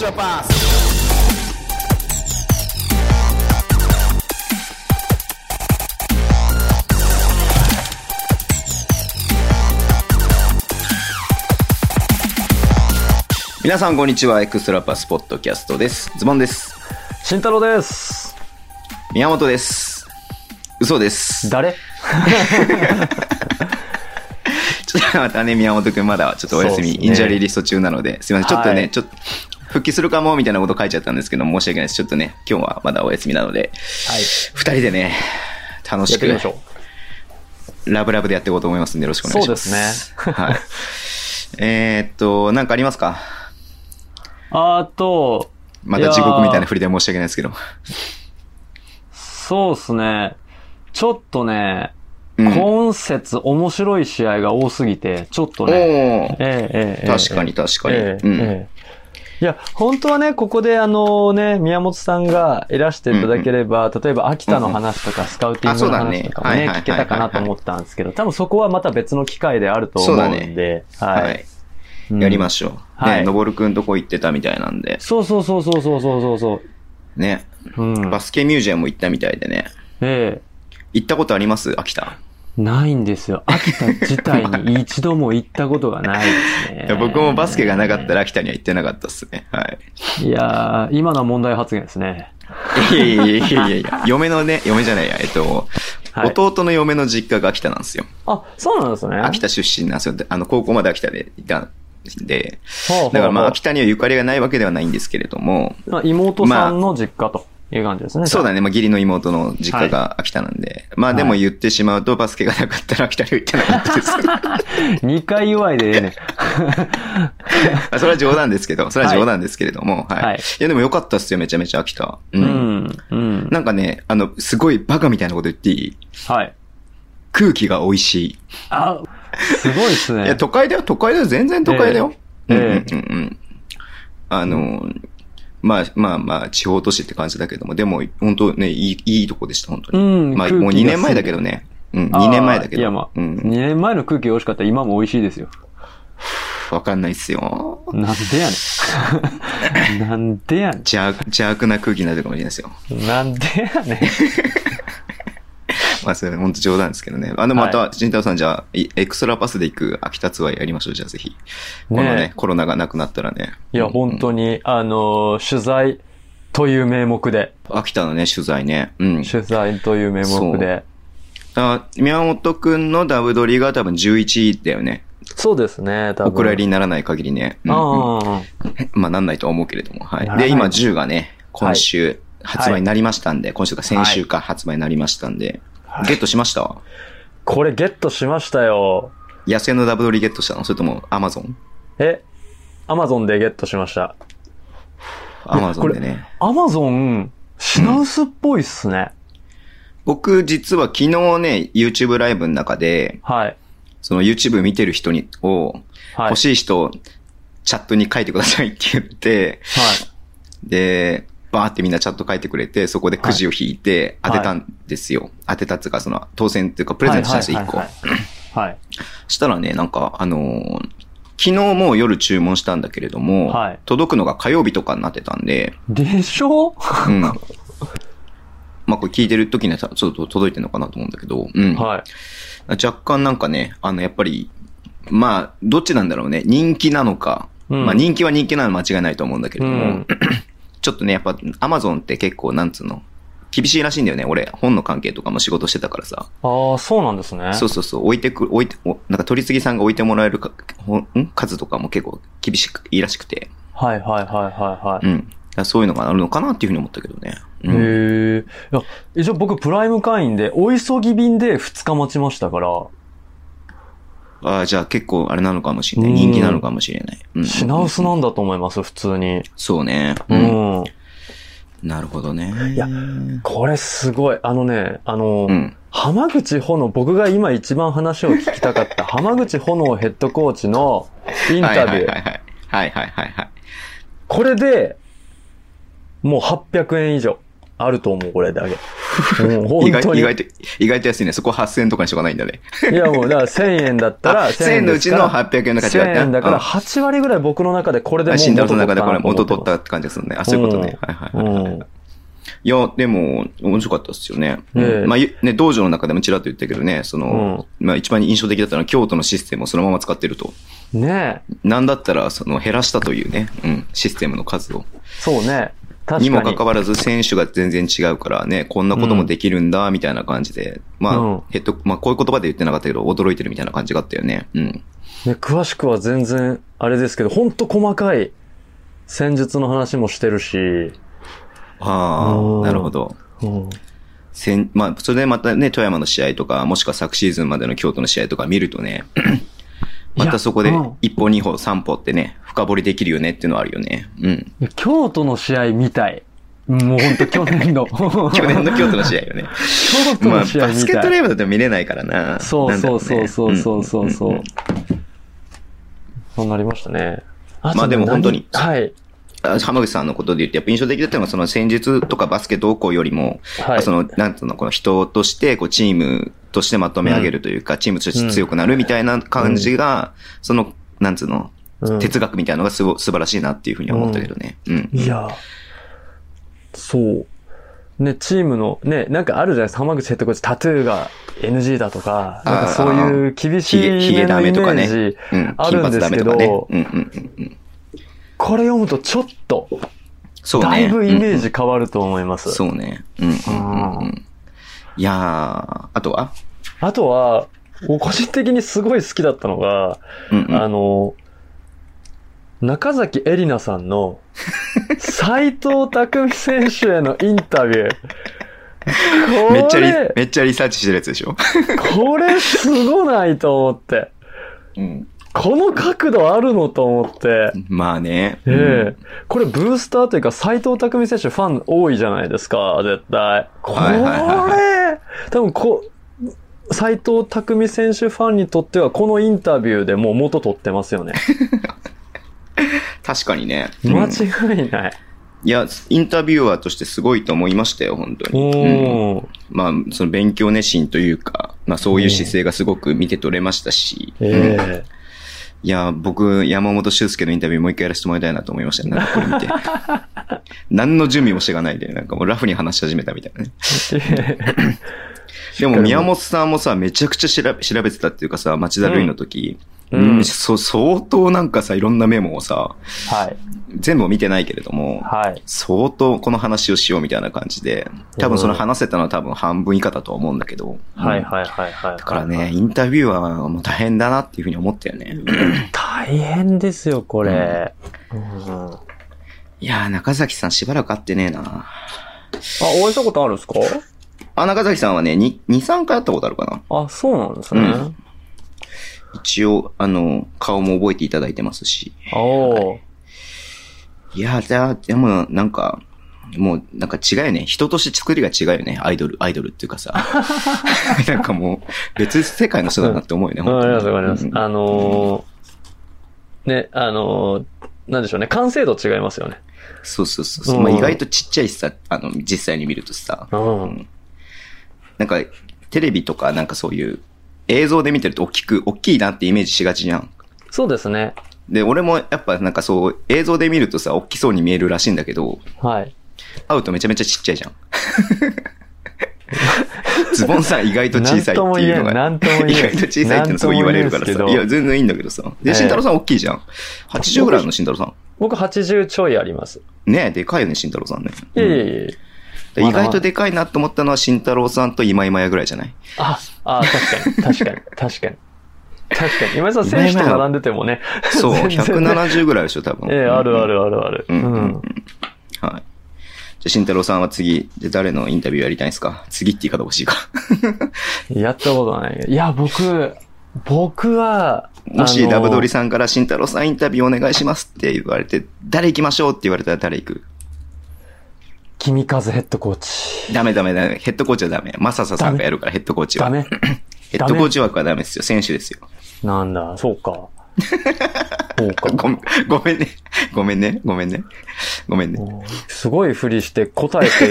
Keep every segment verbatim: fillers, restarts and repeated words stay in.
Extra Pass。皆さんこんにちは。エクストラパスポッドキャストです。ズボンです。 慎太郎です。 宮本です。嘘です。 誰ちょっとまたね、宮本くんまだちょっとお休み、ね、インジャリーリスト中なので、すいません。ちょっとね、はい、ちょっと復帰するかもみたいなこと書いちゃったんですけど、申し訳ないです。ちょっとね、今日はまだお休みなので、はい、二人でね、楽しくやっていきましょう。ラブラブでやっていこうと思いますんで、よろしくお願いします。 そうですね。 はい。えーっと、なんかありますか？ あと、 また地獄みたいな振りで申し訳ないですけど。 そうですね。ちょっとね、うん、今節面白い試合が多すぎて、ちょっとね。 ええええ、確かに確かに。ええうんええ、 いや、本当はね、ここであのね、宮本さんがいらしていただければ、うんうん、例えば秋田の話とか、うんうん、スカウティングの話とかもね、聞けたかなと思ったんですけど、多分そこはまた別の機会であると思うんで、ね、はい。はいやりましょう。うん、ね、はい、のぼるくんとこ行ってたみたいなんで。 そうそうそうそうそうそうそう。 ね、うん。バスケミュージアム行ったみたいでね。ええ。行ったことあります？秋田。 ないんですよ。秋田自体に一度も行ったことがないですね。 いや僕もバスケがなかったら秋田には行ってなかったっすね。はい。 いやー、今のは問題発言ですね。 いやいやいやいやいや、嫁のね、嫁じゃないや、えっと、はい、弟の嫁の実家が秋田なんですよ。 あ、そうなんですね。 秋田出身なんですよ。あの、高校まで秋田でいた。で、だからまあ秋田にはゆかりがないわけではないんですけれども、 まあ、妹さんの実家という感じですね。まあ、 そうだね、まあ義理の妹の実家が秋田なんで、はい、まあでも言ってしまうとバスケがなかったら秋田には行ってなかったです。 にかい祝いでええね。 それは冗談ですけど、それは冗談ですけれども、はい。はい、いやでもよかったっすよ、めちゃめちゃ秋田。うん。うんうん、なんかね、あの、すごいバカみたいなこと言っていい？はい。空気が美味しい。 あ、すごいっすね。 いや、都会だよ、都会だよ、全然都会だよ。えー、うんうんうんうん。あの、うん、まあまあまあ、地方都市って感じだけども、でも、本当ね、いい、いいとこでした、本当に。うん、まあ、もうにねんまえだけどね。うん、にねんまえだけど。 いや、まあ、うん、にねんまえの空気美味しかったら今も美味しいですよ。 わかんないっすよ。 なんでやねん。なんでやねん。 邪悪、邪悪な空気になるかもしれないですよ。 なんでやねん。 まあ、それ本当冗談ですけどね。あの、また、慎太郎さんじゃあ、エクストラパスで行く秋田ツアーやりましょう、じゃあぜひ。このね、ねコロナがなくなったらね。 いや、うん、本当に、あの、取材という名目で。 秋田のね、取材ね。うん。 取材という名目で。 あ、宮本くんのダブドリが多分じゅういちいだよね。 そうですね、多分。 お蔵入りにならない限りね。うんうん、あまあ、なんないとは思うけれども。はい。で、今じゅうがね、今週発売になりましたんで、はい、今週か先週か発売になりましたんで。はい、ゲットしました？ これゲットしましたよ。 野生のダブドリゲットしたの？それともアマゾン？ え、アマゾンでゲットしました。 アマゾンでね。 アマゾン、品薄っぽいっすね、うん。 僕実は昨日ね、YouTube ライブの中で、はい。その YouTube 見てる人にを、はい、欲しい人、チャットに書いてくださいって言って、はい。で、バーってみんなチャット書いてくれて、そこでくじを引いて当てたんですよ。はい、当てたっていうか、その、当選っていうか、プレゼントしたんですよ、いっこ。はい。したらね、なんか、あのー、昨日もう夜注文したんだけれども、はい、届くのが火曜日とかになってたんで。 でしょ？うん。 まあ、これ聞いてる時にはちょっと届いてるのかなと思うんだけど、うん。はい。若干なんかね、あの、やっぱり、まあ、どっちなんだろうね。人気なのか。うん、まあ、人気は人気なの間違いないと思うんだけれども、うんちょっとね、やっぱ、アマゾンって結構、なんつうの、厳しいらしいんだよね。俺、本の関係とかも仕事してたからさ。 ああ、そうなんですね。 そうそうそう。置いてく、置いて、なんか取り次ぎさんが置いてもらえるか、ん数とかも結構厳しく、いいらしくて。 はいはいはいはいはい。 うん。そういうのがあるのかなっていうふうに思ったけどね。 うん、へえ。いや、一応僕プライム会員で、お急ぎ便でふつか待ちましたから。 ああ、じゃあ結構あれなのかもしれない。人気なのかもしれない。 うん、品薄なんだと思います、普通に。 そうね。うん。うん、なるほどね。 いや、これすごい。あのね、あの、うん、浜口炎、僕が今一番話を聞きたかった浜口炎ヘッドコーチのインタビュー。はいはいはいはい。はいはいはいはい。これで、もうはっぴゃくえん以上。 あると思う、これだけ。もう本当に。 意外と、意外と安いね。そこはっせんえんとかにしとかないんだね。 いやもう、だからせんえんだったら、 せんえんのうちのはっぴゃくえんの価値があった。 せんえんだからはち割ぐらい僕の中でこれでもう慎太郎さんの中でこれ元取ったって感じですよね。あ、そういうことね。はいはいはい、はい。いや、でも、面白かったですよね。うん、まあ、ね、道場の中でもちらっと言ったけどね、その、うん、まあ一番印象的だったのは京都のシステムをそのまま使ってると。 ねえ。 なんだったら、その減らしたというね、うん、システムの数を。 そうね。確かに。 にもかかわらず選手が全然違うからね、こんなこともできるんだ、みたいな感じで。うん、まあ、うん、ヘッド、まあこういう言葉で言ってなかったけど、驚いてるみたいな感じがあったよね。うん。ね、 詳しくは全然、あれですけど、ほんと細かい戦術の話もしてるし。 ああ、なるほど。うん、せんまあ、それでまたね、富山の試合とか、もしくは昨シーズンまでの京都の試合とか見るとね、またそこで一歩二歩三歩ってね、深掘りできるよねっていうのはあるよね。うん。 京都の試合見たい。もうほんと去年の。 去年の京都の試合よね。 京都の試合見たい。まあ、 バスケットライブだと見れないからな。 そうそうそうそうそうそうそう。そうなりましたね。 あまあでも本当に。 はい。 浜口さんのことで言って、やっぱ印象的だったのは、その戦術とかバスケ動向よりも、はい、その、なんつうの、この人として、こう、チームとしてまとめ上げるというか、うん、チームとして強くなるみたいな感じが、うん、その、なんつうの、うん、哲学みたいなのがすご、素晴らしいなっていうふうに思ったけどね。うん。 うん、いや、そう。ね、チームの、ね、なんかあるじゃないですか、浜口ヘッドコーチ、タトゥーが エヌジー だとか、なんかそういう厳しいイメージあるんですけど、これ読むとちょっと、そうね。だいぶイメージ変わると思います。 うん、そうね。うんうんうんうん。いやー、あとはあとは、個人的にすごい好きだったのが、うんうん、あの、中崎絵里奈さんの、斎藤匠選手へのインタビュー。 めっちゃリ、めっちゃリサーチしてるやつでしょこれすごないと思って。うん。この角度あるのと思って。 まあね。 ええーうん、これブースターというか斎藤匠選手ファン多いじゃないですか、絶対。これ、はいはいはい、多分こ、斎藤匠選手ファンにとってはこのインタビューでもう元取ってますよね。 確かにね。 間違いない。 いや、インタビュアーとしてすごいと思いましたよ、本当に。うん、まあ、その勉強熱心というか、まあそういう姿勢がすごく見て取れましたし。えーうんいや、僕、山本修介のインタビューもう一回やらせてもらいたいなと思いましたね。なんかこれ見て。何の準備もしてがないで、なんかもうラフに話し始めたみたいなね。でも宮本さんもさ、めちゃくちゃ調べ、調べてたっていうかさ、町田瑠唯の時、うん、うん、そ、相当なんかさ、いろんなメモをさ、はい。全部見てないけれども、はい。相当この話をしようみたいな感じで、多分その話せたのは多分半分以下だと思うんだけど。 うん、はいはいはいはい。だからね、インタビューはもう大変だなっていうふうに思ったよね。 大変ですよ、これ。うんうん、いやー、中崎さんしばらく会ってねえな。あ、 お会いしたことあるんですか？ あ、中崎さんはね、に、に、さんかい会ったことあるかな。 あ、そうなんですね。うん、 一応、あの、顔も覚えていただいてますし。おー。はいいや、じゃあ、でも、なんか、もう、なんか違うよね。人として作りが違うよね。アイドル、アイドルっていうかさ。なんかもう、別世界の人だなって思うよね。 わ、うん、かります、わかります。うん、あのー、ね、あのー、なんでしょうね。完成度違いますよね。 そうそうそう。うん、まあ、意外とちっちゃいしさ、あの、実際に見るとさ。うん、うん、なんか、テレビとかなんかそういう映像で見てると大きく、大きいなってイメージしがちじゃん。 そうですね。 で、俺もやっぱなんかそう映像で見るとさ、大きそうに見えるらしいんだけど、はい。会うとめちゃめちゃちっちゃいじゃん。ズボンさん意外と小さいっていうのが、 なんとも言えん、 意外と小さいってのそう言われるからさ、いや全然いいんだけどさ。で、慎太郎さん大きいじゃん。はちじゅうぐらいあるの慎太郎さん。 僕はちじゅうちょいあります。 ねえ、でかいよね慎太郎さんね。 いやいやいや。意外とでかいなと思ったのは慎太郎さんと今今やぐらいじゃない？ あ、あ、確かに、確かに、確かに。確かに。今井さん、選手と並んでてもね。 そう、ひゃくななじゅうぐらいでしょ、多分。 ええ、あるあるあるある。 うん。うん、はい。じゃあ、慎太郎さんは次、で誰のインタビューやりたいんですか？次って言い方欲しいか。 やったことない。いや、僕、僕は、 もし、ダブドリさんから慎太郎さんインタビューお願いしますって言われて、誰行きましょうって言われたら誰行く？ 君風ヘッドコーチ。 ダメダメダメ。ヘッドコーチはダメ。マササさんがやるから、ヘッドコーチは。 ダメ。 ヘッドコーチ枠はダメですよ。選手ですよ。 なんだ、そうか。 そうかご。ごめんね。ごめんね。ごめんね。ごめんね。 すごいふりして答えて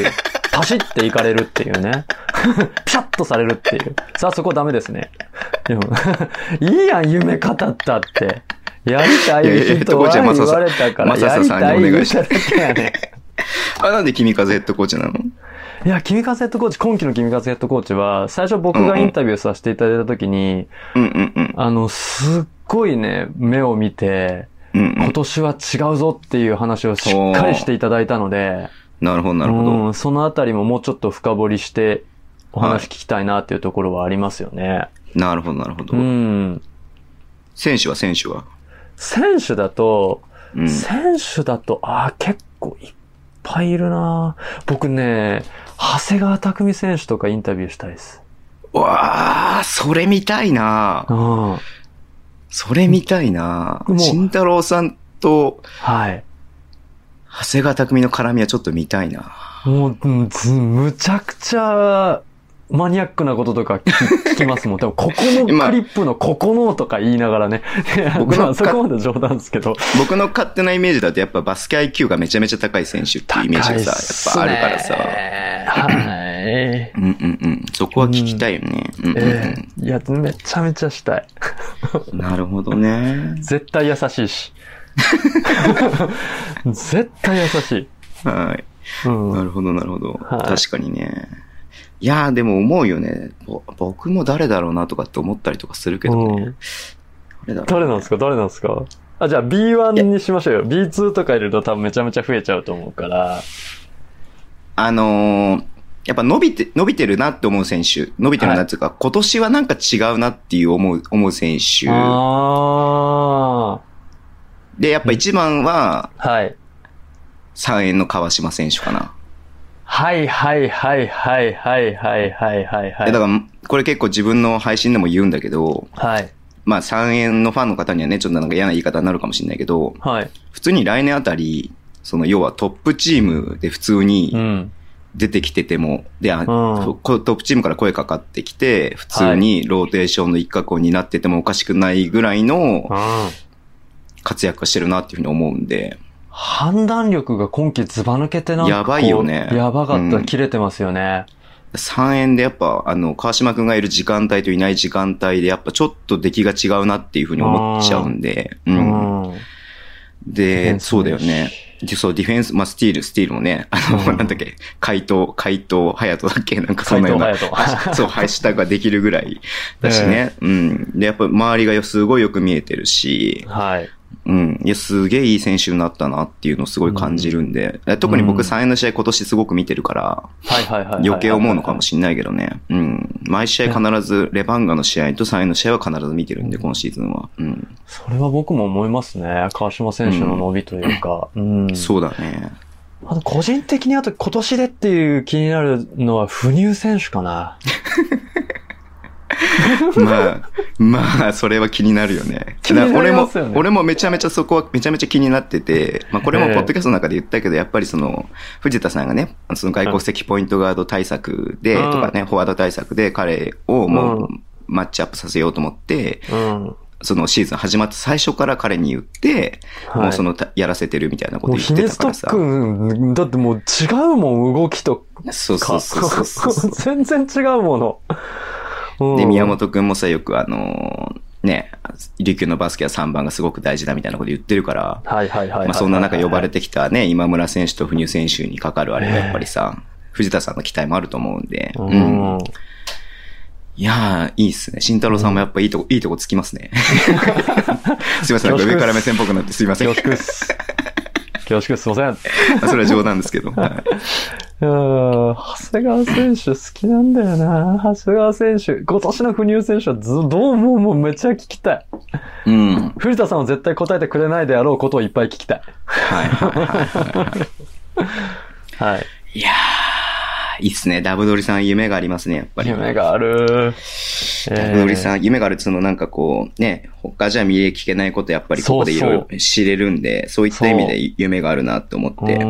パシッていかれるっていうね。ピシャッとされるっていう。さあそこダメですね。でもいいやん、夢語ったって。やりたい人は言われたから、やりたい言うただけやね。 あ、なんで君風ヘッドコーチなの？ いや、君風ヘッドコーチ、今期の君風ヘッドコーチは、最初僕がインタビューさせていただいたときに、 うんうんうん、 あの、すっごいね、目を見て、うんうん、今年は違うぞっていう話をしっかりしていただいたので、 なるほど、なるほど、 うん。そのあたりももうちょっと深掘りしてお話聞きたいなっていうところはありますよね。はい、 なるほど、なるほど。 うん。 選手は選手は選手だと、うん、選手だと、ああ、結構いっぱいいるな。僕ね、長谷川匠選手とかインタビューしたいです。 わあ、それ見たいな。 うん。 それ見たいな。慎太郎さんと、 はい。 長谷川匠の絡みはちょっと見たいな。 もう、むちゃくちゃ、マニアックなこととか聞きますもん。多分ここのクリップのここのとか言いながらね。僕のそこまで冗談ですけど。 僕の勝手なイメージだとやっぱバスケ アイキュー がめちゃめちゃ高い選手っていうイメージがさ、やっぱあるからさ。 はい。 うんうんうん。そこは聞きたいよね。うんうんうんえー、いや、めちゃめちゃしたい。 なるほどね。 絶対優しいし。絶対優しい。 はい。うん、なるほどなるほど。はい、確かにね。いやーでも思うよね。僕も誰だろうなとかって思ったりとかするけどね。うん、 誰だろうね、誰なんですか誰なんですかあ、じゃあ ビーワン にしましょうよ。ビーツー とか入れると多分めちゃめちゃ増えちゃうと思うから。 あのー、やっぱ伸びて、伸びてるなって思う選手。伸びてるなっていうか、はい、今年はなんか違うなっていう思う、思う選手。 あで、やっぱ一番は、 はい。 さんえんの川島選手かな。 はいはいはいはいはいはいはいはいはい。 だから、これ結構自分の配信でも言うんだけど、 はい。 まあさんえんのファンの方にはね、ちょっとなんか嫌な言い方になるかもしれないけど、 はい。 普通に来年あたり、その要はトップチームで普通に出てきてても、うん、で、うん、トップチームから声かかってきて、普通にローテーションの一角になっててもおかしくないぐらいの活躍してるなっていうふうに思うんで、 判断力が今季ズバ抜けてなんかやばいよね。 やばかった、うん、切れてますよね。 さんえんでやっぱ、あの、川島くんがいる時間帯といない時間帯でやっぱちょっと出来が違うなっていうふうに思っちゃうんで、うん。うん、で、そうだよね。で、そう、ディフェンス、まあ、スティール、スティールもね、あの、うん、なんだっけ、怪盗、怪盗、隼人だっけなんかそんなような、そう、ハッシュタグができるぐらいだしね。えー、うん。で、やっぱ周りがすごいよく見えてるし、 はい。 うん。いや、すげえいい選手になったなっていうのをすごい感じるんで、うん、特に僕さんえんの試合今年すごく見てるから、 はいはいはい。 余計思うのかもしれないけどね。うん。毎試合必ず、レバンガの試合とさんえんの試合は必ず見てるんで、今シーズンは。うん。 それは僕も思いますね。川島選手の伸びというか。うん。うん、 そうだね。 あと個人的にあと今年でっていう気になるのは、不入選手かな。 まあ、まあ、それは気になるよね。 気になりますよね。 俺も、俺もめちゃめちゃそこはめちゃめちゃ気になってて、まあこれもポッドキャストの中で言ったけど、やっぱりその、藤田さんがね、その外国籍ポイントガード対策で、うん、とかね、フォワード対策で彼をもうマッチアップさせようと思って、うん、そのシーズン始まって最初から彼に言って、はい、もうその、やらせてるみたいなこと言ってたからさ。 もうヒネストック、だってもう違うもん、動きと。 そうそうそうそうそう。 全然違うもの。 で、宮本くんもさ、よくあのー、ね、琉球のバスケはさんばんがすごく大事だみたいなこと言ってるから、 はいはいはい。 まあそんな中呼ばれてきたね、今村選手と不入選手にかかるあれはやっぱりさ、藤田さんの期待もあると思うんで、うん。いやー、いいっすね。慎太郎さんもやっぱいいとこ、いいとこつきますね。すいません、なんか上から目線っぽくなってすいません。 恐縮っす。恐縮すいません。 それは冗談ですけど。はい、 長谷川選手好きなんだよな。長谷川選手。今年の不入選手はずどうももうめっちゃ聞きたい。 うん。 藤田さんは絶対答えてくれないであろうことをいっぱい聞きたい。 はいはいはいはい。はい。いやー、いいっすね。ダブドリさん夢がありますね、やっぱり。 夢がある。 逆取りさ、夢があるっつうのなんかこう、ね、他じゃ見え聞けないことやっぱりここでいろいろ知れるんで、そういった意味で夢があるなって思って、うん、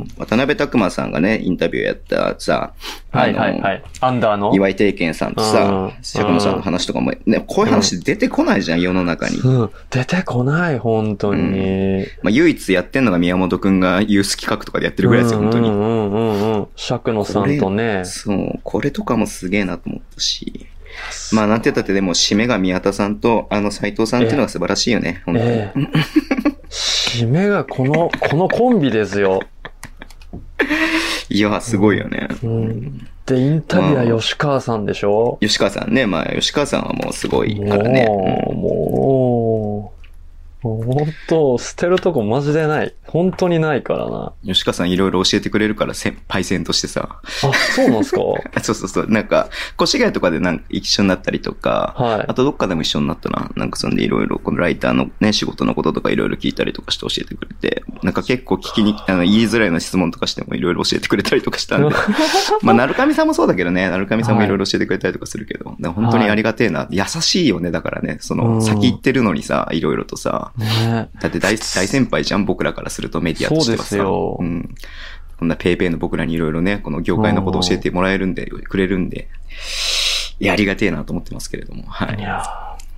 渡辺拓馬さんがね、インタビューやったさ、 はいはいはい。アンダーの岩井定健さんとさ、釈野さんの話とかも、ね、こういう話出てこないじゃん、世の中に。 うん、出てこない、本当に。うん、 まあ、唯一やってんのが宮本くんがユース企画とかでやってるぐらいですよ、本当に。 うんうんうんうん。釈野さんとね。 そう、これとかもすげえなと思ったし。まあなんて言ったってでも締めが宮田さんとあの斉藤さんっていうのが素晴らしいよね、本当に。えー、 締めがこの、このコンビですよ。 いや、すごいよね。 うんうん、で、インタビューは吉川さんでしょ、 吉川さんね。まあ吉川さんはもうすごいからね。 もう、うん、もう本当、捨てるとこマジでない。本当にないからな。 吉川さんいろいろ教えてくれるから、先輩戦としてさ。 あ、そうなんすかそうそうそう。なんか、越谷とかでなんか一緒になったりとか、はい。あとどっかでも一緒になったな。なんかそんでいろいろ、このライターのね、仕事のこととかいろいろ聞いたりとかして教えてくれて、なんか結構聞きに、あの、言いづらいの質問とかしてもいろいろ教えてくれたりとかしたんで。まあ、なるかみさんもそうだけどね、なるかみさんもいろいろ教えてくれたりとかするけど、はい、本当にありがてえな。優しいよね、だからね。その、先行ってるのにさ、いろいろとさ、ね、だって大、大先輩じゃん、僕らからするとメディアとしてはさ。そうですよ。うん。こんなペイペイの僕らにいろいろね、この業界のことを教えてもらえるんで、くれるんで、いや、ありがてえなと思ってますけれども。はい。いや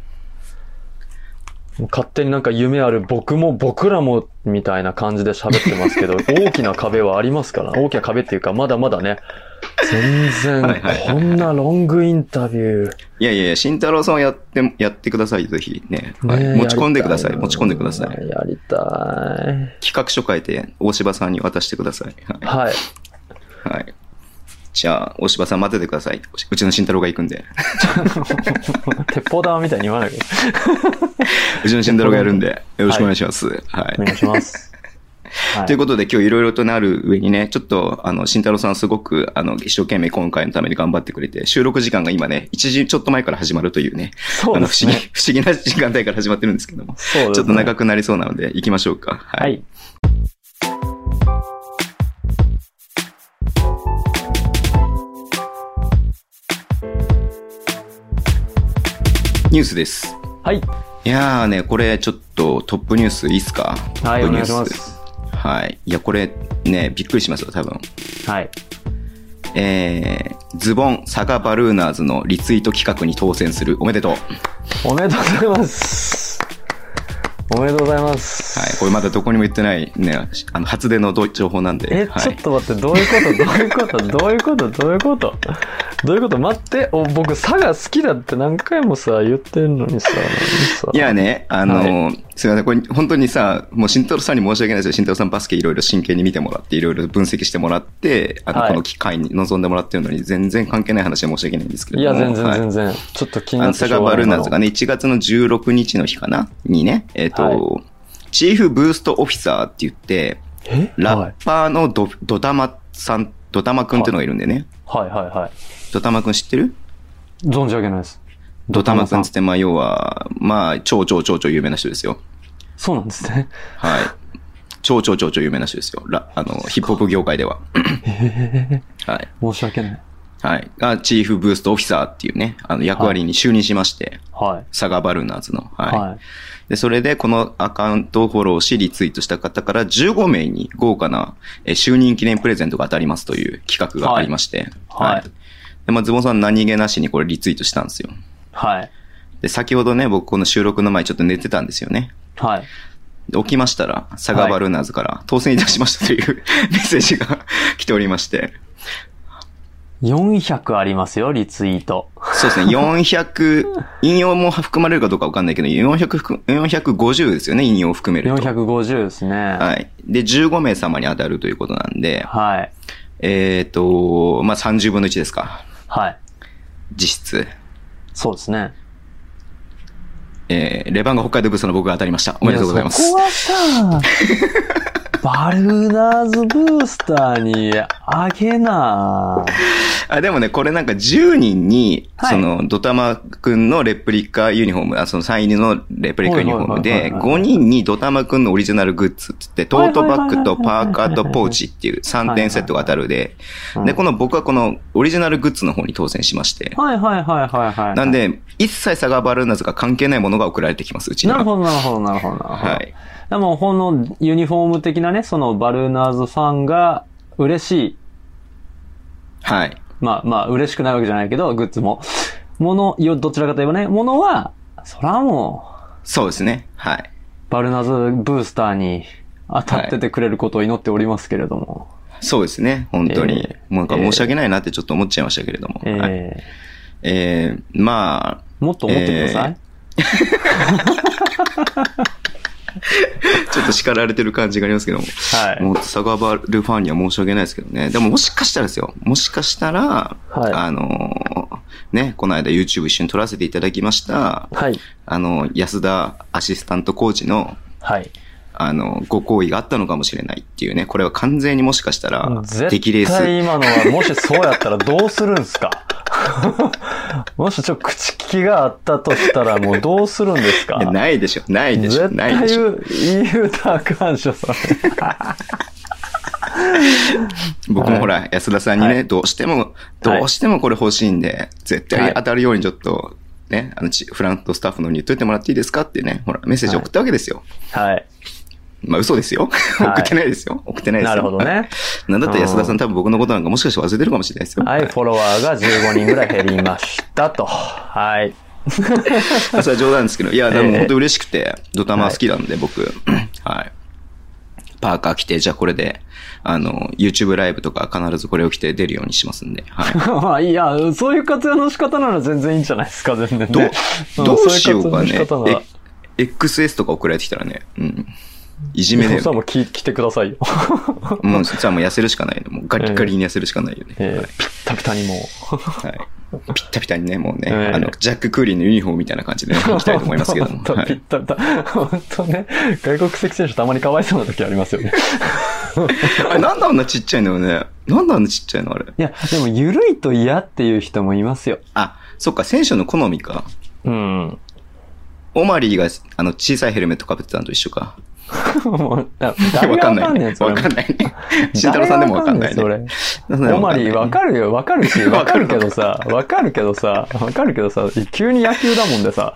もう勝手になんか夢ある僕も僕らもみたいな感じで喋ってますけど、大きな壁はありますから、大きな壁っていうか、まだまだね、全然、はいはいはいはい、こんなロングインタビュー。 いやいやいや、慎太郎さんはやって、やってください、ぜひね。はい、持ち込んでください、持ち込んでください。 やりたい。 企画書書いて、大柴さんに渡してください。 はい。はい。 はい、じゃあ、大柴さん待っててください。うちの慎太郎が行くんで。 鉄砲玉みたいに言わないけど。 うちの慎太郎がやるんで、よろしくお願いします。はい。はい、 お願いします。 はい、ということで今日いろいろとなる上にね、ちょっとあの、慎太郎さんすごくあの、一生懸命今回のために頑張ってくれて、収録時間が今ね、いちじちょっと前から始まるというね、そうですね。あの、不思議、不思議な時間帯から始まってるんですけども、そうですね、ちょっと長くなりそうなので行きましょうか。はい。はい、ニュースです。 はい。 いやーね、これちょっとトップニュースいいっすか？ はい、お願いします。 はい。いや、これね、びっくりしますよ、多分。 はい。 えー、ズボンサガバルーナーズのリツイート企画に当選する。おめでとう。 おめでとうございます。おめでとうございます。 はい。これまだどこにも言ってないね、あの、初出の情報なんで。 え、 はい、 ちょっと待って、どういうことどういうことどういうことどういうことどういうこと待って、お僕、サガ好きだって何回もさ、言ってんのにさ。 いやね、あの、はい、すいません、これ本当にさ、もう慎太郎さんに申し訳ないですよ。慎太郎さんバスケいろいろ真剣に見てもらって、いろいろ分析してもらって、あの、はい、この機会に臨んでもらってるのに、全然関係ない話は申し訳ないんですけども。 いや、全然全然。はい、ちょっと気になってしょうがない。 サガバルーナーズがね、いちがつのじゅうろくにちの日かなにね、えっ、ー、と、はい、チーフブーストオフィサーって言って、ラッパーのド、ドタマさん、ドタマくんっていうのがいるんでね。 はいはいはい。 ドタマくん知ってる？ 存じ上げないです。 ドタマくんってって、まあ要は、まあ、超超超超有名な人ですよ。 そうなんですね。 はい。超超超超有名な人ですよ。ラ、あの、ヒップホップ業界では。 へー。はい。申し訳ない。 はい。が、チーフブーストオフィサーっていうね、あの、役割に就任しまして。 はい。 サガバルーナーズの。はい。はい。で、それでこのアカウントをフォローし、リツイートした方からじゅうごめいに豪華な就任記念プレゼントが当たりますという企画がありまして。 はい。はい、 で、まあ、ズボンさん何気なしにこれリツイートしたんですよ。 はい。 で、先ほどね、僕この収録の前ちょっと寝てたんですよね。 はい。 で、起きましたら、サガバルーナーズから当選いたしましたという、はい、メッセージが来ておりまして。 よんひゃくありますよ、リツイート。 そうですね、よんひゃく、引用も含まれるかどうかわかんないけど、よんひゃく、よんひゃくごじゅうですよね、引用を含めると。 よんひゃくごじゅうですね。 はい。で、じゅうごめい様に当たるということなんで、 はい。 えっと、まあ、さんじゅうぶんのいちですか。 はい。 実質。 そうですね。 えー、レバンガ北海道ブースの僕が当たりました。おめでとうございます。 そこはさ、 バルーナーズブースターにあげなあ、でもね、これなんかじゅうにんに、はい、その、ドタマくんのレプリカユニフォーム、あ、そのサインのレプリカユニフォームで、ごにんにドタマくんのオリジナルグッズって言って、トートバッグとパーカーとポーチっていうさんてんセットが当たるで、で、この僕はこのオリジナルグッズの方に当選しまして。 はいはいはいはいはい。 なんで、一切サガーバルーナーズが関係ないものが送られてきます、うちには。 なるほどなるほどなるほどなるほど。はい。でも、このユニフォーム的なね、そのバルーナーズファンが嬉しい。 はい。 まあまあ、嬉しくないわけじゃないけど、グッズも。もの、よ、どちらかといえばね、ものは、そらもう。 そうですね。はい。 バルーナーズブースターに当たっててくれることを祈っておりますけれども。 はい、そうですね。本当に。えー、もうなんか申し訳ないなってちょっと思っちゃいましたけれども。えー、はい、えー、まあ。もっと思ってください。えーちょっと叱られてる感じがありますけども。はい。もう、サガバルファンには申し訳ないですけどね。でももしかしたらですよ。もしかしたら、はい、あのー、ね、この間 YouTube 一緒に撮らせていただきました、はい。あの、安田アシスタントコーチの、はい。あの、ご好意があったのかもしれないっていうね。これは完全にもしかしたら、 敵レース。絶対今のは、もしそうやったらどうするんすかもしちょっと口利きがあったとしたらもうどうするんですか？ ないでしょ、ないでしょ、ないでしょ。 絶対言うたらあかんでしょ、それ。 僕もほら、安田さんにね、はい、どうしても、どうしてもこれ欲しいんで、はい、絶対当たるようにちょっと、ね、あの、フラントスタッフのに言っといてもらっていいですかってね、ほら、メッセージ送ったわけですよ。はい。はい、まあ嘘ですよ。送ってないですよ。送ってないですよ。 なるほどね。 なんだったら安田さん多分僕のことなんかもしかして忘れてるかもしれないですよ。 はい、フォロワーがじゅうごにんぐらい減りましたと。はい。 それは冗談ですけど、いや、でも本当嬉しくて、ドタマ好きなんで僕、はい。パーカー着て、じゃあこれで、あの、YouTube ライブとか必ずこれを着て出るようにしますんで。 はい。いや、そういう活用の仕方なら全然いいんじゃないですか、全然ね。 ど、どうしようかね。エックスエス とか送られてきたらね、うん。いじめだよね。 さあもう来てくださいよ。 もう、じゃあもう痩せるしかないの。もうガリガリに痩せるしかないよね。 えーはい、ピッタピタにもう。 はい。ピッタピタにね、もうね、えー、あの、ジャック・クーリーのユニフォームみたいな感じで、ね、行きたいと思いますけども。 ピッタピタ。本当ね、外国籍選手たまにかわいそうな時ありますよね。 あれ、なんであんなちっちゃいのよね。なんであんなちっちゃいのあれ。 いや、でも、ゆるいと嫌っていう人もいますよ。 あ、そっか、選手の好みか。うん。オマリーが、あの、小さいヘルメットかぶってたのと一緒か。 もう、誰がわかんねん、 わかんないね。慎太郎さんでもわかんないね。 それ。オマリーわかるよ、わかるし、わかるけどさ、わかるけどさ、わかるけどさ、急に野球だもんでさ。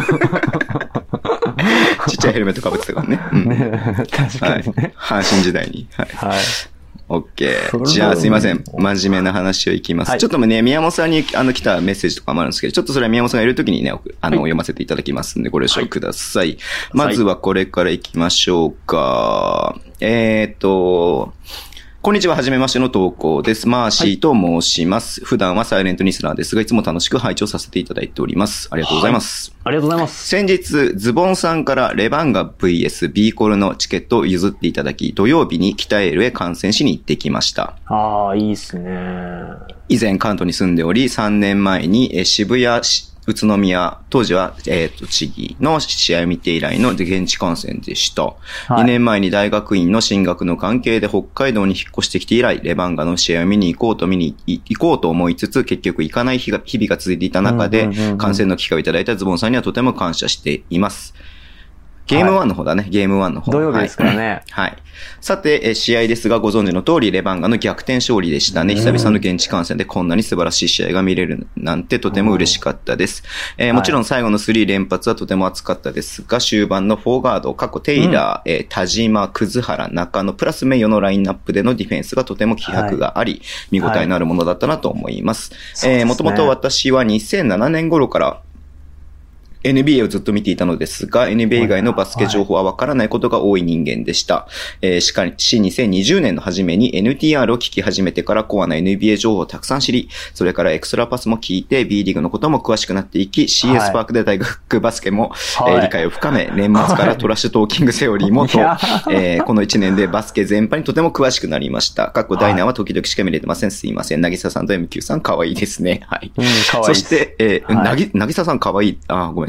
ちっちゃいヘルメットかぶってたからね。うん、 ね確かにね、 はい。阪神時代に。はい。 はいオッケー。じゃあすいません。真面目な話をいきます。はい、ちょっとね、宮本さんにあの来たメッセージとかもあるんですけど、ちょっとそれは宮本さんがいるときにね、あの、はい、読ませていただきますんで、ご了承ください。はい、まずはこれから行きましょうか。えーっと、こんにちは、はじめましての投稿です。マーシーと申します。はい、普段はサイレントリスナーですが、いつも楽しく拝聴させていただいております。ありがとうございます。 はい、ありがとうございます。 先日、ズボンさんからレバンガ ブイエス ビーコルのチケットを譲っていただき、土曜日に北エールへ観戦しに行ってきました。 ああ、いいっすね。 以前関東に住んでおり、さんねんまえに渋谷市、宇都宮、当時は、えっと、地議の試合を見て以来の現地観戦でした。はい、にねんまえに大学院の進学の関係で北海道に引っ越してきて以来、レバンガの試合を見に行こうと見に行こうと思いつつ、結局行かない日が、日々が続いていた中で、観戦の機会をいただいたズボンさんにはとても感謝しています。ゲームワンの方だね、はい、ゲームワンの方。 土曜日ですからね。 はい。はい、さて、試合ですがご存知の通り、レバンガの逆転勝利でしたね。久々の現地観戦でこんなに素晴らしい試合が見れるなんてとても嬉しかったです。えー、もちろん最後のスリー連発はとても熱かったですが、終盤のフォーガード、過去テイラー、うん、えー、田島、葛原、中野、プラス名誉のラインナップでのディフェンスがとても気迫があり、はい、見応えのあるものだったなと思います。はい、えー、もともと私はにせんななねん頃から、エヌビーエー をずっと見ていたのですが、エヌビーエー 以外のバスケ情報はわからないことが多い人間でした。えー、しかしにせんにじゅうねんの初めに エヌティーアール を聞き始めてからコアな エヌビーエー 情報をたくさん知り、それからエクストラパスも聞いて B リーグのことも詳しくなっていき、シーエス パークで大学バスケも、はい、えー、理解を深め、年末からトラッシュトーキングセオリーもと、えー、このいちねんでバスケ全般にとても詳しくなりました。過去ダイナーは時々しか見れてません。すいません。なぎささんと エムキュー さん可愛いですね。はい。うん、可愛いそして、えーはい、なぎ、なぎささん可愛い。あ、ごめん。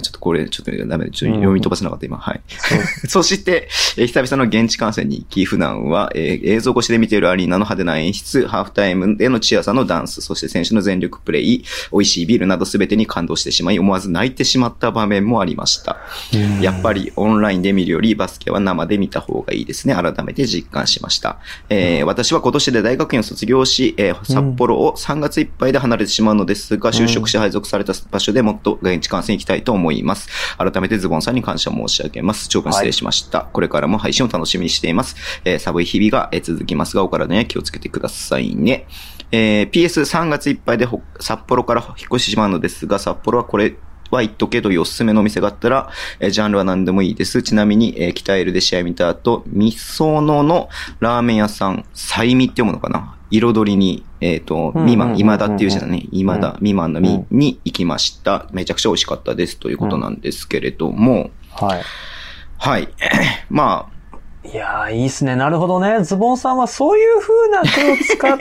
ん。ちょっとこれ、ちょっとダメで、ちょっと読み飛ばせなかった、今。はい。そして、えー、久々の現地観戦に行き、普段は、えー、映像越しで見ているアリーナの派手な演出、ハーフタイムでのチアさんのダンス、そして選手の全力プレイ、美味しいビールなど全てに感動してしまい、思わず泣いてしまった場面もありました。やっぱりオンラインで見るよりバスケは生で見た方がいいですね。改めて実感しました。えー、私は今年で大学院を卒業し、えー、札幌をさんがついっぱいで離れてしまうのですが、就職し配属された場所でもっと現地観戦行きたいと思います。改めてズボンさんに感謝申し上げます。長文失礼しました。はい、これからも配信を楽しみにしています。えー、寒い日々が続きますが、お体には気をつけてくださいね。えー、ピーエスさんがついっぱいで札幌から引っ越してしまうのですが、札幌はこれは言っとけというおすすめのお店があったら、えー、ジャンルは何でもいいです。ちなみに、えー、北エルで試合見た後、みそののラーメン屋さん、サイミって読むのかな、彩りに、えっ、ー、と、みまん、今だっていう字だね。今だ、みまんのみに行きました。めちゃくちゃ美味しかったですということなんですけれども。 うん、はい。 はい。まあ、 いやー、いいっすね。なるほどね。ズボンさんはそういう風な手を使って、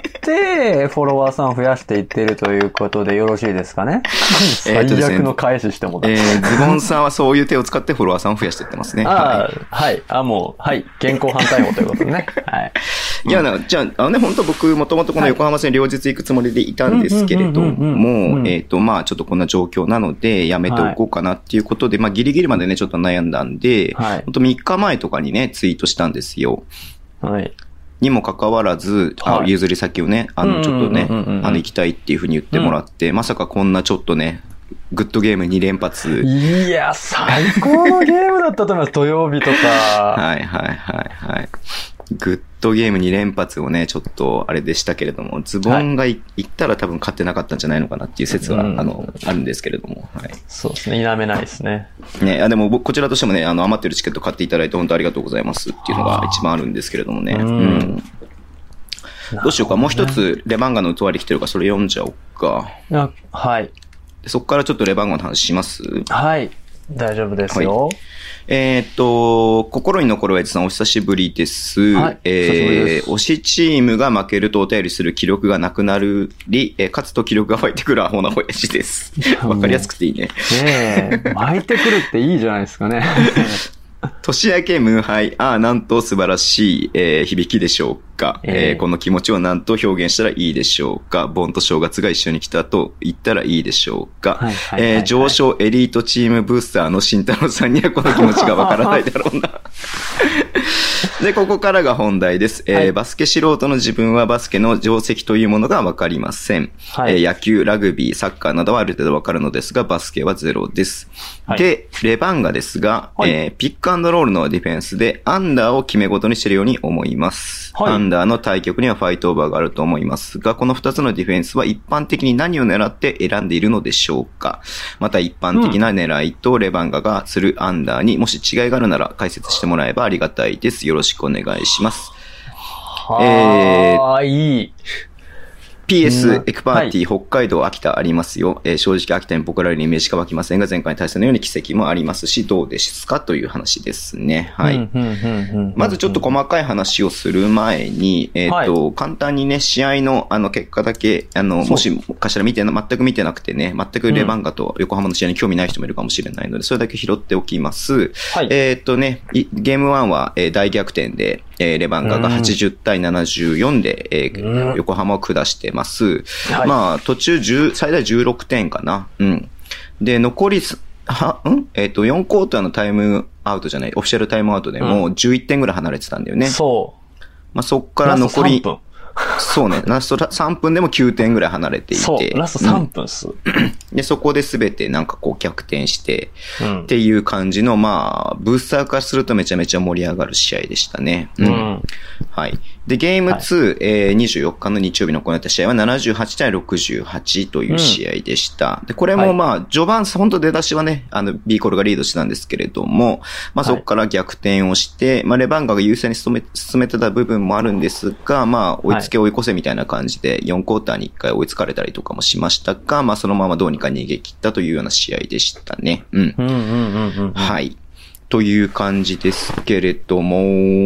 フォロワーさんを増やしていっているということでよろしいですかね。最悪の返ししても、 えーえー、ズボンさんはそういう手を使ってフォロワーさんを増やしていってますね。 ああ、はい。はい。あ、もう、はい。現行犯逮捕ということでね。はい。 いや、じゃあ、あのね、本当僕、もともとこの横浜線両日行くつもりでいたんですけれども、えっと、まあ、ちょっとこんな状況なので、やめておこうかなっていうことで、はい、まあ、ギリギリまでね、ちょっと悩んだんで、はい、本当みっかまえとかにね、ツイートしたんですよ。はい。にもかかわらず、あ、譲り先をね、あの、ちょっとね、あの、行きたいっていうふうに言ってもらって、うん、まさかこんなちょっとね、グッドゲームに連発。 いや、最高のゲームだったと思います、土曜日とか。 はいはいはいはい。グッドゲームに連発をね、ちょっとあれでしたけれども、ズボンがい、はい、行ったら多分勝ってなかったんじゃないのかなっていう説は、うん、あの、あるんですけれども。はい。 そうですね。否めないですね。 ね、あ、でも僕、こちらとしてもね、あの、余ってるチケット買っていただいて本当ありがとうございますっていうのが一番あるんですけれどもね。うん。うん、どうしようか。もう一つ、レバンガの歌り来てるから、それ読んじゃおうか。 あ、はい。 でそこからちょっとレバンガの話します？ はい。大丈夫ですよ。はい、 えー、っと、心に残るおやじさんお久しぶりです。はい、えー、推しチームが負けるとお便りする記録がなくなるり、えー、勝つと記録が湧いてくるアホなおやじです。わかりやすくていいね。 ねえ、湧いてくるっていいじゃないですかね。 年明け無敗、ああ、なんと素晴らしい、えー、響きでしょうか、えーえー。この気持ちをなんと表現したらいいでしょうか。盆と正月が一緒に来たと言ったらいいでしょうか。はいはいはいはい、えー、上昇エリートチームブースターの慎太郎さんにはこの気持ちがわからないだろうな。で、ここからが本題です、えーはい。バスケ素人の自分はバスケの定石というものがわかりません、はい、えー。野球、ラグビー、サッカーなどはある程度わかるのですが、バスケはゼロです。はい、で、レバンガですが、はい、えー、ピックアンドロールのディフェンスでアンダーを決め事にしているように思います。はい、アンダーの対局にはファイトオーバーがあると思いますが、この二つのディフェンスは一般的に何を狙って選んでいるのでしょうか。また一般的な狙いとレバンガがするアンダーにもし違いがあるなら解説してもらえばありがたいです。よろしくお願いします。 はーい。えーピーエス、エクパーティー、はい、北海道、秋田ありますよ。えー、正直秋田に僕らよりイメージが湧きませんが、前回に対戦のように奇跡もありますし、どうですかという話ですね。はい。まずちょっと細かい話をする前に、えっ、ー、と、はい、簡単にね、試合のあの結果だけ、あの、もしかしたら見てな、全く見てなくてね、全くレバンガと横浜の試合に興味ない人もいるかもしれないので、それだけ拾っておきます。はい、えっ、ー、とね、ゲームワンは、えー、大逆転で、えー、レバンガがはちじゅうたいななじゅうよんで、えー、横浜を下してます。はい、まあ、途中じゅう、最大じゅうろくてんかな。うん。で、残り、は、んえっと、よんクォーターのタイムアウトじゃない、オフィシャルタイムアウトでもじゅういってんぐらい離れてたんだよね。 そう。 まあ、そっから残り、そうね、ラストさんぷんでもきゅうてんぐらい離れていて。 そう、ラストさんぷんっす。うん、 で、そこで全てなんかこう逆転して、うん、っていう感じの、まあ、ブースター化するとめちゃめちゃ盛り上がる試合でしたね。うん。うん、はい。で、ゲームツー、はい、えー、にじゅうよっかの日曜日の行われた試合はななじゅうはちたいろくじゅうはちという試合でした。うん、で、これもまあ、序盤、本当出だしはね、あの、ビーコルがリードしてたんですけれども、まあそこから逆転をして、はい、まあレバンガが優勢に進め、進めてた部分もあるんですが、まあ、追いつけ追い越せみたいな感じで、よんクォーターにいっかい追いつかれたりとかもしましたが、まあそのままどうにか逃げ切ったというような試合でしたね。うん。うんうんうんうん、はい。という感じですけれども、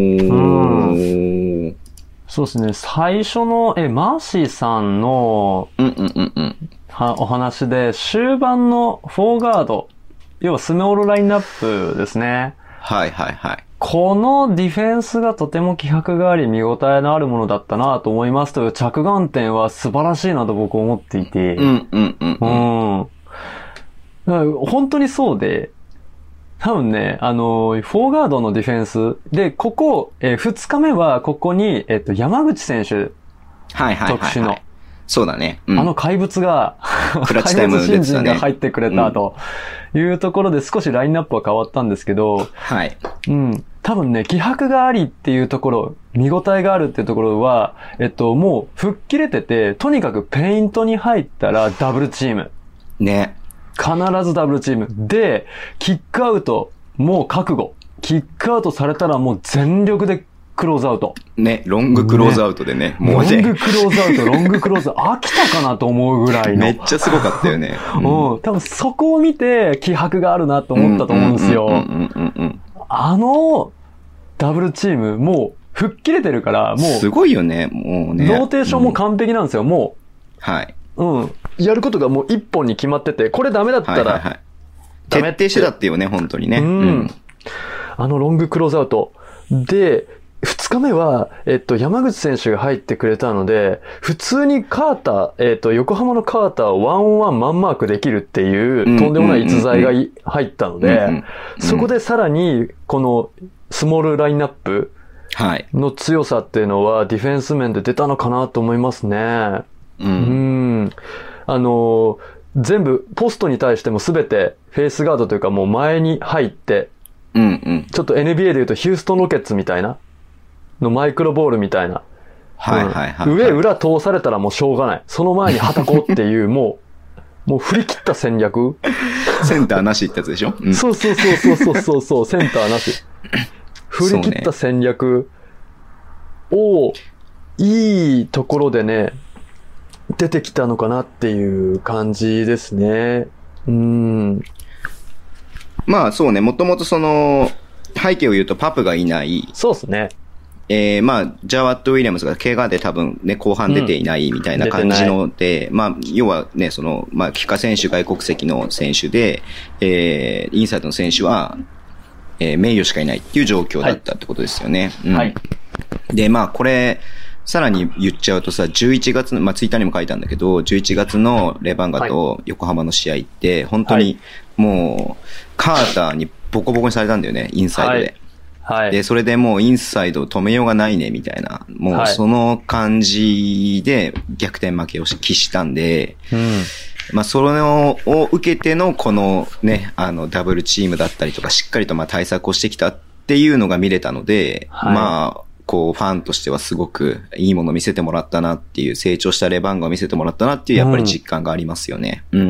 うんそうですね。最初の、え、マーシーさんの、 うんうんうんうん。 は、お話で、終盤のフォーガード。 要はスモールラインナップですね。 はいはいはい。 このディフェンスがとても気迫があり見応えのあるものだったなと思いますという着眼点は素晴らしいなと僕思っていて。 うんうんうん、うん。 うん。本当にそうで、多分ね、あの、フォーガードのディフェンスで、ここ、えー、ふつかめはここに、えっと、山口選手。 はいはいはい、はい。特殊の。そうだね。 うん、あの怪物が、 クラッチタイム新人が入ってくれたというところで少しラインナップは変わったんですけど、 はい。 うん。多分ね、気迫がありっていうところ、見応えがあるっていうところは、えっと、もう吹っ切れてて、とにかくペイントに入ったらダブルチーム。 ね。 必ずダブルチーム。で、キックアウト、もう覚悟。キックアウトされたらもう全力でクローズアウト。 ね、ロングクローズアウトでね、 ねもうね。ロングクローズアウト、ロングクローズ、飽きたかなと思うぐらいの。 めっちゃすごかったよね。 うん、多分そこを見て気迫があるなと思ったと思うんですよ。あの、ダブルチーム、もう、吹っ切れてるから、もう。 すごいよね、もうね。 ローテーションも完璧なんですよ、うん、もう。はい。 うん。やることがもう一本に決まってて、これダメだったら、はいはいはい、 徹底してたっていうね、本当にね。 うん。うん、あのロングクローズアウト。で、二日目は、えっと、山口選手が入ってくれたので、普通にカーター、えっと、横浜のカーターをワンオンワンマンマークできるっていう、とんでもない逸材が入ったので、そこでさらに、この、スモールラインナップの強さっていうのは、ディフェンス面で出たのかなと思いますね。うん。うん。あの、全部、ポストに対してもすべて、フェイスガードというかもう前に入って、 うんうん。 ちょっと エヌビーエー で言うとヒューストンロケッツみたいな、のマイクロボールみたいな。 はいはいはい、はいうん。上裏通されたらもうしょうがない。その前にはたこうっていう、もう、もう振り切った戦略。 センターなしってやつでしょ、 うん、そうそうそうそうそうそう、センターなし。振り切った戦略を、いいところでね、出てきたのかなっていう感じですね。うん。 まあそうね、もともとその、背景を言うとパプがいない。 そうですね。 えー、まあ、ジャワット・ウィリアムズが怪我で多分ね、後半出ていないみたいな感じので、うん、まあ、要はね、その、まあ、帰化選手、外国籍の選手で、えー、インサイドの選手は、えー、名誉しかいないっていう状況だったってことですよね。はい。うん、はい、で、まあ、これ、さらに言っちゃうとさ、じゅういちがつの、まあ、ツイッターにも書いたんだけど、じゅういちがつのレバンガと横浜の試合って、本当にもう、カーターにボコボコにされたんだよね、インサイドで。はい。はい、で、それでもうインサイド止めようがないね、みたいな。もうその感じで逆転負けを喫したんで、うん、まあ、それを受けてのこのね、あの、ダブルチームだったりとか、しっかりとまあ対策をしてきたっていうのが見れたので、はい、まあ、こう、ファンとしてはすごくいいものを見せてもらったなっていう、成長したレバンガを見せてもらったなっていう、やっぱり実感がありますよね。うん。うん、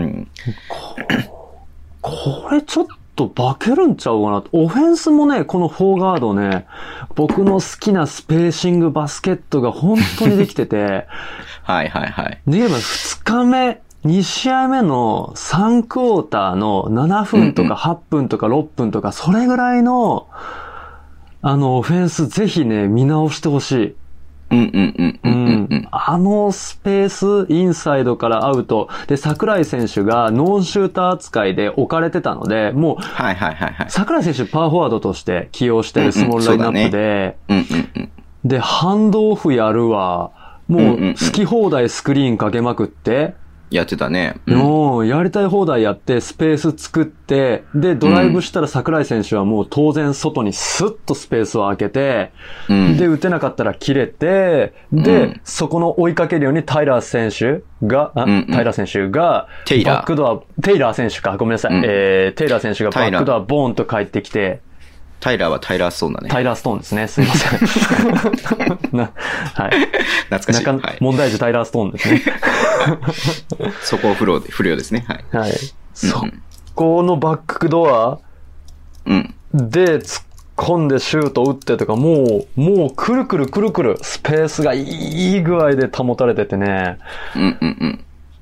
これちょっと化けるんちゃうかな。オフェンスもね、このフォーガードね、僕の好きなスペーシングバスケットが本当にできてて。 はいはいはい。 で、ふつかめ、に試合目のさんクォーターのななふんとかはっぷんとかろっぷんとか、それぐらいの、あの、オフェンスぜひね、見直してほしい。 うんうんうんうんうんうん。 あのスペース、インサイドからアウト。で、桜井選手がノンシューター扱いで置かれてたので、もう、 はいはいはいはい。 桜井選手パワーフォワードとして起用してるスモールラインナップで、 うんうんうん、 で、ハンドオフやるわ。もう、好き放題スクリーンかけまくって、 やってたね。 うん、やりたい放題やって、スペース作って、で、ドライブしたら桜井選手はもう当然外にスッとスペースを開けて、うん、で、打てなかったら切れて、で、うん、そこの追いかけるようにタイラー選手が、あ、うんうん、タイラー選手が、 テイラー。 バックドア、テイラー選手か、ごめんなさい。うん、えー、テイラー選手がバックドアボーンと帰ってきて、 タイラーはタイラーストーンだね。 タイラーストーンですね。すいません。なはい。 懐かしい。はい、 問題児タイラーストーンですね。 そこを不良で、不良ですね。はい。 はい。そこのバックドアで突っ込んでシュート打ってとか、もう、もうくるくるくるくるスペースがいい具合で保たれててね。 うんうんうん。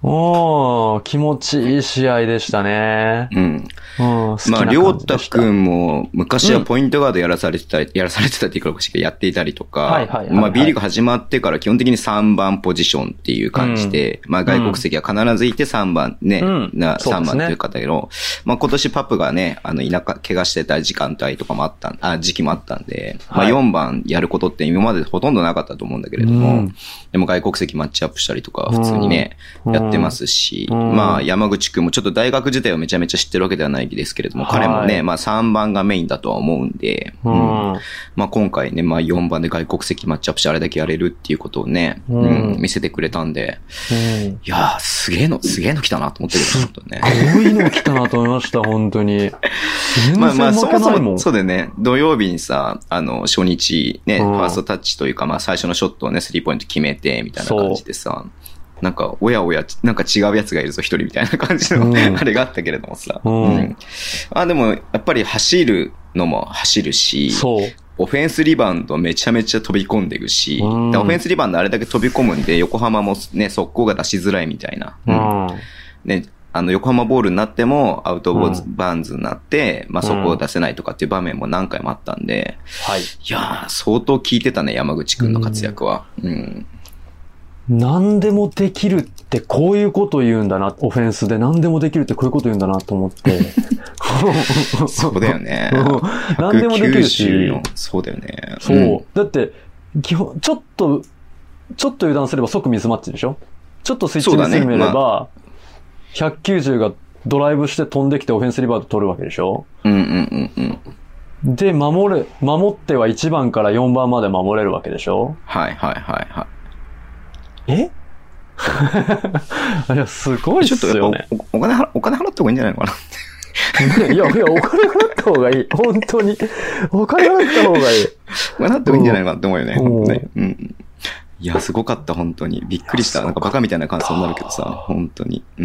おー、気持ちいい試合でしたね。 うん。うん。まあ、りょうたくんも昔はポイントガードやらされてた、うん、やらされてたっていうか、やっていたりとか、はいはいはいはい、まあ B リーグ始まってから基本的にさんばんポジションっていう感じで、うん、まあ外国籍は必ずいてさんばんね、うん、なさんばんっていう方けど、ね、まあ今年パプがね、あの、田舎、怪我してた時間帯とかもあった、あ、時期もあったんで、はい、まあよんばんやることって今までほとんどなかったと思うんだけれども、うん、でも外国籍マッチアップしたりとか普通にね、うん、やってますし、うん、まあ山口くんもちょっと大学時代をめちゃめちゃ知ってるわけではないですけれども、はい、彼もね、まあさんばんがメインだとは思うんで、うん、まあ今回ね、まあよんばんで外国籍マッチアップしてあれだけやれるっていうことをね、うん、見せてくれたんで、うん、いやーすげえの、すげえの来たなと思ってるけど、本当ね。 すごいの来たなと思いました、本当に。 まあまあ、そもそも、そうだよね。土曜日にさ、あの、初日ね、うん、ファーストタッチというか、まあ最初のショットをね、スリーポイント決めて、みたいな感じでさ、なんか、おやおや、なんか違うやつがいるぞ、一人みたいな感じの、うん、あれがあったけれどもさ。うんうん、あ、でも、やっぱり走るのも走るし、そう。オフェンスリバウンドめちゃめちゃ飛び込んでいくし、うん、オフェンスリバウンドあれだけ飛び込むんで、横浜もね、速攻が出しづらいみたいな。うん。ね、あの、横浜ボールになっても、アウトボーバーンズになって、うん、まあ、そこを出せないとかっていう場面も何回もあったんで、はい。いやー、相当効いてたね、山口くんの活躍は。うん、うん何でもできるってこういうこと言うんだな、オフェンスで何でもできるってこういうこと言うんだなと思って。 そうだよね。 何でもできるし。 そうだよね。 そう。うん、だって、基本、ちょっと、ちょっと油断すれば即ミスマッチでしょ？ちょっとスイッチに進めれば、ねまあ、ひゃくきゅうじゅうがドライブして飛んできてオフェンスリバウンド取るわけでしょ？うんうんうんうん。で、守れ、守ってはいちばんからよんばんまで守れるわけでしょ？はいはいはいはい。えいや、すごいっすよね。 ちょっとお、お金払、お金払った方がいいんじゃないのかないや、いや、お金払った方がいい。本当に。お金払った方がいい。 お金払った方がいいんじゃないのかなって思うよね。うんねうん、いや、すごかった、本当に。びっくりした。なんかバカみたいな感想になるけどさ、本当に。うん。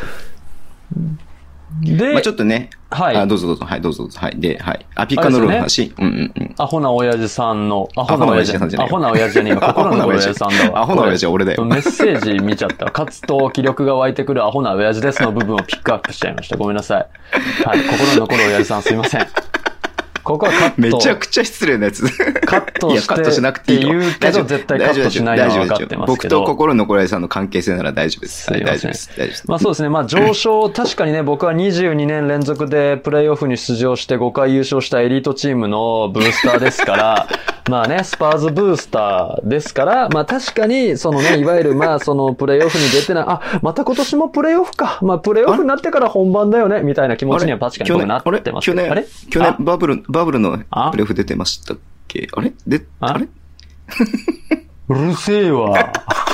で、まあちょっとね。はい。あ、どうぞどうぞ。はい、どうぞどうぞ。はい。で、はい。あ、ピッカノロールの話。うんうんうん。 アホな親父さんの、アホな親父さんじゃない。アホな親父じゃねえよ。心の親父さんだわ。 アホな親父は俺だよ。 メッセージ見ちゃった。活動、気力が湧いてくるアホな親父ですの部分をピックアップしちゃいました。ごめんなさい。はい。心に残る親父さんすいません。ここはカット。 めちゃくちゃ失礼なやつ。 カットして。いや、カットしなくていいよ。言うけど絶対カットしないのは分かってますけど。 僕と心の残る親父さんの関係性なら大丈夫です。 はい、 大丈夫です。大丈夫です。 まあそうですね。まあ上昇、確かにね、僕はにじゅうにねん連続でプレイオフに出場してごかい優勝したエリートチームのブースターですから、まあね、スパーズブースターですから、まあ確かに、そのね、いわゆるまあそのプレイオフに出てない、あ、また今年もプレイオフか。まあプレイオフになってから本番だよね、みたいな気持ちには確かに僕なってます。 去年、あれ去年バブル、バブルのプレイオフ出てましたっけ？あれで、あれうるせえわ。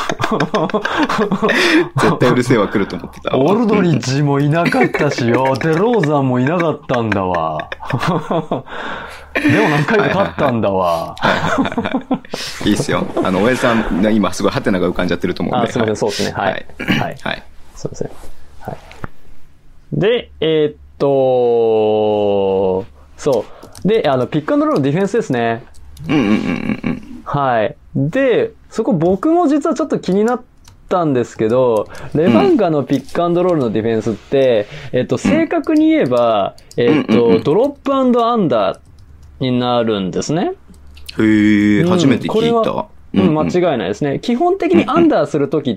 絶対うるせえわ来ると思ってた。 オルドリッジもいなかったしよ。デローザンもいなかったんだわ。でも何回か勝ったんだわ。 いいっすよ。あの、親父さん、今すごいハテナが浮かんじゃってると思うんで。 あ、すみません、そうですね。はい。はい。はい。そうですね。はい。で、えー、っと、そう。で、あの、ピックアンドロールのディフェンスですね。 うんうんうんうん。 はい。で、そこ僕も実はちょっと気になったんですけど、レバンガのピックアンドロールのディフェンスって、うん、えっと、正確に言えば、うん、えっと、うんうん、ドロップアンダーになるんですね。 へえ、初めて聞いた。これはうん、間違いないですね。基本的にアンダーするときって、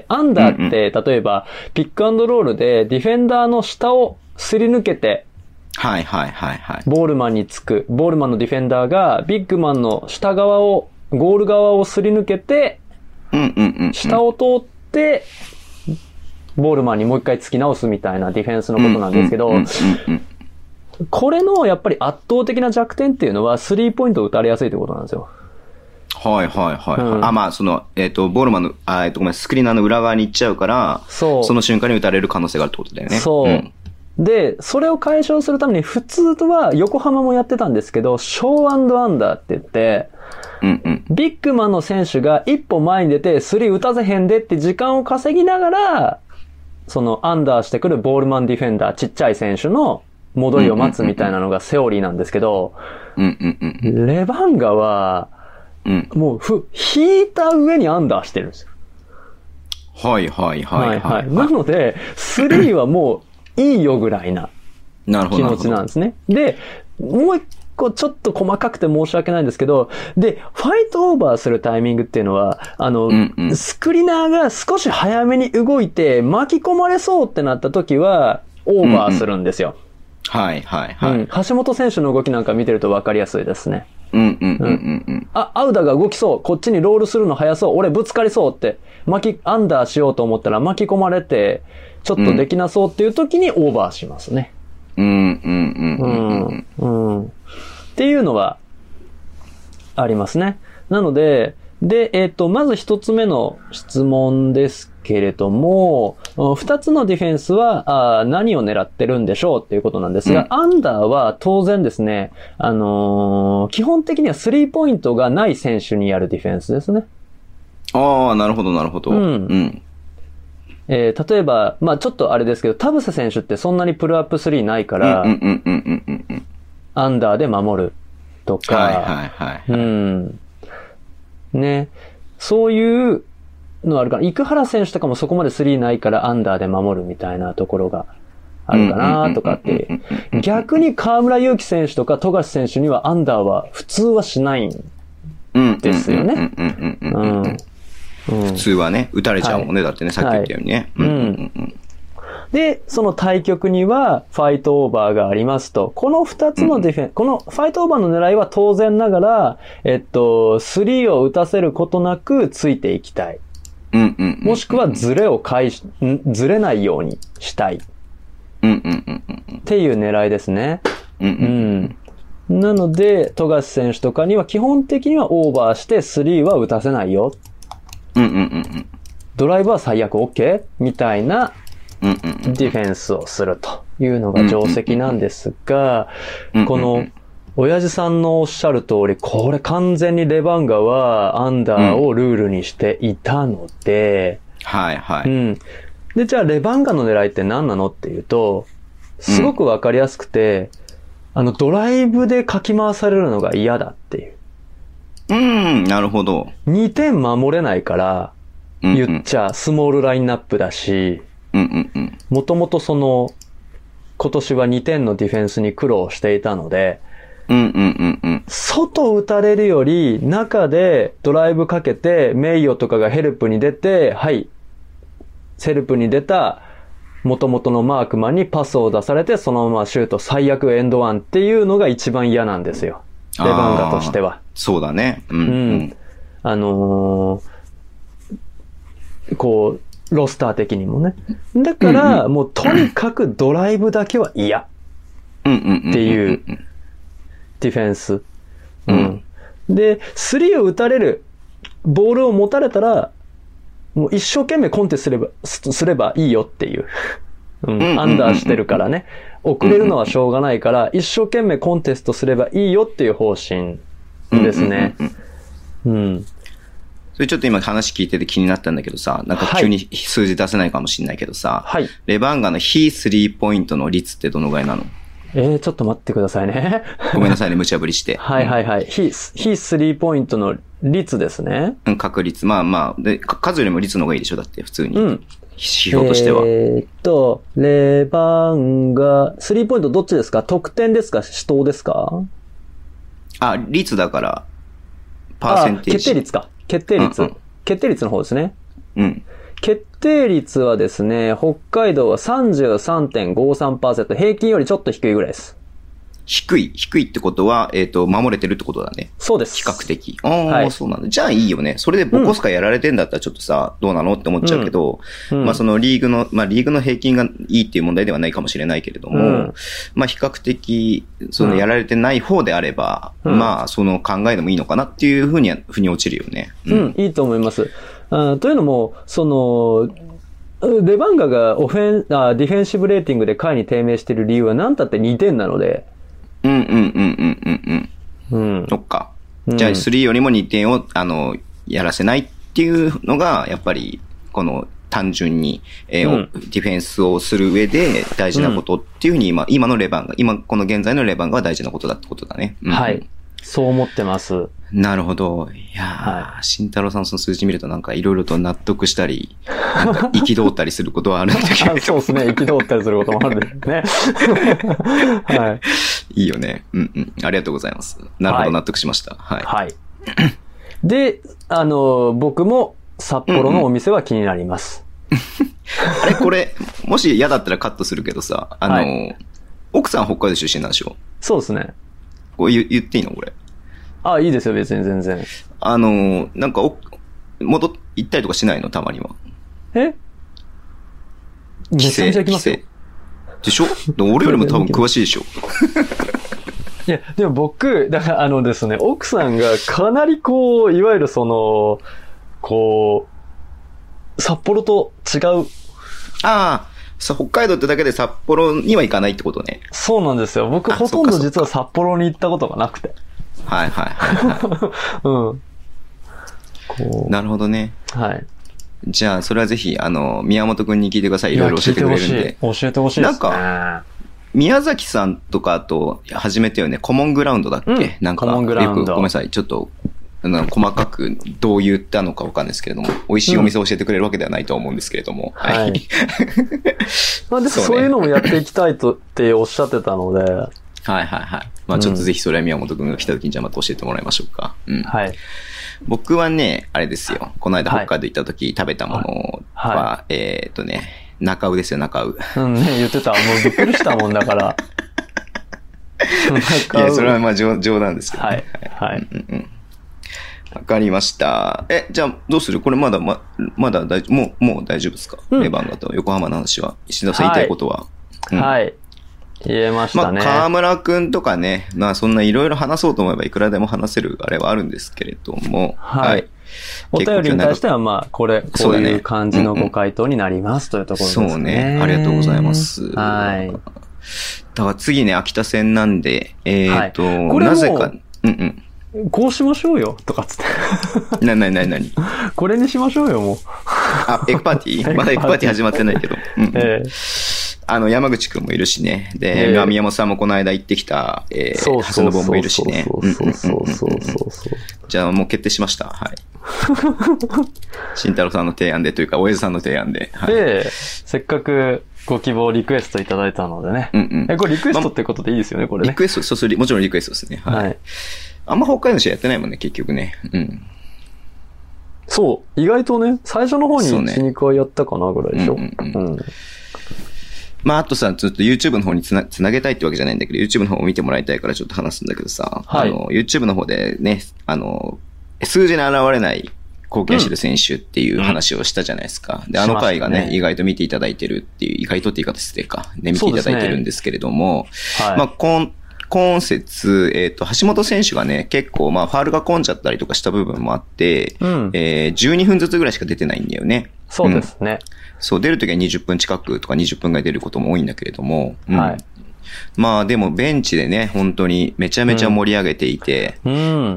アンダーって、例えば、ピックアンドロールでディフェンダーの下をすり抜けて、 はいはいはいはい。 ボールマンにつく。ボールマンのディフェンダーが、ビッグマンの下側を、ゴール側をすり抜けて、 うんうんうんうん、 下を通って、ボールマンにもう一回突き直すみたいなディフェンスのことなんですけど、これのやっぱり圧倒的な弱点っていうのは、スリーポイントを打たれやすいということなんですよ。 はいはいはい。うん、あ、まあ、その、えっ、ー、と、ボールマンの、あ、えっ、ー、と、ごめん、スクリーナーの裏側に行っちゃうから、そう。その瞬間に打たれる可能性があるってことだよね。 そう。うんで、それを解消するために普通は横浜もやってたんですけど、ショー&アンダーって言って、 うんうん、 ビッグマンの選手が一歩前に出てスリー打たせへんでって時間を稼ぎながら、そのアンダーしてくるボールマンディフェンダー、ちっちゃい選手の戻りを待つみたいなのがセオリーなんですけど、 うんうんうん、 レバンガは、もうふ、引いた上にアンダーしてるんですよ。 はいはいはいはい、はい、はい。 なので、スリーはもういいよぐらいな気持ちなんですね。で、もう一個ちょっと細かくて申し訳ないんですけど、で、ファイトオーバーするタイミングっていうのは、あの、うんうん、スクリナーが少し早めに動いて巻き込まれそうってなった時は、オーバーするんですよ。 うんうん、はいはいはい、うん。 橋本選手の動きなんか見てると分かりやすいですね。 うんうんうんうんうん。 あ、アウダが動きそう。こっちにロールするの早そう。俺ぶつかりそうって。巻き、アンダーしようと思ったら巻き込まれて、ちょっとできなそうっていう時にオーバーしますね。 うんうんうんうんうん。うん。っていうのはありますね。なので、で、えっと、まず一つ目の質問ですけれども、二つのディフェンスはあ何を狙ってるんでしょうっていうことなんですが、うん、アンダーは当然ですね、あのー、基本的にはスリーポイントがない選手にやるディフェンスですね。 ああ、なるほどなるほど。うん。うんえー、例えば、まあちょっとあれですけど、田臥選手ってそんなにプルアップスリーないから、アンダーで守るとか、 はいはいはい、はい。 うん。ね。そういうのあるかな。生原選手とかもそこまでスリーないからアンダーで守るみたいなところがあるかなとかって。逆に河村勇輝選手とか富樫選手にはアンダーは普通はしないんですよね。 普通はね、打たれちゃうもんね。はい、だってね、さっき言ったようにね。 はい、うんうんうん、で、その対局にはファイトオーバーがありますと。この二つのディフェン、うん、このファイトオーバーの狙いは当然ながら、えっと、スリーを打たせることなくついていきたい。もしくはズレを返し、ずれないようにしたい。っていう狙いですね。うんうん、なので、富樫選手とかには基本的にはオーバーしてスリーは打たせないよ。ドライブは最悪 OK? みたいなディフェンスをするというのが定石なんですが、この親父さんのおっしゃる通り、これ完全にレバンガはアンダーをルールにしていたので、 はいはい。うん。 で、じゃあレバンガの狙いって何なのっていうと、すごくわかりやすくて、あのドライブでかき回されるのが嫌だっていう。 うん、なるほど。 にてん守れないから、言っちゃスモールラインナップだし、もともとその、今年はにてんのディフェンスに苦労していたので、外打たれるより中でドライブかけて名誉とかがヘルプに出て、はい、ヘルプに出た元々のマークマンにパスを出されてそのままシュート最悪エンドワンっていうのが一番嫌なんですよ。レバンガとしては。 そうだね。うん、うん。 あのー、こう、ロスター的にもね。だから、もうとにかくドライブだけは嫌。っていうディフェンス。うん。で、スリーを打たれる、ボールを持たれたら、もう一生懸命コンテストすれば、すればいいよっていう。うん。アンダーしてるからね。遅れるのはしょうがないから、一生懸命コンテストすればいいよっていう方針ですね。うん。 それちょっと今話聞いてて気になったんだけどさ、なんか急に数字出せないかもしれないけどさ、はい、レバンガの非スリーポイントの率ってどのぐらいなの？ えー、ちょっと待ってくださいね。 ごめんなさいね、無茶ぶりして。 はいはいはい。非、非スリーポイントの率ですね。 うん、確率。まあまあ、で、数よりも率の方がいいでしょ、だって普通に。うん。指標としては。 えーっと、レバンガ、スリーポイントどっちですか？得点ですか？死闘ですか？ あ、率だから、パーセンテージ。 決定率か。決定率、うんうん。決定率の方ですね。 うん。 決定率はですね、北海道は さんじゅうさんてんごさんパーセント、平均よりちょっと低いぐらいです。 低い低いってことは、えっと、守れてるってことだね。 そうです。 比較的。ああ、はい、そうなんだ。じゃあいいよね。それでボコスカやられてんだったらちょっとさ、うん、どうなのって思っちゃうけど、うん、まあそのリーグの、まあリーグの平均がいいっていう問題ではないかもしれないけれども、うん、まあ比較的、そのやられてない方であれば、うん、まあその考えでもいいのかなっていうふうには、ふに落ちるよね。 うん、うん、いいと思います。あというのも、その、レバンガがオフェンあ、ディフェンシブレーティングで下位に低迷している理由は何たってにてんなので。 うんうんうんうんうんうん。うん。そっか。じゃあスリーよりもにてんを、あの、やらせないっていうのが、やっぱり、この、単純に、えーうん、ディフェンスをする上で大事なことっていうふうに今、今のレバンガ、今この現在のレバンガは大事なことだってことだね。うん、 はい。 そう思ってます。 なるほど。いやー、はい、慎太郎さんのその数字見るとなんかいろいろと納得したり、なんか憤ったりすることはあるんだけど。 そうですね。憤ったりすることもあるんですね。 はい。いいよね。うんうん。ありがとうございます。なるほど、納得しました。はい。はい。 で、あの、僕も札幌のお店は気になります。 うんうん、あれ、これ、もし嫌だったらカットするけどさ、あの、はい、奥さん北海道出身なんでしょ？ そうですね。 これ言, 言っていいのこれ。 ああ、いいですよ、別に全然。 あの、なんかお、戻っ、行ったりとかしないのたまには。 えめちゃめちゃ行きますよ。 でしょ？俺よりも多分詳しいでしょ。 いや、でも僕、だからあのですね、奥さんがかなりこう、いわゆるその、こう、札幌と違う。 ああ、さ、北海道ってだけで札幌には行かないってことね。 そうなんですよ。僕ほとんど実は札幌に行ったことがなくて。 はいはいはいはい。うん。こうなるほどね。はい。じゃあ、それはぜひ、あの、宮本くんに聞いてください。いろいろ教えてくれるんで。 教えてほしいですね。なんか、宮崎さんとかと始めたよね。コモングラウンドだっけ、うん、なんか、よくごめんなさい。ちょっと、細かくどう言ったのかわかんないですけれども、美味しいお店を教えてくれるわけではないと思うんですけれども。うん、はい。 まあでもそういうのもやっていきたいとっておっしゃってたので。はいはいはい。まあちょっとぜひそれは宮本くんが来た時にじゃあまた教えてもらいましょうか。うん。はい。僕はね、あれですよ。この間北海道行った時食べたものは、はい、えーっとね、中尾ですよ、中尾。 うんね、言ってた。もうびっくりしたもんだから。 いや、それはまあ冗談ですけど、 ね。はい。はい。うんうん。 わかりました。え、じゃあどうする？これまだま、まだ大丈夫、もう、もう大丈夫ですか？うん、レバンガと横浜の話は。石田さん言いたいことは。 はい。うん、はい言えましたね。 まあ、河村くんとかね、まあそんないろいろ話そうと思えばいくらでも話せるあれはあるんですけれども、 はい。はい、お便りに対してはまあ、これ、こういう感じのご回答になりますというところですね。 そうね。ありがとうございます。はい。だから次ね、秋田戦なんで、えっ、ー、と、はい、これなぜか、うんうん。こうしましょうよ、とかつって。 な、な、な、なにこれにしましょうよ、もう。 あ、エクパーティーまだエクパーティー始まってないけど。うんうん、えーあの、山口くんもいるしね。で、えー、宮本さんもこの間行ってきた、えー、長谷信もいるしね。そうそうそうそうそう。じゃあもう決定しました。はい。慎太郎さんの提案でというか、おやじさんの提案で。 はい、で、せっかくご希望リクエストいただいたのでね。うんうん。え、これリクエストってことでいいですよね、これね。 リクエスト、そうそう、もちろんリクエストですね。はい。はい、あんま北海道の試合やってないもんね、結局ね。うん。 そう。意外とね、最初の方にいち、にかいやったかなぐらいでしょ。うんうんうん。うんまあ、あとさ、ちょっと YouTube の方につな、つなげたいってわけじゃないんだけど、YouTube の方を見てもらいたいからちょっと話すんだけどさ、はい、あの、YouTube の方でね、あの、数字に現れない貢献してる選手っていう話をしたじゃないですか。うん、で、あの回がね、ね意外と見ていただいてるっていう、意外とって言い方してか、ね、見ていただいてるんですけれども、ねはい、まあ、今、今節、えっ、ー、と、橋本選手がね、結構、まあ、ファールが混んじゃったりとかした部分もあって、うん、えー、じゅうにふんずつぐらいしか出てないんだよね。 そうですね。うんそう、出るときはにじゅっぷん近くとかにじゅっぷんぐらい出ることも多いんだけれども。うん、はい。まあでもベンチでね、本当にめちゃめちゃ盛り上げていて、うん。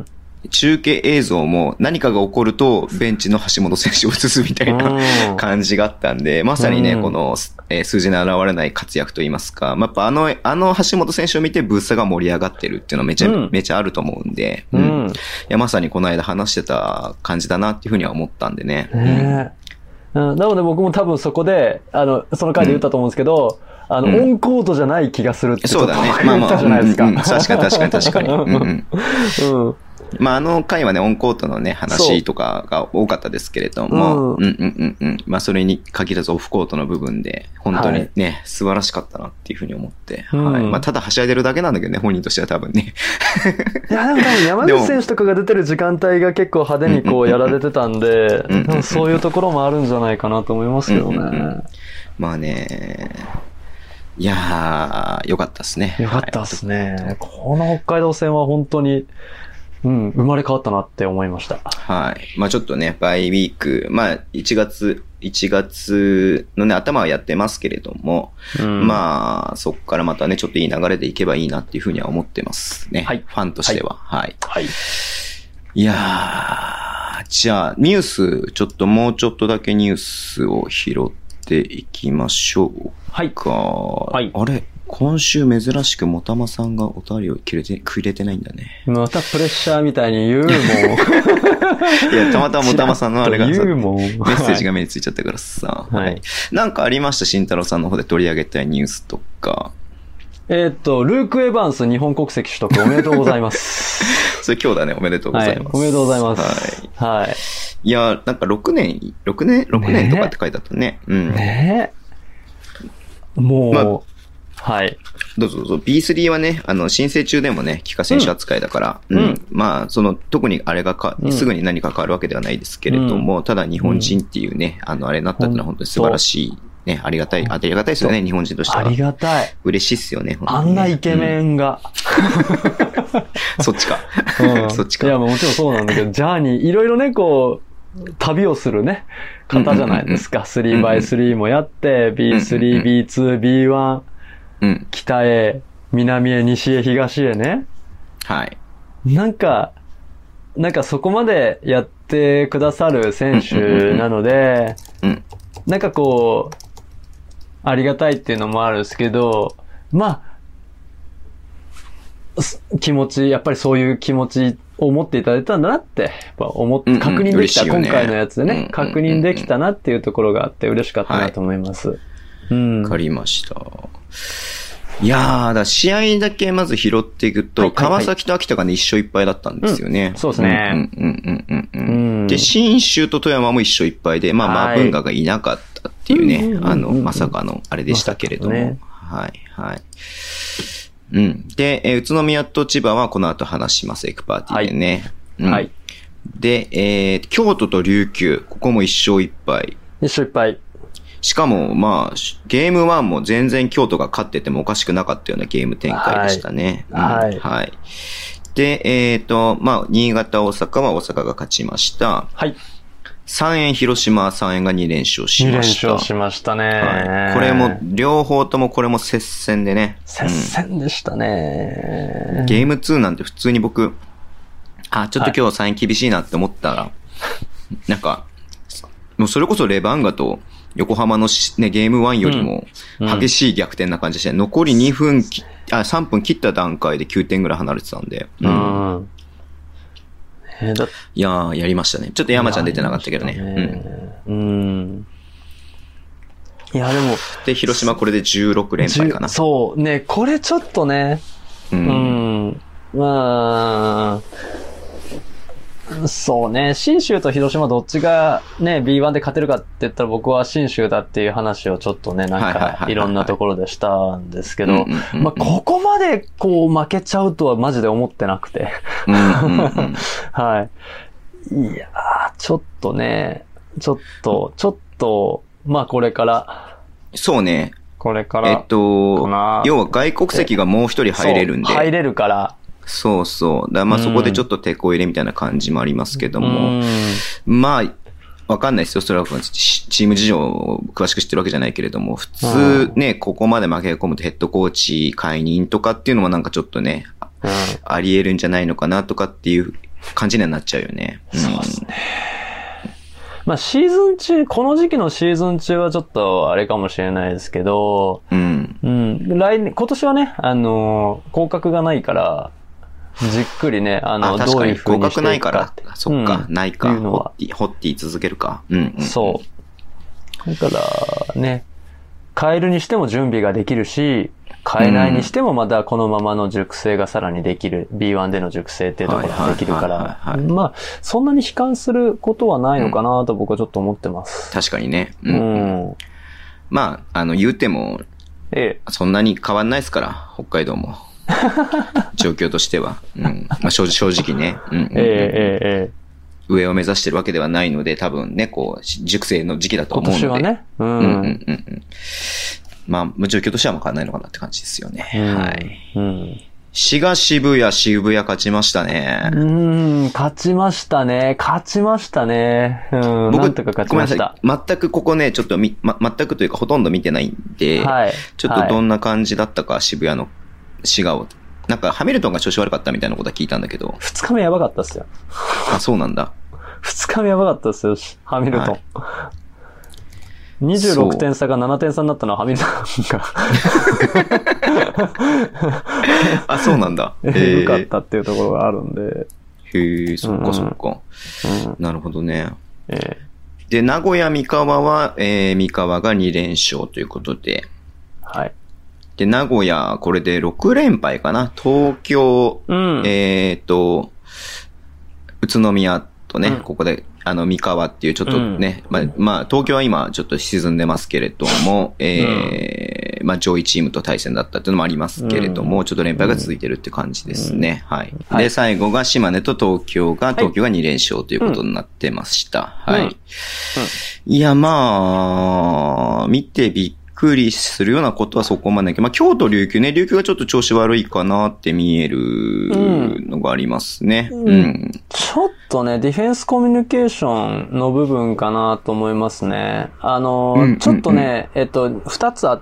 中継映像も何かが起こるとベンチの橋本選手を映すみたいな感じがあったんで、まさにね、うん、この、えー、数字に現れない活躍といいますか、まあ、やっぱあの、あの橋本選手を見てブースが盛り上がってるっていうのはめちゃ、うん、めちゃあると思うんで、うん。うん、いや、まさにこの間話してた感じだなっていうふうには思ったんでね。うんうん、なので僕も多分そこで、あの、その回で言ったと思うんですけど、うん、あの、うん、オンコートじゃない気がするってそうだね。まあまあ、じゃないですか。うんうん、確かに確かに確かに。うんうん。うんまあ、あの回はね、オンコートのね、話とかが多かったですけれども、うん、うんうんうんまあ、それに限らずオフコートの部分で、本当にね、はい、素晴らしかったなっていうふうに思って、うん、はい。まあ、ただはしゃいでるだけなんだけどね、本人としては多分ね。 いや、でも多分山口選手とかが出てる時間帯が結構派手にこうやられてたんで、そういうところもあるんじゃないかなと思いますけどね。うんうんうん、 まあね、いやー、よかったですね。 よかったですね、はい。この北海道戦は本当に、うん、生まれ変わったなって思いました。 はい。まあちょっとね、バイウィーク、まあいちがつ、いちがつのね、頭はやってますけれども、うん、まあそっからまたね、ちょっといい流れでいけばいいなっていうふうには思ってますね。はい。ファンとしては。はい。はい。はい、いやー、じゃあ、ニュース、ちょっともうちょっとだけニュースを拾っていきましょうか。はい。はい。あれ今週珍しくもたまさんがお便りをくれて、くれてないんだね。 またプレッシャーみたいに言うもん。いや、たまたまもたまさんのあれがさ、 言うもんメッセージが目についちゃったからさ。はい。はい、なんかありました？慎太郎さんの方で取り上げたいニュースとか。 えー、っと、ルーク・エヴァンス日本国籍取得おめでとうございます。 それ今日だね、おめでとうございます。はい、 おめでとうございます。はい。はい。 いや、なんかろくねん、ろくねん、ろくねんとかって書いてあったね。うん。 ねえ。もう、まあ、はい。 どうぞどうぞ。ビースリー はね、あの、申請中でもね、帰化選手扱いだから、うん。うん、まあ、その、特にあれがか、うん、すぐに何か変わるわけではないですけれども、うん、ただ日本人っていうね、あの、あれになったっていうのは本当に素晴らしい。ね、ありがたい、ありがたいですよね、日本人としては。 ありがたい。 嬉しいっすよね、 あんなイケメンが。 うん、そっちか。うん、そっちか。 いや、もちろんそうなんだけど、ジャーニー、いろいろね、こう、旅をするね、方じゃないですか。スリーバイスリー もやって、ビースリー、ビーツー、ビーワン、うん、北へ、南へ、西へ、東へね。 はい。 なんか、なんかそこまでやってくださる選手なので、うん、なんかこう、ありがたいっていうのもあるんですけど、まあ、気持ち、やっぱりそういう気持ちを持っていただいたんだなって、やっぱ思って、確認できた、うんうんね、今回のやつでね、うんうんうんうん、確認できたなっていうところがあって嬉しかったなと思います。はい、うん。 わかりました。いやー、だ試合だけまず拾っていくと、はいはいはい、川崎と秋田がね、一勝一敗だったんですよね。 うん、そうですね。 うんうんうんうんうん。で、新州と富山も一勝一敗で、まあ、マーブンガがいなかったっていうね、はい、あの、まさかのあれでしたけれども。ね、はいはい。うん。で、えー、宇都宮と千葉はこの後話します、エクパーティーでね。はい。うん、はい、で、えー、京都と琉球、ここも一勝一敗。 一勝一敗。 しかも、まあ、ゲームワンも全然京都が勝っててもおかしくなかったようなゲーム展開でしたね。 はい。うん、 はい。で、えっ、ー、と、まあ、新潟、大阪は大阪が勝ちました。 はい。 三円、広島、三円がに連勝しました。 に連勝しましたね。 はい。これも、両方ともこれも接戦でね。 接戦でしたね、 うん。ゲームツーなんて普通に僕、あ、ちょっと今日三円厳しいなって思ったら、はい、なんか、もうそれこそレバンガと、横浜の、ね、ゲームワンよりも激しい逆転な感じでして、うん、残りにふんき、あ、さんぷん切った段階できゅうてんぐらい離れてたんで。うん。うんえー、だいやー、やりましたね。ちょっと山ちゃん出てなかったけどね。ねうん。うん。いや、でも。 で、広島これでじゅうろく連敗かな。 そう。ね、これちょっとね。うん。うん、まあ、そうね、信州と広島どっちがね、ビーワン で勝てるかって言ったら僕は信州だっていう話をちょっとね、なんかいろんなところでしたんですけど、まあここまでこう負けちゃうとはマジで思ってなくて。はい。いやー、ちょっとね、ちょっと、ちょっと、まあこれから。 そうね。 これから。 えっと、要は外国籍がもう一人入れるんで。 入れるから。 そうそう。だまあそこでちょっと手こ入れみたいな感じもありますけども。まあ、わかんないですよ。それはチーム事情を詳しく知ってるわけじゃないけれども、普通ね、ここまで負け込むとヘッドコーチ解任とかっていうのもなんかちょっとね、あり得るんじゃないのかなとかっていう感じにはなっちゃうよね。 うん、そうですね。まあシーズン中、この時期のシーズン中はちょっとあれかもしれないですけど、うん。うん。来年、今年はね、あの、降格がないから、じっくりね、あの、 あどういう風にしていくかって。 合格ないから。そっか、うん、ないか。ホッティ、ホッティ続けるか。うん、うん。 そう。だから、ね、変えるにしても準備ができるし、変えないにしてもまたこのままの熟成がさらにできる、ビーワン での熟成っていうところができるから、まあ、そんなに悲観することはないのかなと僕はちょっと思ってます。 うん、確かにね。うん。うん、まあ、あの、言うても、ええ、そんなに変わんないですから、北海道も。状況としては。うん。まあ、正直、正直ね。うんうんうん、ええええ。上を目指してるわけではないので、多分ね、こう、熟成の時期だと思うので。 今年はね。うん。うんうんうんうん。 まあ、状況としてはもう変わんないのかなって感じですよね。 うん、 はい。 うん。 滋賀渋谷、渋谷勝ちましたね。 うん、勝ちましたね。勝ちましたね。うん、僕なんとか勝ちました。 ごめんなさい。全くここね、ちょっとみ、ま、全くというかほとんど見てないんで、はい。ちょっとどんな感じだったか、はい、渋谷の滋賀を。なんか、ハミルトンが調子悪かったみたいなことは聞いたんだけど。 二日目やばかったっすよ。 あ、そうなんだ。 二日目やばかったっすよ、ハミルトン。はい、 にじゅうろくてん差がななてん差になったのはハミルトンが。 あ、そうなんだ。 えぐかったっていうところがあるんで。 へえ、そっかそっか。うん、なるほどね。 えー、 で、名古屋三河は、えー、三河がに連勝ということで。 はい。 で、名古屋、これでろく連敗かな。東京、うん、えっと、宇都宮とね、うん、ここで、あの、三河っていうちょっとね、うん、まあ、まあ、東京は今ちょっと沈んでますけれども、えー、うん、まあ、上位チームと対戦だったっていうのもありますけれども、うん、ちょっと連敗が続いてるって感じですね。うん、はい。で、最後が島根と東京が、東京がに連勝ということになってました。はい。はい、いや、まあ、見てびっびっくりするようなことはそこまでないけど、まあ、京都琉球ね、琉球がちょっと調子悪いかなって見えるのがありますね。うん。うん、 ちょっとね、ディフェンスコミュニケーションの部分かなと思いますね。あの、うん、ちょっとね、えっと、二つあって、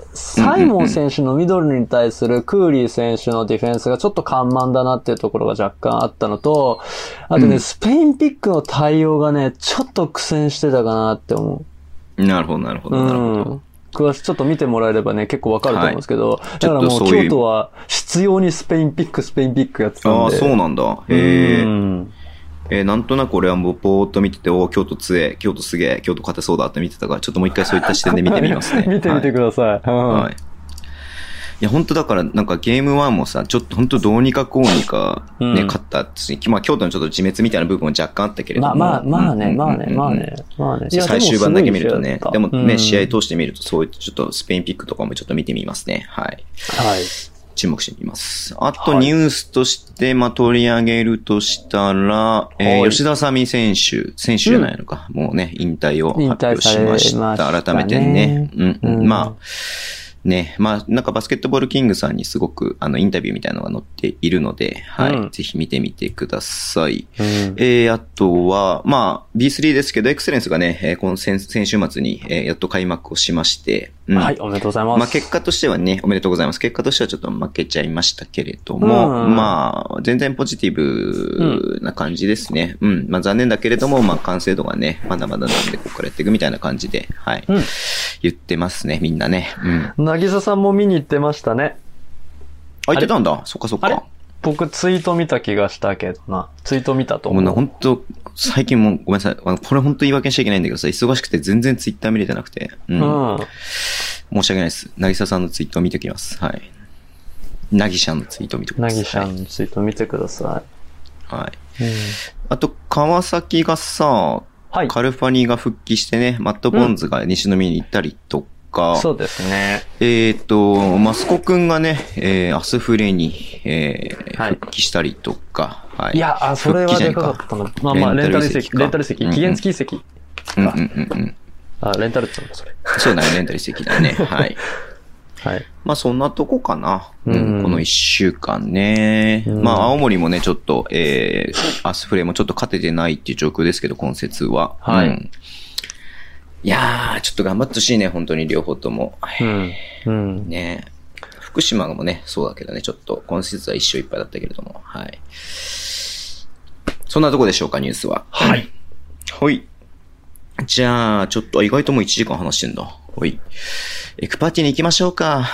サイモン選手のミドルに対するクーリー選手のディフェンスがちょっと緩慢だなっていうところが若干あったのと、あとね、うん、スペインピックの対応がね、ちょっと苦戦してたかなって思う。なるほど、なるほど、なるほど。うん詳しちょっと見てもらえればね、結構わかると思うんですけど、はい、だからもう京都は必要にスペインピック、スペインピックやってたんで。 ああ、そうなんだ。へえ。えー、なんとなく俺はもうぼーっと見てて、お京都強え、京都すげえ、京都勝てそうだって見てたから、ちょっともう一回そういった視点で見てみますね。 見てみてください。はい。 はいいや、本当だから、なんかゲームワンもさ、ちょっと本当どうにかこうにかね、うん、勝ったし、まあ京都のちょっと自滅みたいな部分も若干あったけれども。 まあまあ、まあね、まあね、まあね、まあね。 最終盤だけ見るとね、でもね、うん、試合通してみると、そういうちょっとスペインピックとかもちょっと見てみますね。はい。 はい。 注目してみます。あとニュースとして、まあ取り上げるとしたら、はい、えー、吉田沙美選手、選手じゃないのか、うん、もうね、引退を発表しました。したね、改めてね。うん、うん、まあ、ね、まあ、なんかバスケットボールキングさんにすごく、あの、インタビューみたいなのが載っているので、はい、うん、ぜひ見てみてください。うん、えー、あとは、まあ、ビースリー ですけど、エクセレンスがね、えー、この先、先週末に、えー、やっと開幕をしまして、 うん、はい、おめでとうございます。 まあ、結果としてはね、おめでとうございます。結果としてはちょっと負けちゃいましたけれども、うん、まあ、全然ポジティブな感じですね。うん、うん、まあ、残念だけれども、まあ、完成度がね、まだまだなんで、ここからやっていくみたいな感じで、はい、うん、言ってますね、みんなね。うん。 なぎささんも見に行ってましたね。 あ、行ってたんだ。そっかそっか。 僕ツイート見た気がしたけどな。ツイート見たと思う。 もう本当最近もごめんなさい。これ本当言い訳しちゃいけないんだけどさ、忙しくて全然ツイッター見れてなくて。うん。うん、申し訳ないです。なぎささんのツイートを見ておきます。はい。なぎしゃんのツイートを見てください。 なぎしゃんのツイートを見てください。はい。うん、あと、川崎がさ、はい、カルファニーが復帰してね、マット・ボンズが西宮に行ったりとか、 うん、そうですね。 えっ、ー、と、マスコくんがね、えー、アスフレに、えーはい、復帰したりとか、はい。 いや、あ、それはでかかったの。まあまあ、レンタル移籍、レンタル移籍、期限付き移籍。 うんうんうんうん。 あ、レンタルって言うんだ、それ。 そうだね、レンタル移籍だね。はい。 はい。 まあそんなとこかな。うん、この一週間ね。まあ青森もね、ちょっと、えー、アスフレもちょっと勝ててないっていう状況ですけど、今節は。 はい。 うん、いやー、ちょっと頑張ってほしいね、本当に両方とも。 うん。うん。 ね福島もね、そうだけどね、ちょっと今節は一勝一敗だったけれども。はい。そんなとこでしょうか、ニュースは。 はい。 はい。じゃあ、ちょっと意外ともういちじかん話してんだ。はい。エクパーティーに行きましょうか。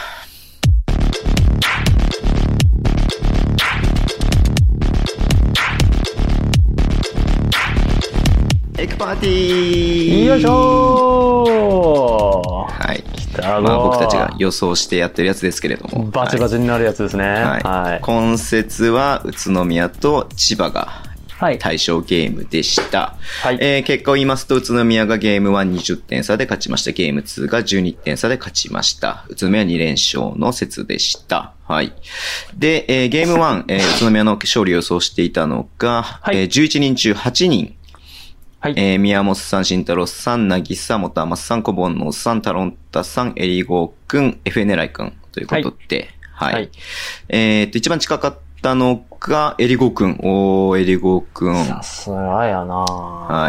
エクパーティーよいしょーはい。 来たまあ僕たちが予想してやってるやつですけれども。 バチバチになるやつですね。はい。 はい、今節は宇都宮と千葉が対象ゲームでした。はい。えー、結果を言いますと、宇都宮がゲームワンにじゅってん差で勝ちました。ゲームツーがじゅうにてん差で勝ちました。宇都宮に連勝の節でした。はい。で、えー、ゲームワン、えー、宇都宮の勝利を予想していたのが、はい、えー、じゅういちにん中はちにん。はい。えー、宮本さん、慎太郎さん、なぎさ、もたまさん、こぼんのさん、タロンタさん、えりごくん、エフエヌライくんということで、はい。はい、はい、えー、と、一番近かったのが、えりごくん。おー、えりごくん。 さすがやなはい。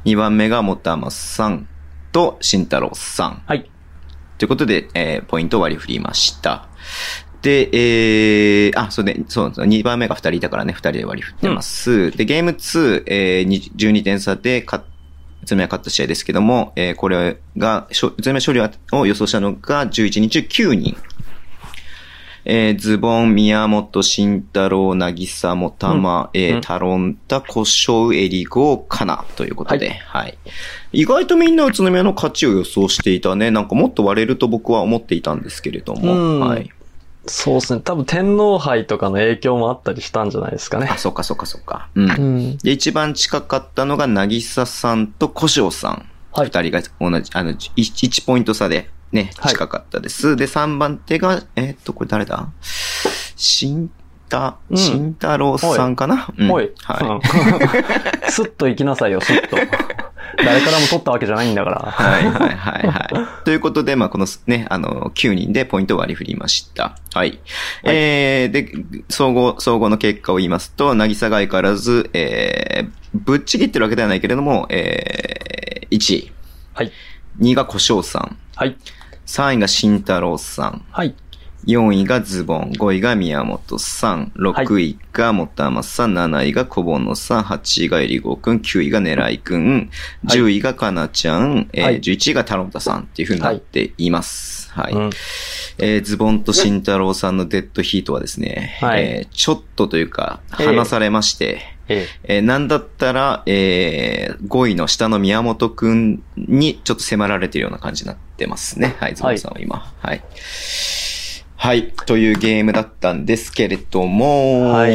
にばんめがもたまさんと、慎太郎さん。 はい。 ということで、えー、ポイントを割り振りました。で、えー、あ、そうで、そう、にばんめがふたりいたからね、ふたりで割り振ってます。うん、で、ゲームツー、えー、じゅうにてん差で勝宇都宮が勝った試合ですけども、えー、これが、宇都宮勝利を予想したのがじゅういちにん中きゅうにん。えー、ズボン、宮本、慎太郎、なぎさ、もたま、うん、えー、タロンタ、コショウ、エリゴ、かな、ということで、はい、はい。意外とみんな宇都宮の勝ちを予想していたね。なんかもっと割れると僕は思っていたんですけれども、はい。 そうですね。多分天皇杯とかの影響もあったりしたんじゃないですかね。 あ、そっかそっかそっか。うん。うん、で、一番近かったのが、なぎささんとコショウさん。はい。二人が同じ、あの、いちポイント差で、ね、近かったです。はい、で、さんばん手が、えー、っと、これ誰だ慎太、慎太郎さんかな、 うん、はい。はい。スッと行きなさいよ、スッと。誰からも取ったわけじゃないんだから。 はいはいはいはい。ということで、まあ、このね、あの、きゅうにんでポイントを割り振りました。はい。はい、えー、で、総合、総合の結果を言いますと、なぎさが相変わらず、えー、ぶっちぎってるわけではないけれども、えー、いちい。 はい。 にいがコショウさん。 はい。 さんいが慎太郎さん。 はい。 よんいがズボン、ごいが宮本さん、ろくいがもたまさん、なないが小園さん、はちいがえりごくん、きゅういが狙いくん、じゅういがかなちゃん、はい、えー、じゅういちいがタロンタさんっていう風になっています。はい。はい、えー、ズボンと慎太郎さんのデッドヒートはですね、はい、えー、ちょっとというか、離されまして、えええー、なんだったら、えー、ごいの下の宮本くんにちょっと迫られているような感じになってますね。はい、ズボンさんは今。はい。はいはい。というゲームだったんですけれども、はい。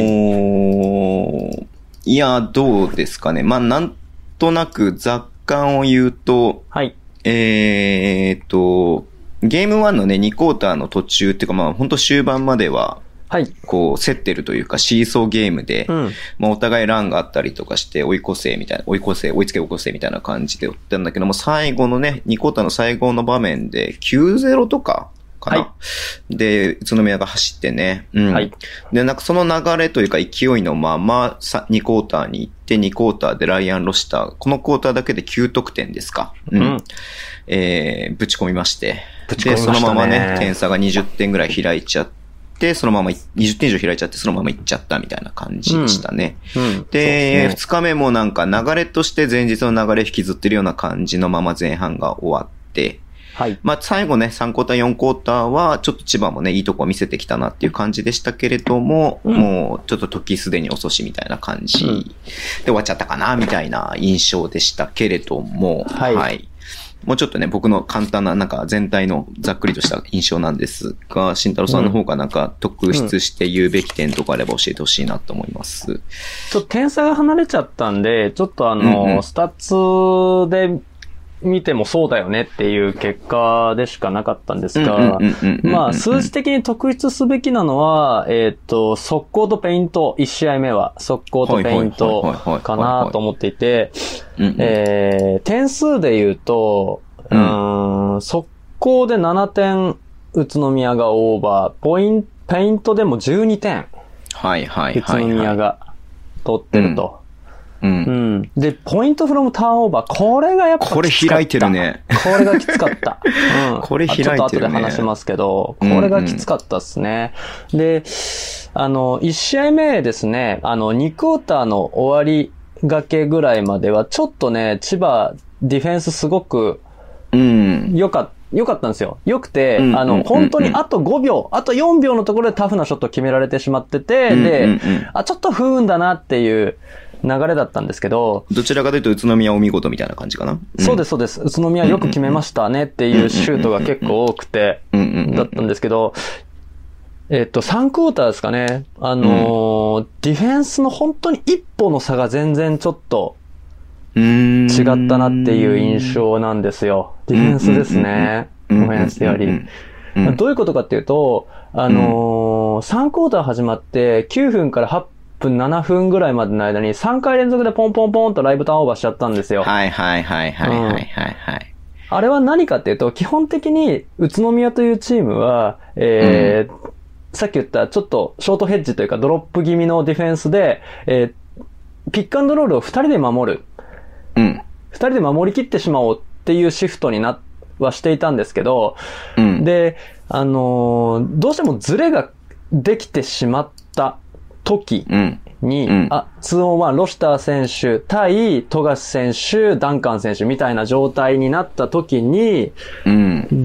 いや、どうですかね。まあ、なんとなく雑感を言うと、 はい。 えーっと、ゲームワンのね、にクォーターの途中っていうか、まあ、ほんと終盤までは、 はい。 こう、競ってるというか、シーソーゲームで、うん、まあ、お互いランがあったりとかして、追い越せ、みたいな、追い越せ、追いつけ追い越せ、みたいな感じで追ってたんだけども、最後のね、にクォーターの最後の場面で、きゅうたいゼロ とか、かな、はい、で、宇都宮が走ってね。うん。はい。で、なんかその流れというか勢いのまま、さ、にクォーターに行って、にクォーターでライアン・ロシター、このクォーターだけできゅうとくてんですか。うん。うん、えー、ぶち込みまして。ぶち込みましたね。で、そのままね、点差がにじゅってんぐらい開いちゃって、そのまま、にじゅってん以上開いちゃって、そのまま行っちゃったみたいな感じでしたね。うん。うん、で、ふつかめもなんか流れとして前日の流れ引きずってるような感じのまま前半が終わって、はい。まあ、最後ね、さんクォーター、よんクォーターは、ちょっと千葉もね、いいとこ見せてきたなっていう感じでしたけれども、うん、もう、ちょっと時すでに遅しみたいな感じで終わっちゃったかな、みたいな印象でしたけれども、はい。はい、もうちょっとね、僕の簡単な、なんか全体のざっくりとした印象なんですが、慎太郎さんの方がなんか特筆して言うべき点とかあれば教えてほしいなと思います。ちょっと点差が離れちゃったんで、ちょっとあの、うんうん、スタッツで、見てもそうだよねっていう結果でしかなかったんですが、まあ数字的に特筆すべきなのは、えっと、速攻とペイント、いち試合目は速攻とペイントかなと思っていて、えー、点数で言うと、うーん、速攻でななてん宇都宮がオーバー、ポイン、ペイントでもじゅうにてん。 はいはいはい、はい。 宇都宮が取ってると。うん。うん。で、ポイントフロムターンオーバー。これがやっぱきつかった。 これ開いてるね。 これがきつかった。うん。 これ開いてるね。ちょっと後で話しますけど、これがきつかったっすね。うんうん、で、あの、いち試合目ですね、あの、にクォーターの終わりがけぐらいまでは、ちょっとね、千葉、ディフェンスすごく、うん。良かった。良かったんですよ。良くて、うんうんうんうん、あの、本当にあとごびょう、あとよんびょうのところでタフなショット決められてしまってて、うんうんうん、で、あ、ちょっと不運だなっていう流れだったんですけど。 どちらかというと宇都宮お見事みたいな感じかな、うん、 そうです、そうです。宇都宮よく決めましたねっていうシュートが結構多くて、だったんですけど、えっと、さんクォーターですかね。あのーうん、ディフェンスの本当に一歩の差が全然ちょっと、違ったなっていう印象なんですよ。ディフェンスですね。オフェンスより。どういうことかっていうと、あのー、さんクォーター始まってきゅうふんからはっぷん、ななふんぐらいまでの間にさんかい連続でポンポンポンとライブターンオーバーしちゃったんですよ。 はいはいはいはいはいはい、はい、 うん。あれは何かっていうと、基本的に宇都宮というチームは、えー、うん、さっき言ったちょっとショートヘッジというかドロップ気味のディフェンスで、えー、ピックアンドロールをふたりで守る。 うん。 二人で守り切ってしまおうっていうシフトにな、はしていたんですけど、うん、で、あのー、どうしてもズレができてしまった時に、うん、あ、ツーオンワン、ロシター選手対富樫選手、ダンカン選手みたいな状態になった時に、うん、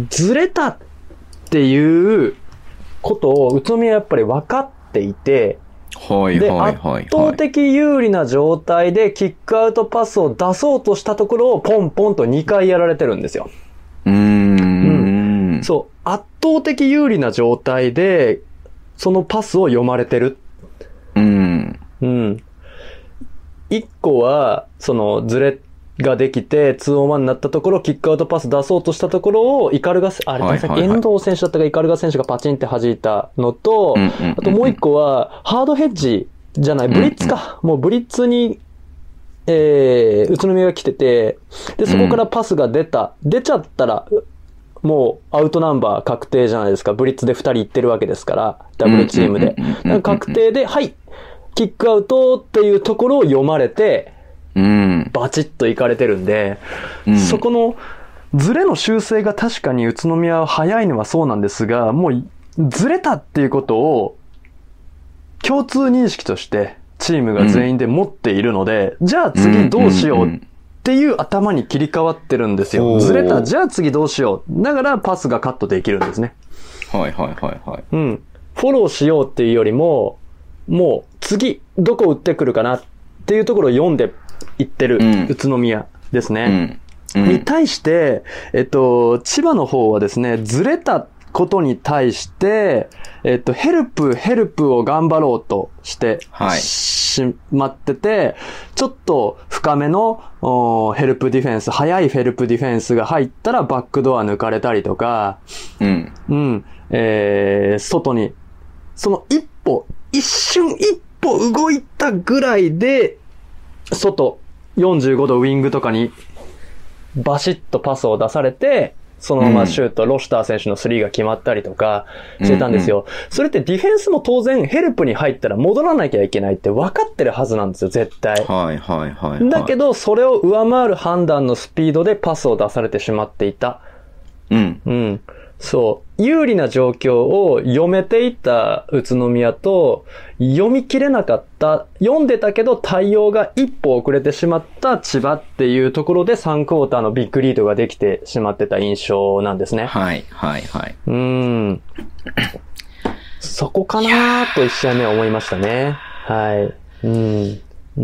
ずれたっていうことを宇都宮はやっぱり分かっていて、 はいはいはいはい、 で、圧倒的有利な状態でキックアウトパスを出そうとしたところをポンポンとにかいやられてるんですよ。 うーん、うん。 そう。圧倒的有利な状態で、そのパスを読まれてる。 うん。 うん。一個は、その、ズレができて、ツーオンワンになったところ、キックアウトパス出そうとしたところを、イカルガ、あれ、はいはいはい、遠藤選手だったかイカルガ選手がパチンって弾いたのと、うんうんうんうん、あともう一個は、ハードヘッジじゃない、ブリッツか。うんうん、もうブリッツに、えー、宇都宮が来てて、で、そこからパスが出た。出ちゃったら、もうアウトナンバー確定じゃないですか。ブリッツでふたり行ってるわけですから、ダブルチームで。確定で、はい、キックアウトっていうところを読まれて、うん、バチッといかれてるんで、うん、そこのズレの修正が確かに宇都宮は早いのはそうなんですが、もうズレたっていうことを共通認識としてチームが全員で持っているので、うん、じゃあ次どうしようっていう頭に切り替わってるんですよ。ずれた、じゃあ次どうしよう。だからパスがカットできるんですね。 はいはいはいはい。 うん。フォローしようっていうよりも、もう次どこ打ってくるかなっていうところを読んでいってる宇都宮ですね。うんうん、に対して、えっと、千葉の方はですね、ずれたことに対して、えっと、ヘルプ、ヘルプを頑張ろうとしてしまってて、はい、ちょっと深めのヘルプディフェンス、早いヘルプディフェンスが入ったらバックドア抜かれたりとか、うん。うん。えー、外に、その一歩、一瞬一歩動いたぐらいで、外、よんじゅうごどウィングとかに、バシッとパスを出されて、そのままシュート、うん、ロシター選手のスリーが決まったりとかしてたんですよ、うんうん。それってディフェンスも当然ヘルプに入ったら戻らなきゃいけないって分かってるはずなんですよ、絶対。 はいはいはい、はい。 だけど、それを上回る判断のスピードでパスを出されてしまっていた。うん。うん。そう。有利な状況を読めていた宇都宮と、読み切れなかった、読んでたけど対応が一歩遅れてしまった千葉っていうところでさんクォーターのビッグリードができてしまってた印象なんですね。 はい、はい、はい。 うーん。そこかなと一試合目は思いましたね。はい。うん。うん。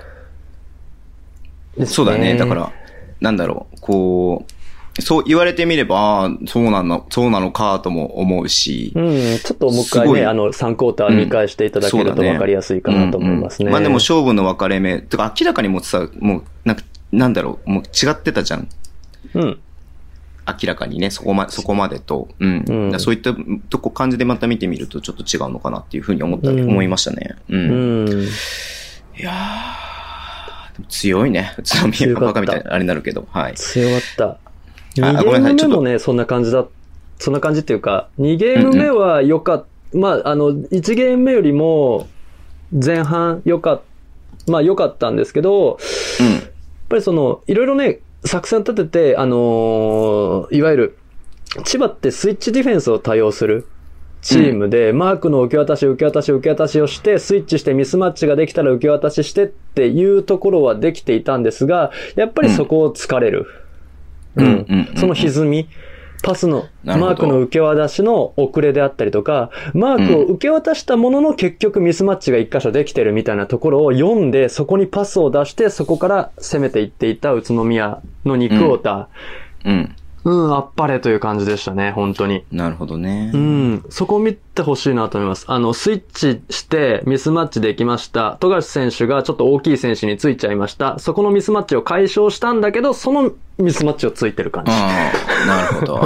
ね、そうだね。だから、なんだろう、こう、そう言われてみれば、ああ、そうなの、そうなのかとも思うし。 うん、ちょっともう一回ね、あの、さんクォーター見返していただけると分かりやすいかなと思いますね。 うんうん、まあでも勝負の分かれ目、とか明らかにもうさ、もう、なんか、なんだろう、もう違ってたじゃん。うん。明らかにね、そこま、そこまでと。うん。うん、だそういったとこ感じでまた見てみるとちょっと違うのかなっていうふうに思った、うん、思いましたね。うん。うん、いやー、強いね。宇都宮バカみたいなあれになるけど。はい。 強かった。にゲーム目もね、そんな感じだ、そんな感じっていうか、にゲーム目は良かった、うんうん、まあ、あの、いちゲーム目よりも前半良かった、まあ良かったんですけど、うん、やっぱりその、いろいろね、作戦立てて、あのー、いわゆる、千葉ってスイッチディフェンスを多用するチームで、うん、マークの受け渡し、受け渡し、受け渡しをして、スイッチしてミスマッチができたら受け渡ししてっていうところはできていたんですが、やっぱりそこを疲れる。うんうんうんうん、その歪み、パスの、マークの受け渡しの遅れであったりとか、マークを受け渡したものの結局ミスマッチが一箇所できてるみたいなところを読んで、そこにパスを出して、そこから攻めていっていた宇都宮のにクォーター。うん。うんうん、あっぱれという感じでしたね、本当に。 なるほどね。 うん、そこを見てほしいなと思います。あの、スイッチしてミスマッチできました。富樫選手がちょっと大きい選手についちゃいました。そこのミスマッチを解消したんだけど、そのミスマッチをついてる感じ。 ああ、なるほど。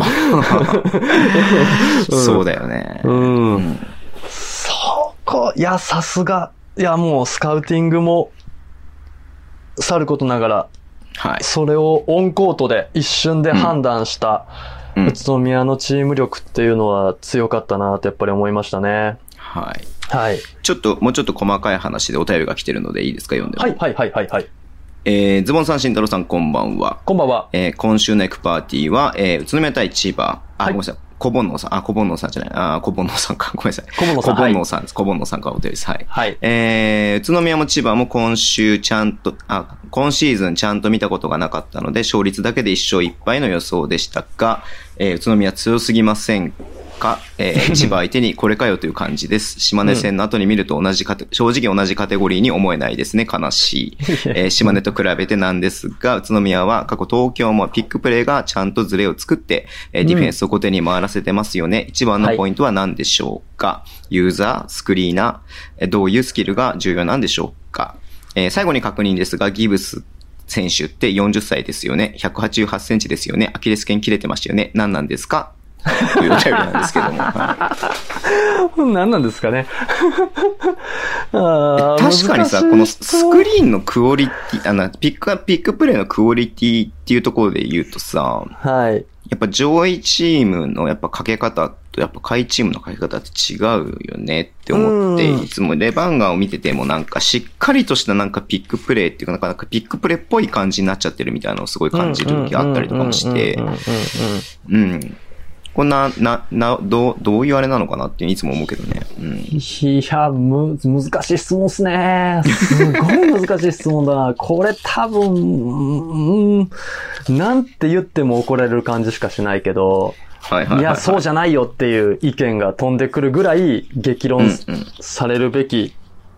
うん、そうだよね。うん。 うん、そこ、いや、さすが。いや、もうスカウティングも、さることながら、はい。それをオンコートで一瞬で判断した宇都宮のチーム力っていうのは強かったなってやっぱり思いましたね。 はい。 はい。 ちょっと、もうちょっと細かい話でお便りが来てるのでいいですか、読んでも。 はいはいはいはいはい。 えー、ズボンさん、慎太郎さん、こんばんは。 こんばんは。 えー、今週のエクパーティーは、えー、宇都宮対千葉。あ、はい、ごめんなさい。 小煩悩さん、あ、小煩悩さんじゃない、あ、小煩悩さんか。ごめんなさい。 小煩悩さん。 小煩悩さんです。小煩悩さんからお便りです。はい。 はい。 えー、宇都宮も千葉も今週ちゃんと、あ、今シーズンちゃんと見たことがなかったので、勝率だけで一勝一敗の予想でしたが、えー、宇都宮強すぎませんか、えー、千葉相手にこれかよという感じです。島根戦の後に見ると同じカテ、正直同じカテゴリーに思えないですね。悲しい。えー、島根と比べてなんですが、宇都宮は過去東京もピックプレーがちゃんとズレを作って、えー、ディフェンスを後手に回らせてますよね。うん、一番のポイントは何でしょうか、はい、ユーザー、スクリーナー、えー、どういうスキルが重要なんでしょうか。えー、最後に確認ですが、ギブス選手ってよんじゅっさいですよね。ひゃくはちじゅうはちセンチですよね。アキレス腱切れてましたよね。何なんですかというお便りなんですけども。 何なんですかね。 あ確かにさ、このスクリーンのクオリティ、あの、ピック、ピックプレイのクオリティっていうところで言うとさ、 はい。 やっぱ上位チームのやっぱかけ方とやっぱ下位チームのかけ方って違うよねって思って、いつもレバンガーを見ててもなんかしっかりとしたなんかピックプレイっていうかなんかピックプレイっぽい感じになっちゃってるみたいなのをすごい感じる時があったりとかもして、うん。こんな、な、な、どう、どういうあれなのかなっていつも思うけどね。うん、 いや、む、難しい質問っすね。すごい難しい質問だな。これ多分、うん、なんて言っても怒られる感じしかしないけど、 はいはいはいはい、 いや、そうじゃないよっていう意見が飛んでくるぐらい激論されるべき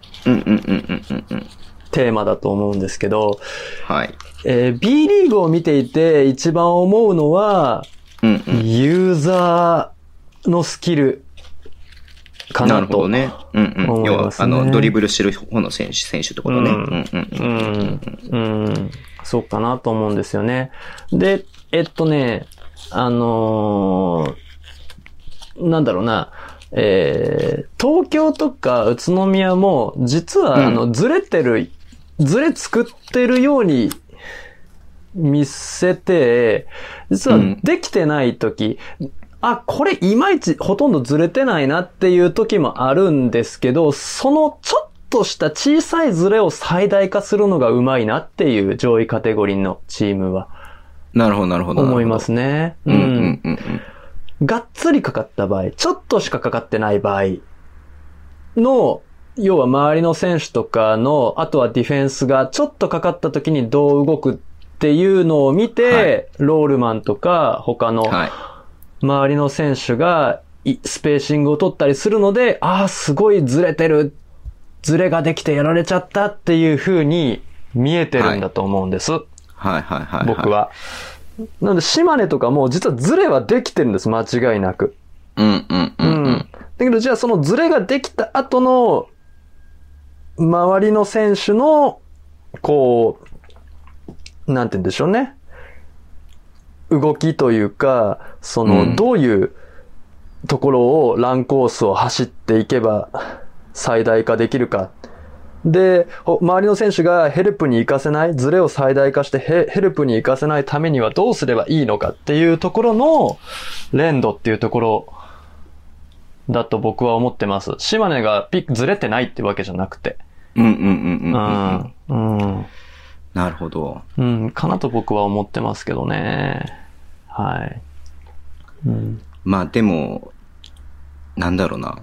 テーマだと思うんですけど、 はい。 えー、B リーグを見ていて一番思うのは、 うんうん、 ユーザーのスキルかなと。なるほどね。 うんうん。要は、あの、ドリブルしてる方の選手、選手ってことね。うんうんうん。うん。そうかなと思うんですよね。で、えっとね、あのー、なんだろうな、えー、東京とか宇都宮も、実は、あの、ずれてる、ずれ作ってるように、見せて、実はできてない時、うん、あ、これいまいちほとんどずれてないなっていう時もあるんですけど、そのちょっとした小さいずれを最大化するのがうまいなっていう上位カテゴリーのチームは。 なるほど、なるほど。 思いますね。 うん。うんうんうんうん、 がっつりかかった場合、ちょっとしかかかってない場合の、要は周りの選手とかの、あとはディフェンスがちょっとかかった時にどう動くっていうのを見て、はい、ロールマンとか他の周りの選手がスペーシングを取ったりするので、ああ、すごいずれてる。ずれができてやられちゃったっていう風に見えてるんだと思うんです。 はい、はい、はいはい。 僕は。なので、島根とかも実はずれはできてるんです。間違いなく。 うんうんうん、うん。うん。 だけど、じゃあそのずれができた後の周りの選手のこう、なんて言うんでしょうね。動きというか、その、うん、どういうところをランコースを走っていけば最大化できるか。で、周りの選手がヘルプに行かせない、ズレを最大化してヘ、ヘルプに行かせないためにはどうすればいいのかっていうところの連動っていうところだと僕は思ってます。島根がピックずれてないってわけじゃなくて。 うんうんうんうんうん、 うん。うん。 なるほど。 うん、かなと僕は思ってますけどね。はい。 うん、まあでも、なんだろうな。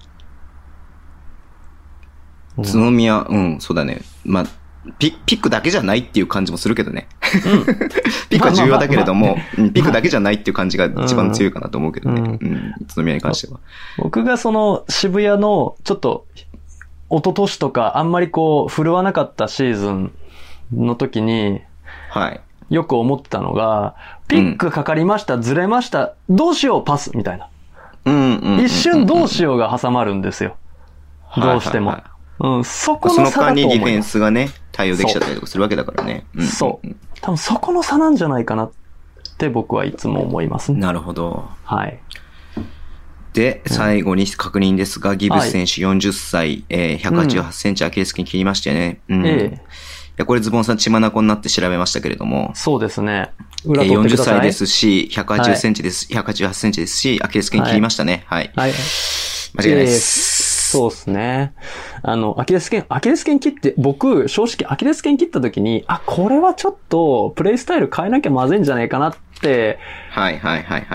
宇都宮、うん、うん、そうだね。まあ、ピ, ピックだけじゃないっていう感じもするけどね。うん、ピックは重要だけれども、ピックだけじゃないっていう感じが一番強いかなと思うけどね。うん、うん、宇都宮に関しては。 僕がその渋谷のちょっと、一昨年とかあんまりこう、振るわなかったシーズン、の時に、 はい。 よく思ってたのが、ピックかかりました、うん、ずれました、どうしよう、パス、みたいな。 うんうんうんうん、 一瞬どうしようが挟まるんですよ。どうしても。はいはいはい、うん、そこの差だと思う。 その間にディフェンスがね、対応できちゃったりとかするわけだからね。 そう。うんうんうん、そう。多分そこの差なんじゃないかなって僕はいつも思いますね。 なるほど。 はい。 で、最後に確認ですが、ギブス選手よんじゅっさい、えー、ひゃくはちじゅうはちセンチアキレス腱切りましたよね。うん。ええいや、これズボンさん血眼になって調べましたけれども。 そうですね。 裏取ってください。よんじゅっさいですし、ひゃくはちじゅっセンチです。はい、ひゃくはちじゅうはちセンチですし、アキレス腱切りましたね。はい。はい。はい、間違いないです。 そうですね。あの、アキレス腱、アキレス腱切って、僕、正直アキレス腱切った時に、あ、これはちょっと、プレイスタイル変えなきゃまずいんじゃないかなって。 はいはいはいはい。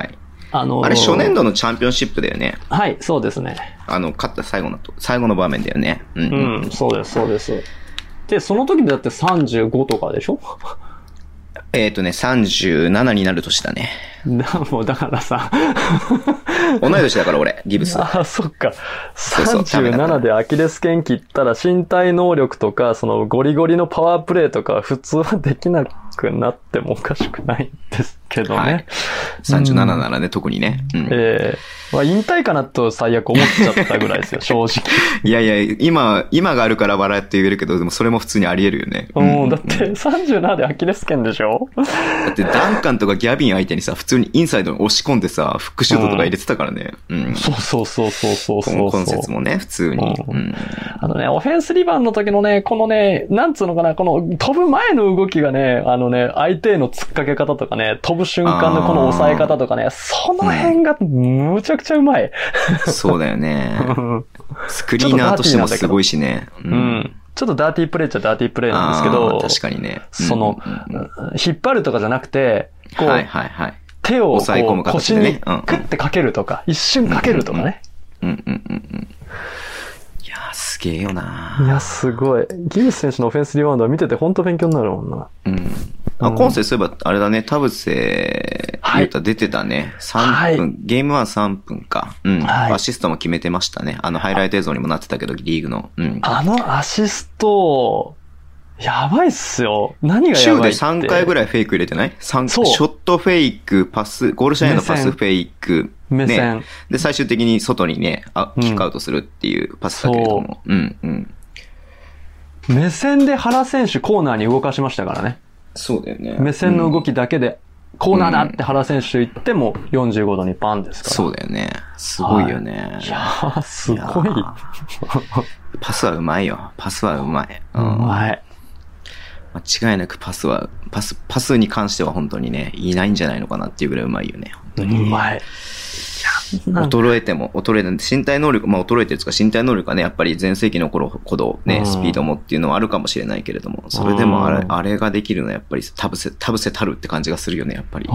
あのー、あれ初年度のチャンピオンシップだよね。 はい、そうですね。 あの、勝った最後の、最後の場面だよね。 うん、うん、そうです、そうです。で、その時でだってさんじゅうごとかでしょ？ えっとね、さんじゅうななになる年だね。 だ、もうだからさ。 同い年だから俺、ギブス。 ああ、そっか。さんじゅうななでアキレス腱切ったら身体能力とか、そのゴリゴリのパワープレイとか普通はできなくなってもおかしくないんですけどね。はい、 さんじゅうななならね、うん、特にね。うん、 ええー、まあ引退かなと最悪思っちゃったぐらいですよ、正直。 いやいや、今、今があるから笑って言えるけど、でもそれも普通にあり得るよね。 うん、だってさんじゅうななでアキレス腱でしょ？ だってダンカンとかギャビン相手にさ、普通にインサイドに押し込んでさ、フックシュートとか入れてたからね。うん。うん、 そうそうそうそうそうそう。 今節もね、普通に。うん。うん、 あのね、オフェンスリバウンドの時のね、このね、なんつうのかな、この飛ぶ前の動きがね、あのね、相手への突っかけ方とかね、飛ぶ瞬間のこの抑え方とかね、その辺がむちゃくちゃうまい。 うん、そうだよね。スクリーナーとしてもすごいしね。 うん。うんちょっとダーティープレイっちゃダーティープレイなんですけど、 確かにね。 うん、その、うんうんうん、引っ張るとかじゃなくて、こう、 はいはいはい、 手をこう腰にクッてかけるとか、一瞬かけるとかね。 うんうんうんうん。いやー、すげえよなー。 いや、すごい。ギブス選手のオフェンスリバウンドは見てて本当勉強になるもんな。 うん。あ、今世そういえば、あれだね、田臥勇太出てたね。さんぷん、はい、ゲームはさんぷんか。うん、はい。アシストも決めてましたね。あの、ハイライト映像にもなってたけど、リーグの。うん。 あのアシスト、やばいっすよ。何がやばいって。 週でさんかいぐらいフェイク入れてない ?さん ショットフェイク、パス、ゴールシャインのパスフェイク。 目線。 ね。で、最終的に外にね、あ、キックアウトするっていうパスだけれども。うん、うん、 うん。目線で原選手コーナーに動かしましたからね。 そうだよね。 目線の動きだけで、コーナーだって原選手言ってもよんじゅうごどにパンですから。 そうだよね。すごいよね。 はい、いやー、すごい。 パスはうまいよ。パスはうまい。 うん、うまい。 間違いなくパスは、パス、パスに関しては本当にね、いないんじゃないのかなっていうぐらいうまいよね。本当に。 うまい。 衰えても、衰えて、身体能力、まあ衰えてるんですか、身体能力がね、やっぱり前世紀の頃ほどね、スピードもっていうのはあるかもしれないけれども、それでもあれ、あれができるのはやっぱり田臥、田臥たるって感じがするよね、やっぱり。うん、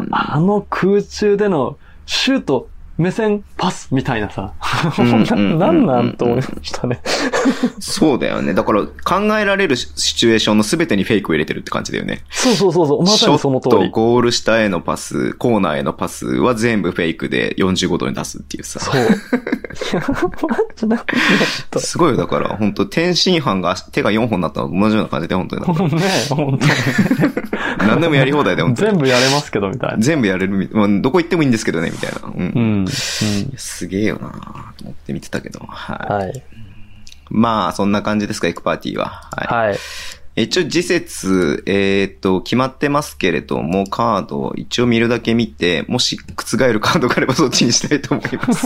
あの空中でのシュート、目線、パスみたいなさ。なんなんと思いましたね。 そうだよね。だから考えられるシチュエーションの全てにフェイクを入れてるって感じだよね。 そうそうそうそう。まさにその通り。 ショット、ゴール下へのパス、コーナーへのパスは全部フェイクでよんじゅうごどに出すっていうさ。 そう。 すごいよ。だから本当天津飯が手がよんほんになったのと同じような感じで本当に。 ね本当に。 何でもやり放題で本当に。 全部やれますけどみたいな。 全部やれる、まあ、どこ行ってもいいんですけどねみたいな。うん。 うんうん、 すげえよなと思って見てたけど。はい。 はい、 まあ、そんな感じですか、エクパーティーは。はい。はい、一応、次節、えー、っと、決まってますけれども、カードを一応見るだけ見て、もし覆るカードがあればそっちにしたいと思います。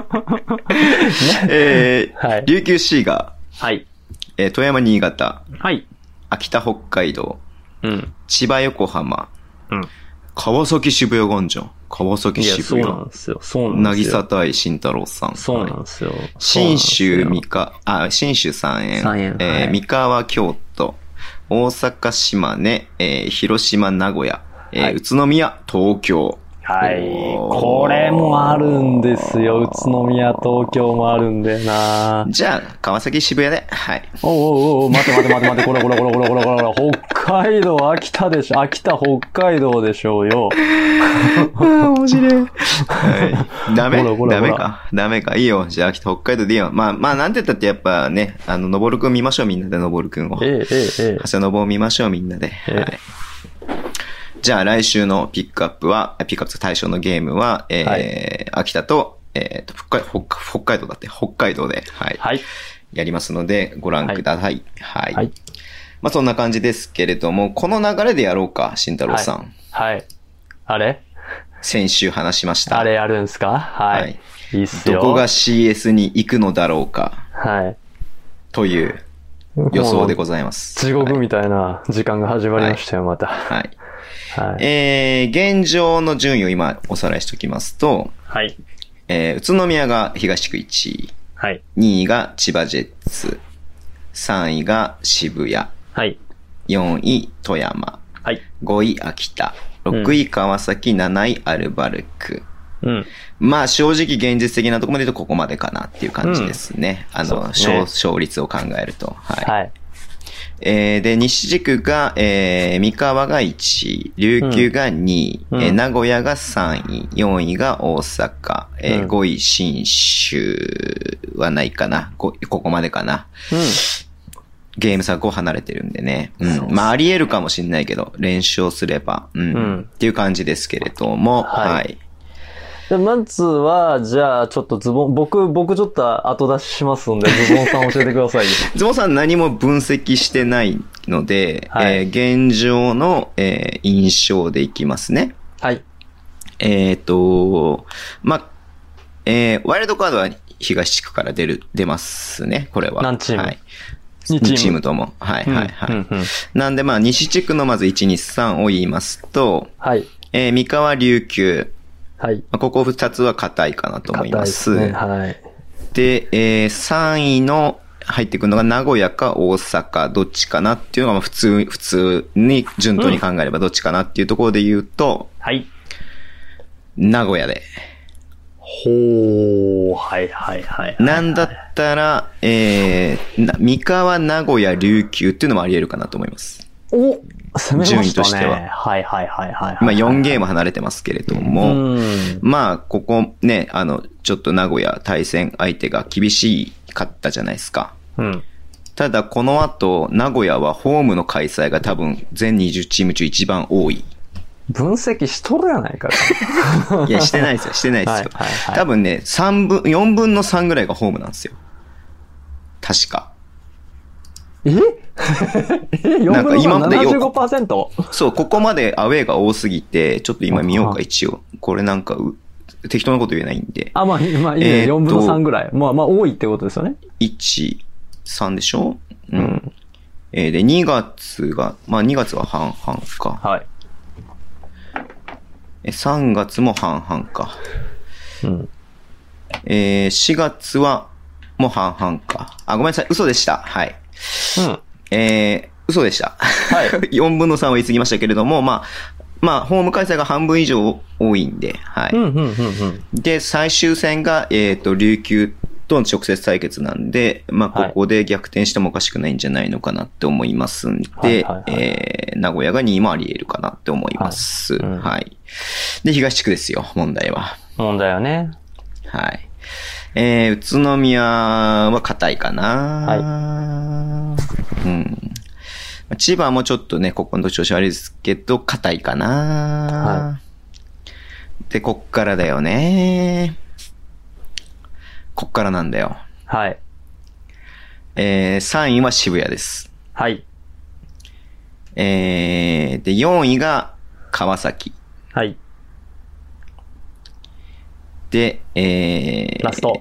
えーはい、琉球シーガー。はい。 えー、富山、新潟。 はい。 秋田、北海道。 うん。 千葉、横浜。 うん。 川崎渋谷ガンジャン。川崎渋谷。 そうなんですよ。そうなんですよ。 渚対慎太郎さん。 そうなんですよ。 新州三河、あ、新州三円。 三円。 えー、はい、三河京都。大阪島根、えー、広島名古屋。えーはい、宇都宮東京。 はい。これもあるんですよ。宇都宮、東京もあるんだよな。 じゃあ、川崎、渋谷で。はい。 おおおお待て待て待て待て、これこれこれこれこれこれこれ。北海道、秋田でしょ。秋田、北海道でしょうよ。 ああ、面白い。はい。ダメダメか。ダメか。いいよ。じゃあ、秋田、北海道でいいよ。まあ、まあ、なんて言ったってやっぱね、あの、のぼるくん見ましょう、みんなで、のぼるくんを。 ええええええ。 長谷のぼを見ましょう、みんなで。 ええ、 はい。じゃあ来週のピックアップは、ピックアップ対象のゲームは、えーはい、秋田と、えー、と北海、北、北海道だって、北海道で、はい。 はい。 やりますので、ご覧ください。はい。 はい。 まあそんな感じですけれども、この流れでやろうか、慎太郎さん。 はい。はい、あれ先週話しました。 あれやるんすか？はい。はい、いいっすよ。 どこが シーエス に行くのだろうか。 はい。 という予想でございます。 地獄みたいな時間が始まりましたよ、 はい、また。 はい。はい、えー、現状の順位を今おさらいしておきますと、 はい。 えー、宇都宮が東区いちい。 はい。 にいが千葉ジェッツ。さんいが渋谷。 はい。 よんい富山。 はい。 ごい秋田。ろくい川崎。うん、なないアルバルク。 うん、 まあ正直現実的なところまで言うとここまでかなっていう感じですね。うん、あの、ね、勝、勝率を考えると。はい。はい、えー、で、西地区が、えー、三河がいちい、琉球がにい、うん、えー、名古屋がさんい、よんいが大阪、えーうん、ごい信州はないかな。こ, ここまでかな。うん、ゲーム差ご離れてるんでね。うん。まあ、あり得るかもしれないけど、連勝すれば、うん。うん、っていう感じですけれども、はい。はい、 でまずは、じゃあ、ちょっとズボン、僕、僕ちょっと後出ししますんで、ズボンさん教えてくださいよ。 ズボンさん何も分析してないので、はい、えー、現状の、えー、印象でいきますね。 はい。 えっと、まあ、えー、ワイルドカードは東地区から出る、出ますね、これは。 何チーム？ はい。にチーム。チームとも。はいはいはい。うんうんうん、なんでまあ、西地区のまずいち、に、さんを言いますと、 はい。 えー、三河琉球。 はい。 まあ、ここふたつは硬いかなと思います。 硬いですね。はい。 で、えー、さんいの入ってくるのが名古屋か大阪、どっちかなっていうのが普通、普通に順当に考えればどっちかなっていうところで言うと、 うん、はい。 名古屋で。 ほー、はいはいはい、はい。 なんだったら、えー、三河、名古屋、琉球っていうのもあり得るかなと思います。 お攻めましたね。 順位としては。 はいはいはいはい、はい。 まあよんゲーム離れてますけれども、まあここね、あの、ちょっと名古屋対戦相手が厳しかったじゃないですか。 うん。 ただこの後、名古屋はホームの開催が多分全にじゅうチーム中一番多い。 分析しとるやないか。 いや、してないですよ、してないですよ。はいはいはい、多分ね、三分、よんぶんのさんぐらいがホームなんですよ。確か。 ええなんか今まで ななじゅうごパーセント？ そう、ここまでアウェーが多すぎて、ちょっと今見ようか、一応。これなんかう、適当なこと言えないんで。 あ、まあ、まあいいね、よんぶんのさんぐらい。まあまあ多いってことですよね。 いち、さんでしょ？うん。うん、えー、で、にがつが、まあにがつは半々か。 はい。 さんがつも半々か。 うん。 えー、しがつはもう半々か。あ、ごめんなさい。嘘でした。はい。 うん。 えー、嘘でした。はい。よんぶんのさんは言い過ぎましたけれども、まあ、まあ、ホーム開催が半分以上多いんで、はい。 うん、うん、うん、うん。で、 最終戦が、えっと、琉球との直接対決なんで、まあ、ここで逆転してもおかしくないんじゃないのかなって思いますんで、はいはいはい、えー、名古屋がにいもあり得るかなって思います。はい。うん、はい。で、東地区ですよ、問題は。 問題はね。 はい。えー、宇都宮は硬いかな。 はい。 うん。千葉もちょっとね、ここの調子悪いですけど、硬いかな。 はい。 で、こっからだよね。こっからなんだよ。 はい。 えー、さんいは渋谷です。 はい。 えー、で、よんいが川崎。 はい。 で、えー、 ラスト。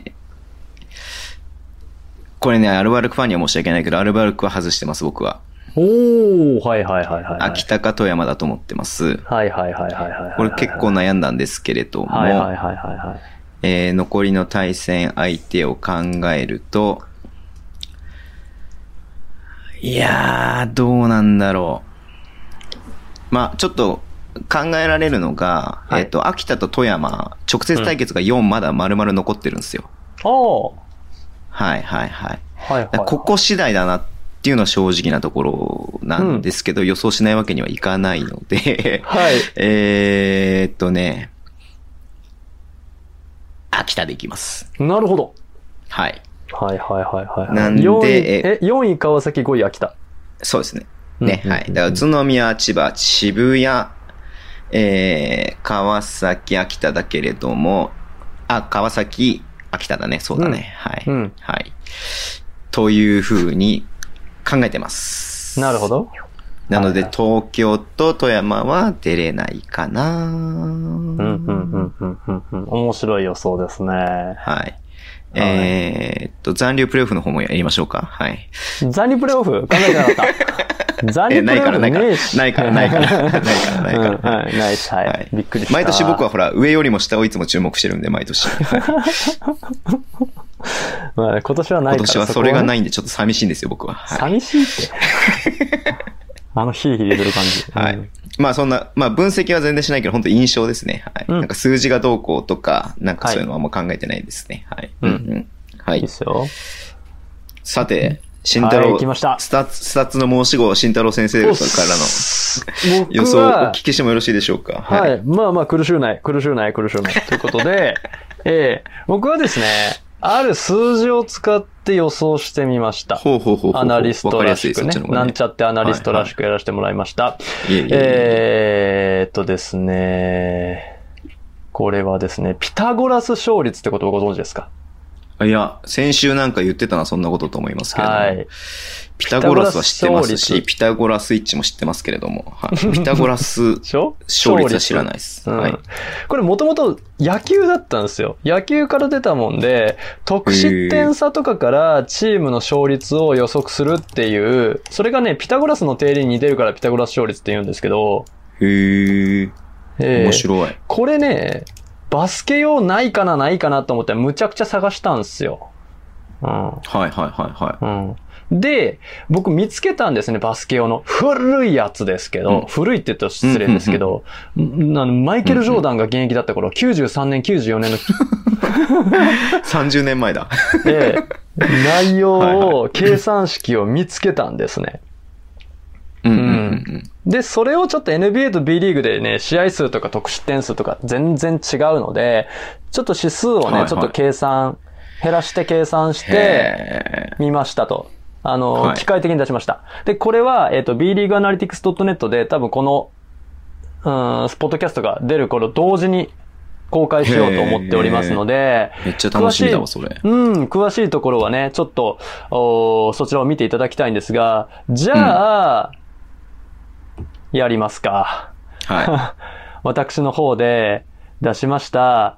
これね、アルバルクファンには申し訳ないけど、アルバルクは外してます、僕は。 おー、はいはいはいはい、はい。 秋田か富山だと思ってます。 はいはいはいはいはい。 これ結構悩んだんですけれども、 はいはいはいはい、はい。 えー、残りの対戦相手を考えると、いやー、どうなんだろう。まあちょっと考えられるのが、はい、えっと、秋田と富山、直接対決がよんまだ丸々残ってるんですよ。 お、うん、 はいはいはい。 はいはいはい、 ここ次第だなっていうのは正直なところなんですけど、うん、予想しないわけにはいかないので、 はい。 えーっとね、秋田でいきます。 なるほど。 はい。 はいはいはいはい。 なんで、 よんい、え、よんい川崎、ごい秋田。 そうですね。ね、うんうんうん、はい。だから宇都宮、千葉、渋谷、えー、川崎、秋田だけれども、あ、川崎、秋田だね。そうだね。うん、はい、うん。はい。という風に考えてます。 なるほど。 なので、はいはい、東京と富山は出れないかな。うん、 うん、うん、うん、うん。面白い予想ですね。 はい。えー、っと、残留プレイオフの方もやりましょうか。はい。 残留プレイオフ考えてなかった。残留プレイオフねえし。 ないから、ないから、ないから、ないから、ないから。うん、 はい、ないし、はい。はい、びっくりした。 毎年僕はほら、上よりも下をいつも注目してるんで、毎年。 まあ、今年はないから。 今年はそれがないんで、ちょっと寂しいんですよ、僕は。 はい、寂しいって。あの、ヒリヒリする感じ。 はい。 まあそんな、まあ分析は全然しないけど、本当印象ですね。はい。うん、なんか数字がどうこうとか、なんかそういうのはあんま考えてないですね。はい。うん、うん。はい。いいですよ。さて、慎太郎、はい、来ました。スタッツ、スタッツの申し子、慎太郎先生からの予想をお聞きしてもよろしいでしょうか。 はい。はい、まあまあ苦しゅうない、苦しゅうない、苦しゅうない。ということで、えー、僕はですね、ある数字を使って予想してみました。 ほうほうほうほう。 アナリストらしくね。ねなんちゃってアナリストらしくやらせてもらいました。はいはい、えーっとですね、これはですね、ピタゴラス勝率ってことをご存知ですか？ いや、先週なんか言ってたのはそんなことと思いますけれども。はい。ピタゴラスは知ってますし、ピタゴラスイッチも知ってますけれども、はい、ピタゴラス勝率は知らないです。うん、はい。 これもともと野球だったんですよ。野球から出たもんで、得失点差とかからチームの勝率を予測するっていう、それがね、ピタゴラスの定理に似てるからピタゴラス勝率って言うんですけど。 へー。えー、面白い。 これね、バスケ用ないかなないかなと思ってむちゃくちゃ探したんですよ。うん。 はいはいはいはい。 うん。で、僕見つけたんですね、バスケ用の。古いやつですけど、うん、古いって言ったら失礼ですけど、うんうんうん、マイケル・ジョーダンが現役だった頃、きゅうじゅうさんねん、きゅうじゅうよねんの。 さんじゅうねんまえだ。 で、内容を、計算式を見つけたんですね。うんうんうん、で、それをちょっと エヌビーエー と B リーグでね、試合数とか得失点数とか全然違うので、ちょっと指数をね、はいはい、ちょっと計算、減らして計算してみましたと。あの、はい、機械的に出しました。で、これは、えっと、ビーリーグアナリティクスドットネット で多分この、うん、スポッドキャストが出る頃同時に公開しようと思っておりますので、 めっちゃ楽しみだわ、それ。 うん、詳しいところはね、ちょっと、おそちらを見ていただきたいんですが、じゃあ、うんやりますか。はい。私の方で出しました、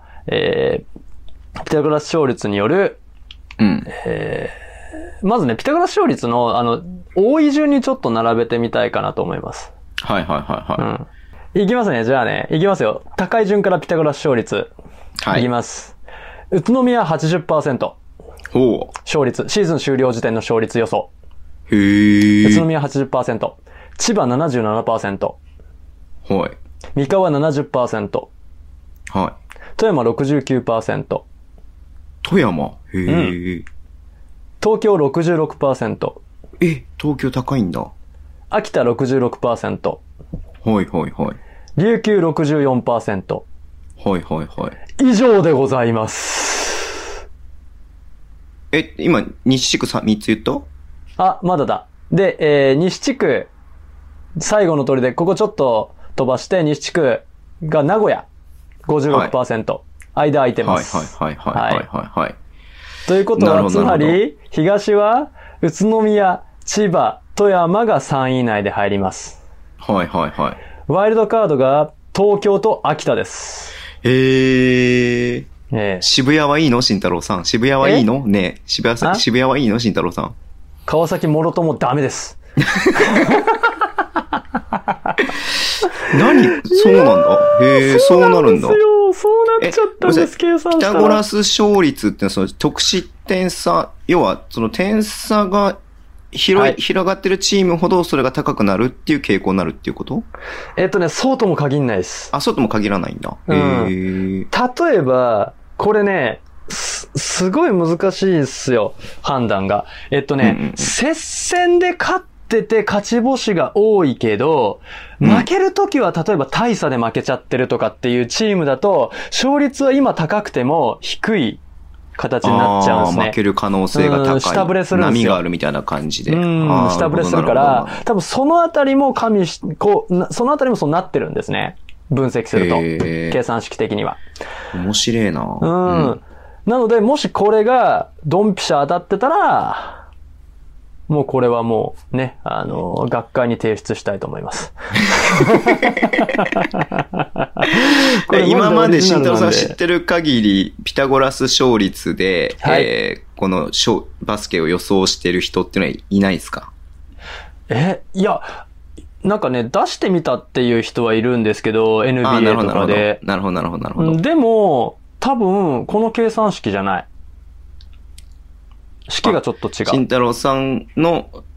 えー、ピタゴラス勝率による、うんえー、まずね、ピタゴラス勝率の、あの、多い順にちょっと並べてみたいかなと思います。 はいはいはいはい。 うん。いきますね、じゃあね。いきますよ。高い順からピタゴラス勝率。はい。いきます。宇都宮 はちじゅっパーセント。 ほう。 勝率。シーズン終了時点の勝率予想。 へー。 宇都宮 はちじゅっパーセント。千葉 ななじゅうななパーセント。 はい。 三河 ななじゅっパーセント。 はい。 富山 ろくじゅうきゅうパーセント。 富山へえ、うん。 東京 ろくじゅうろくパーセント。 え、東京高いんだ。 秋田 ろくじゅうろくパーセント。 はいはいはい。 琉球 ろくじゅうよんパーセント。 はいはいはい。 以上でございます。 え、今、西地区さみっつ言った？ あ、まだだ。で、えー、西地区、最後の通りで、ここちょっと飛ばして、西地区が名古屋 ごじゅうろくパーセント、はい、間空いてます。 はいはいはいはいはいはい。 ということは、つまり、東は宇都宮、千葉、富山がさんい以内で入ります。 はいはいはい。 ワイルドカードが東京と秋田です。 へー。えー、渋谷はいいの慎太郎さん。渋谷はいいのねえ。渋谷、渋谷はいいの慎太郎さん。 川崎もろともダメです。 何そうなんだ。へえ、そうなるんだ。 そうなっちゃったんです、計算したら。 ピタゴラス勝率ってのはその得失点差、要はその点差が広い、はい、広がってるチームほどそれが高くなるっていう傾向になるっていうこと？ えっとね、そうとも限んないです。 あ、そうとも限らないんだ。 うん、へ例えば、これね、す、すごい難しいっすよ、判断が。えっとね、うんうんうん、接戦で勝ってて勝ち星が多いけど、負けるときは例えば大差で負けちゃってるとかっていうチームだと、勝率は今高くても低い形になっちゃうんですね。 負ける可能性が高い。 下振れするんですよ。 波があるみたいな感じで。 うん、下振れするから、多分そのあたりも加味し、こう、そのあたりもそうなってるんですね。分析すると。計算式的には。 面白いな。 うん。うんなので、もしこれがドンピシャ当たってたら、もうこれはもうね、あの、学会に提出したいと思います。 今まで慎太郎さん知ってる限り、ピタゴラス勝率で、はい、えー、このバスケを予想してる人っていうのはいないですか？ え、いや、なんかね、出してみたっていう人はいるんですけど、エヌビーエー とかで。 なるほど、なるほど、なるほど。 でも、多分、この計算式じゃない。式がちょっと違う。 慎太郎さんの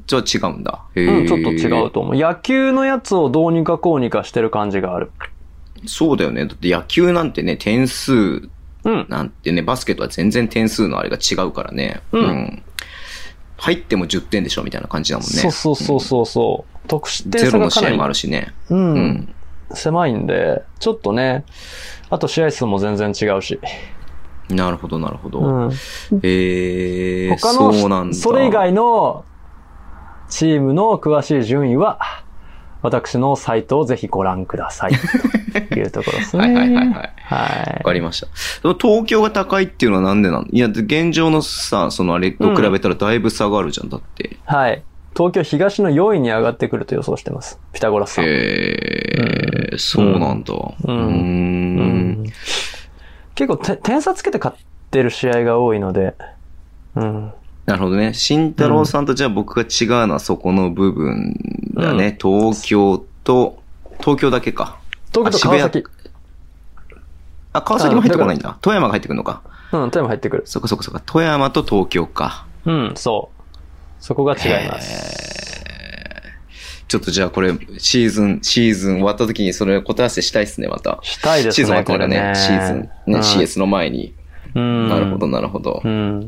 ちょっと違うんだ。 へうん、ちょっと違うと思う。野球のやつをどうにかこうにかしてる感じがある。 そうだよね。だって野球なんてね、点数なんてね、うん、バスケとは全然点数のあれが違うからね。うん。うん、入ってもじゅってんでしょみたいな感じだもんね。 そうそうそうそうそう、うん。得失点差がかなり。 ゼロの試合もあるしね。 うん。うん、狭いんで、ちょっとね、あと試合数も全然違うし。 なるほど、なるほど。うん、えー、 他の、そうなんだ。それ以外のチームの詳しい順位は、私のサイトをぜひご覧ください。というところですね。はいはいはいはい。はい。 わかりました。東京が高いっていうのはなんでなの？いや、現状のさ、そのあれと比べたらだいぶ差があるじゃん、だって。 はい。東京東のよんいに上がってくると予想してます。ピタゴラスさん。 へー、うん、そうなんだ。うん。うーんうん結構て点差つけて勝ってる試合が多いので。うん。 なるほどね。慎太郎さんとじゃあ僕が違うのはそこの部分だね。うん、東京と、東京だけか。 東京と川崎。 あ、川崎も入ってこないんだ。富山が入ってくるのか。 うん、富山入ってくる。 そこそこそこ。富山と東京か。 うん、そう。そこが違います。 ちょっとじゃあこれ、シーズン、シーズン終わった時にそれを答え合わせしたいですね、また。 したいですね。 シーズン終わったらね、シーズン、ね、うん、シーエス の前に。うん。なるほど、なるほど。 うん。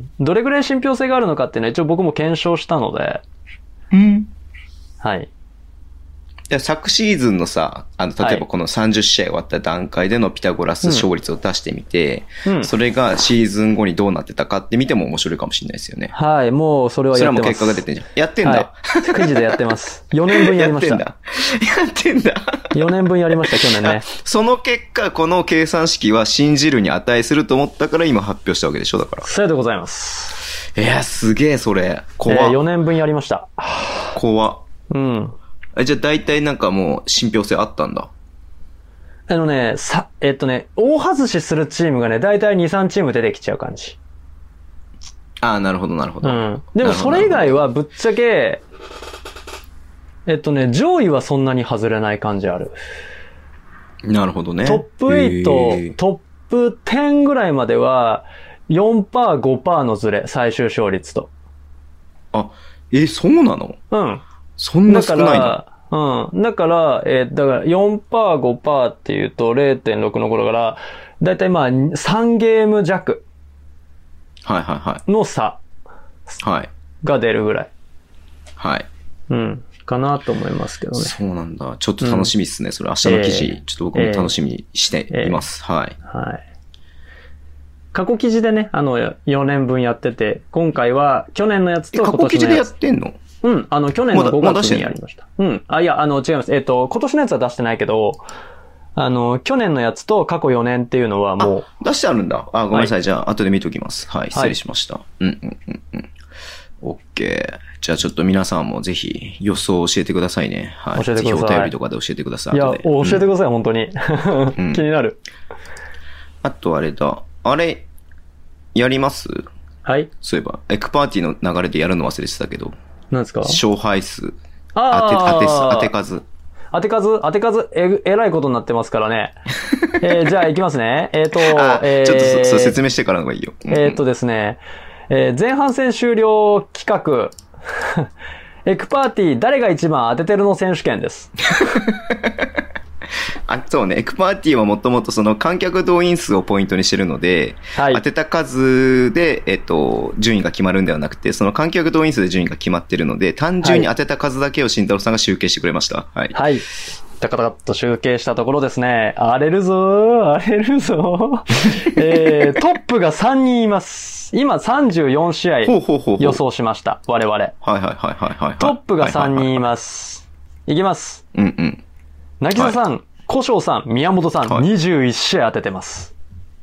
どれぐらい信憑性があるのかっていうのは一応僕も検証したので。 うん。 はい。 で昨シーズンのさ、あの、例えばこのさんじゅっしあい終わった段階でのピタゴラス勝率を出してみて、うん、それがシーズン後にどうなってたかって見ても面白いかもしれないですよね。 はい、もうそれはやってます。 それはもう結果が出てんじゃん。やってんだ。 はい、くじでやってます。よねんぶんやりました。 やってんだ。やってんだ。 よねんぶんやりました、去年ね。 その結果、この計算式は信じるに値すると思ったから今発表したわけでしょ、だから。 そうでございます。 いや、すげえ、それ。怖っ。 えー、よねんぶんやりました。 怖っ。 うん。 じゃあ大体なんかもう信憑性あったんだ。 あのね、さ、えっとね、大外しするチームがね、大体に、さんチーム出てきちゃう感じ。 ああ、なるほど、なるほど。 うん。でもそれ以外はぶっちゃけ、えっとね、上位はそんなに外れない感じある。 なるほどね。 トップはち、トップじゅうぐらいまでは、よんパーセント、ごパーセントのズレ、最終勝率と。 あ、え、そうなの？ うん。 そんな少ないの？ うん。だから、えー、だから よんパーセント、ごパーセント っていうと れいてんろく の頃から、だいたいまあさんゲーム弱はいはいはい。 の差はいが出るぐらい。 はい。 うん。かなと思いますけどね。 そうなんだ。ちょっと楽しみですね。うん、それ明日の記事、えー、ちょっと僕も楽しみにしています。えー、はい。 はい。過去記事でね、あのよねんぶんやってて、今回は去年のやつと今年のやつ。過去記事でやってんの？うん。あの、去年のごがつにやりました。うん。あ、いや、あの、違います。えっと、今年のやつは出してないけど、あの、去年のやつと過去よねんっていうのはもう。 出してあるんだ。あ、ごめんなさい。はい、じゃあ、後で見ときます。はい。失礼しました。はい、うんうんうんうん。オッケー。じゃあちょっと皆さんもぜひ予想を教えてくださいね。はい。 教えてください。 ぜひお便りとかで教えてください。 いや、教えてください、うん、本当に。気になる。 あとあれだ。あれ、やります？ はい。 そういえば、エクパーティーの流れでやるの忘れてたけど。 何ですか？ 勝敗数。 ああ。当て、当て、当て数。 当て数当て数え、えらいことになってますからね。えー、じゃあ行きますね。えっ、ー、と、 えー、ちょっとそ、そ説明してからの方がいいよ。 うん、えっ、ー、とですね、えー、前半戦終了企画、エクパーティー誰が一番当ててるの選手権です。 あ、そうね。エクパーティーはもともとその観客動員数をポイントにしてるので、はい、当てた数で、えっと、順位が決まるんではなくて、その観客動員数で順位が決まってるので、単純に当てた数だけを慎太郎さんが集計してくれました。はい。 はい。タカタカッと集計したところですね。荒れるぞー、荒れるぞー。えー、トップがさんにんいます。今さんじゅうよんしあい予想しました。我々。はいはいはいはいはい。 トップがさんにんいます。いきます。 うんうん。 なぎささん、はい、古生さん、宮本さん、はい、にじゅういちしあい当ててます。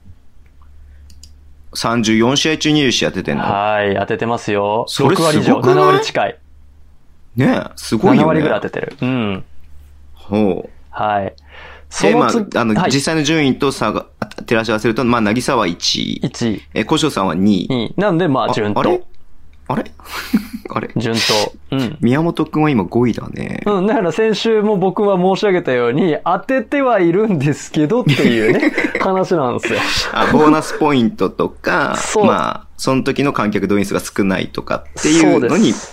さんじゅうよんしあい中にじゅういちしあい当ててんの？ はい、当ててますよ。 それすごくない？ ろくわり以上、ななわり近い。 ねえ、すごいよね。 ななわりぐらい当ててる。うん。 ほう。 はい。 その次、まあ、あの、はい、実際の順位と差が、照らし合わせると、まあ、なぎさはいちい。 いちい。 え、古生さんはにい。 にい。なんで、まあ、順当。 あれあれあれ順当。うん。 宮本くんは今ごいだね。 うん。だから先週も僕は申し上げたように、当ててはいるんですけどっていうね、話なんですよ。 あ、ボーナスポイントとか、まあ、その時の観客動員数が少ないとかっていうのに、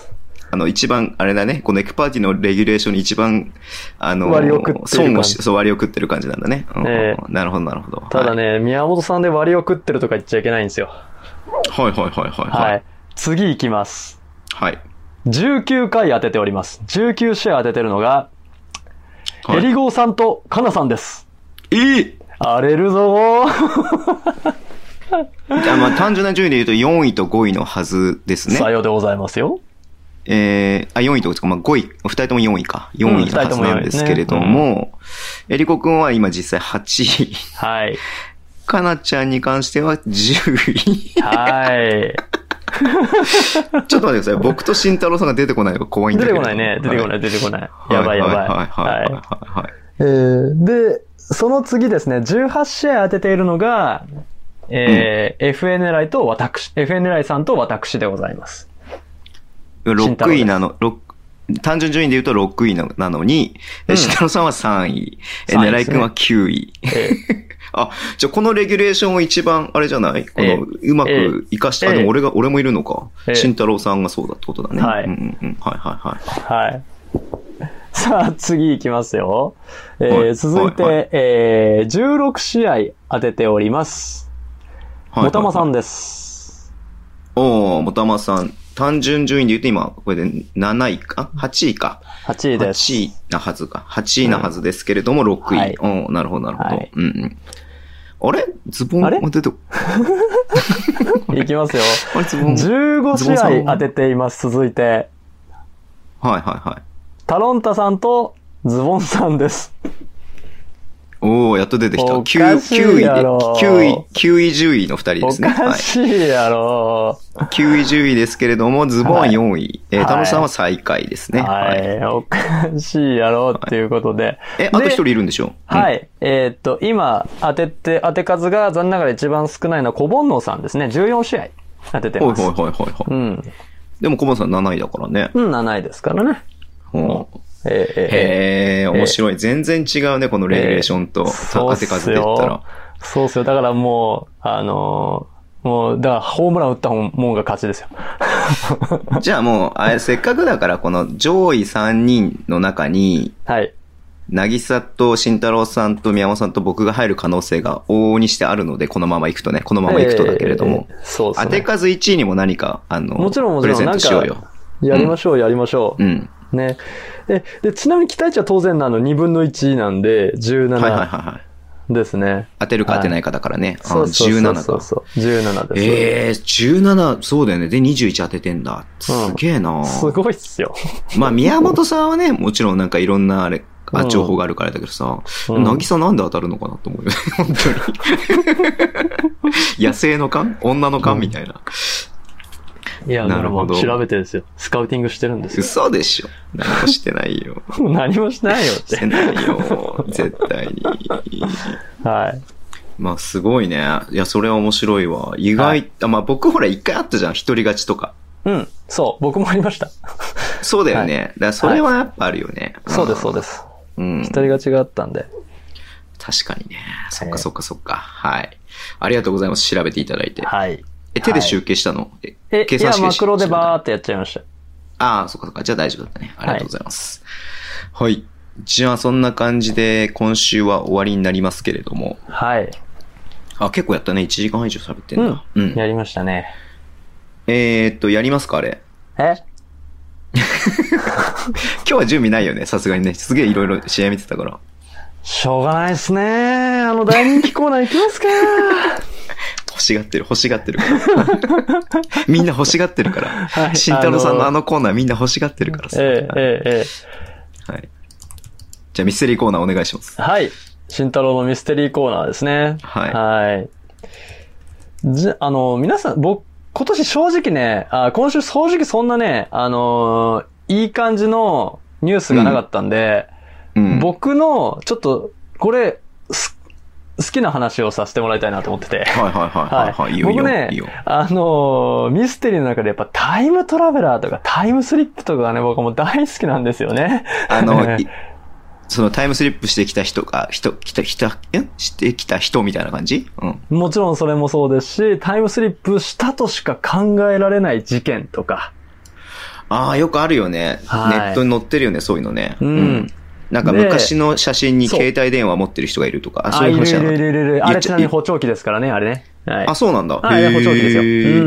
あの、一番、あれだね、このエクパーティーのレギュレーションに一番、あの、 割を食ってる損をし、そう、割を食ってる感じなんだね。うんえー、なるほど、なるほど。 ただね、はい、宮本さんで割を食ってるとか言っちゃいけないんですよ。 はいはいはいはい、はい。はい。 次行きます。 はい。 じゅうきゅうかい当てております。じゅうきゅう試合当ててるのが、はい、エリゴーさんとカナさんです。 えー、 荒れるぞー。 じゃあまあ単純な順位で言うとよんいとごいのはずですね。 さようでございますよ。 えー、あ、よんいとか、まあごい、二人ともよんいか。よんいのはずなんですけれども、うんねうん、エリコ君は今実際はちい。 はい。 かなちゃんに関してはじゅうい。 はい。 ちょっと待ってください。僕と慎太郎さんが出てこないのが怖いんだけど。 出てこないね。出てこない、出てこない。やばいやばい。はいはいはい、はい。えー、 で、その次ですね、じゅうはち試合当てているのが、えーうん、エフエヌエルアイ と私、エフエヌエルアイ さんと私でございます。 ろくいなの、単純順位で言うとろくいなのに、うん、慎太郎さんはさんい、え、狙い君はきゅうい。えー、あ、じゃあこのレギュレーションを一番、あれじゃないこの、うまく活かした、えー、でも俺が、俺もいるのか。えー、慎太郎さんがそうだってことだね。 はい。 うんうん、はいはいはい。はい。さあ、次行きますよ。えーはい、続いて、はいはい、えー、じゅうろく試合当てております。もたまさんです。 おー、もたまさん。単純順位で言うと今、これでなないか ?はち 位か。 はちいです。 はちいなはずか。はちいなはずですけれども、ろくい。はい、おー、なるほど、なるほど。はい、うんうん。あれズボンが出てこいきますよ。あれズボンじゅうご試合当てています。続いて。はいはいはい。 タロンタさんとズボンさんです。 おー、やっと出てきた。きゅういで、きゅうい、きゅうい、きゅうい、じゅういのふたりですね。 おかしいやろ、 はい。きゅうい、じゅういですけれども、ズボンはよんい。はい、えー、タロンさんは最下位ですね。 はい。はい、おかしいやろっていうことで。はい、 え、あと一人いるんでしょ？ はい。うん、えー、っと、今、当てて、当て数が残念ながら一番少ないのは小煩悩さんですね。じゅうよん試合当ててます。 はいはいはいはい。うん。でも小煩悩さんなないだからね。 うん、なないですからね。 うん。えー、へえ、面白い。全然違うね、このレギュレーションと、当て数で言ったら。 そうっすよ。だからもう、あのー、もう、だからホームラン打ったもんが勝ちですよ。 じゃあもう、あれ、せっかくだから、この上位さんにんの中に、 はい。 なぎさと慎太郎さんと宮本さんと僕が入る可能性が往々にしてあるので、このまま行くとね、このまま行くとだけれども。 えー、そうですね。 当て数いちいにも何か、あの、 もちろんもちろん、 プレゼントしようよ。 やりましょう、うん、やりましょう。 うん。 ね。で、で、ちなみに期待値は当然なのにぶんのいちなんで、じゅうななですね。はいはいはいはい、 当てるか当てないかだからね。 はい、あ、じゅうななか。そうそうそう。じゅうななです。 ええー、じゅうなな、そうだよね。で、にじゅういち当ててんだ。すげえな、うん、 すごいっすよ。まあ、 宮本さんはね、もちろんなんかいろんなあれ、あ、情報があるからだけどさ、うん、なぎさなんで当たるのかなと思うよね。本当に。野生の勘女の勘みたいな。 いや、なるほど。調べてるんですよ。スカウティングしてるんですよ。 嘘でしょ。何もしてないよ。 何もしてないよって。 してないよ。絶対に。 はい。 まあ、すごいね。いや、それは面白いわ。意外、はい、あまあ、僕ほら一回あったじゃん。一人勝ちとか。 うん。そう。僕もありました。 そうだよね。はい、だからそれはやっぱあるよね。 はい、そうです、そうです。 うん。 一人勝ちがあったんで。 確かにね。そっかそっかそっか。はい。ありがとうございます。調べていただいて。 はい。 え、手で集計したの？ はい、え、計算式いや、マクロでバーってやっちゃいました。 ああ、そっかそっか。じゃあ大丈夫だったね。ありがとうございます。はい。はい、じゃあそんな感じで今週は終わりになりますけれども。 はい。 あ、結構やったね。いちじかん以上喋ってんだ。 うん。うん、やりましたね。 えーっと、やりますかあれ。 え今日は準備ないよね。さすがにね。すげえいろいろ試合見てたから。 しょうがないっすね。あの大人気コーナー行きますか。 欲しがってる、欲しがってるから。みんな欲しがってるから。はい。慎太郎さんのあのコーナーみんな欲しがってるからさ。 ええ、ええ、ええ。はい。じゃあミステリーコーナーお願いします。 はい。慎太郎のミステリーコーナーですね。 はい。 はい。じゃ、あの、皆さん、僕、今年正直ね、あ、今週正直そんなね、あのー、いい感じのニュースがなかったんで、うんうん、僕の、ちょっと、これ、好きな話をさせてもらいたいなと思ってて。 はいはいはいはい、はい。いいよ僕ね、いいよあのー、ミステリーの中でやっぱタイムトラベラーとかタイムスリップとかがね、僕はもう大好きなんですよね。 あの、そのタイムスリップしてきた人が、人、来た、来た、えしてきた人みたいな感じ？うん。 もちろんそれもそうですし、タイムスリップしたとしか考えられない事件とか。 ああ、よくあるよね。 はい、 ネットに載ってるよね、そういうのね。 うん。うん、 なんか昔の写真に携帯電話持ってる人がいるとか、 あ、そういう話だな。あ、いるいるいるいる。あれちなみに補聴器ですからね、あれね。はい、 あ、そうなんだ。 あれ補聴器ですよ。うん。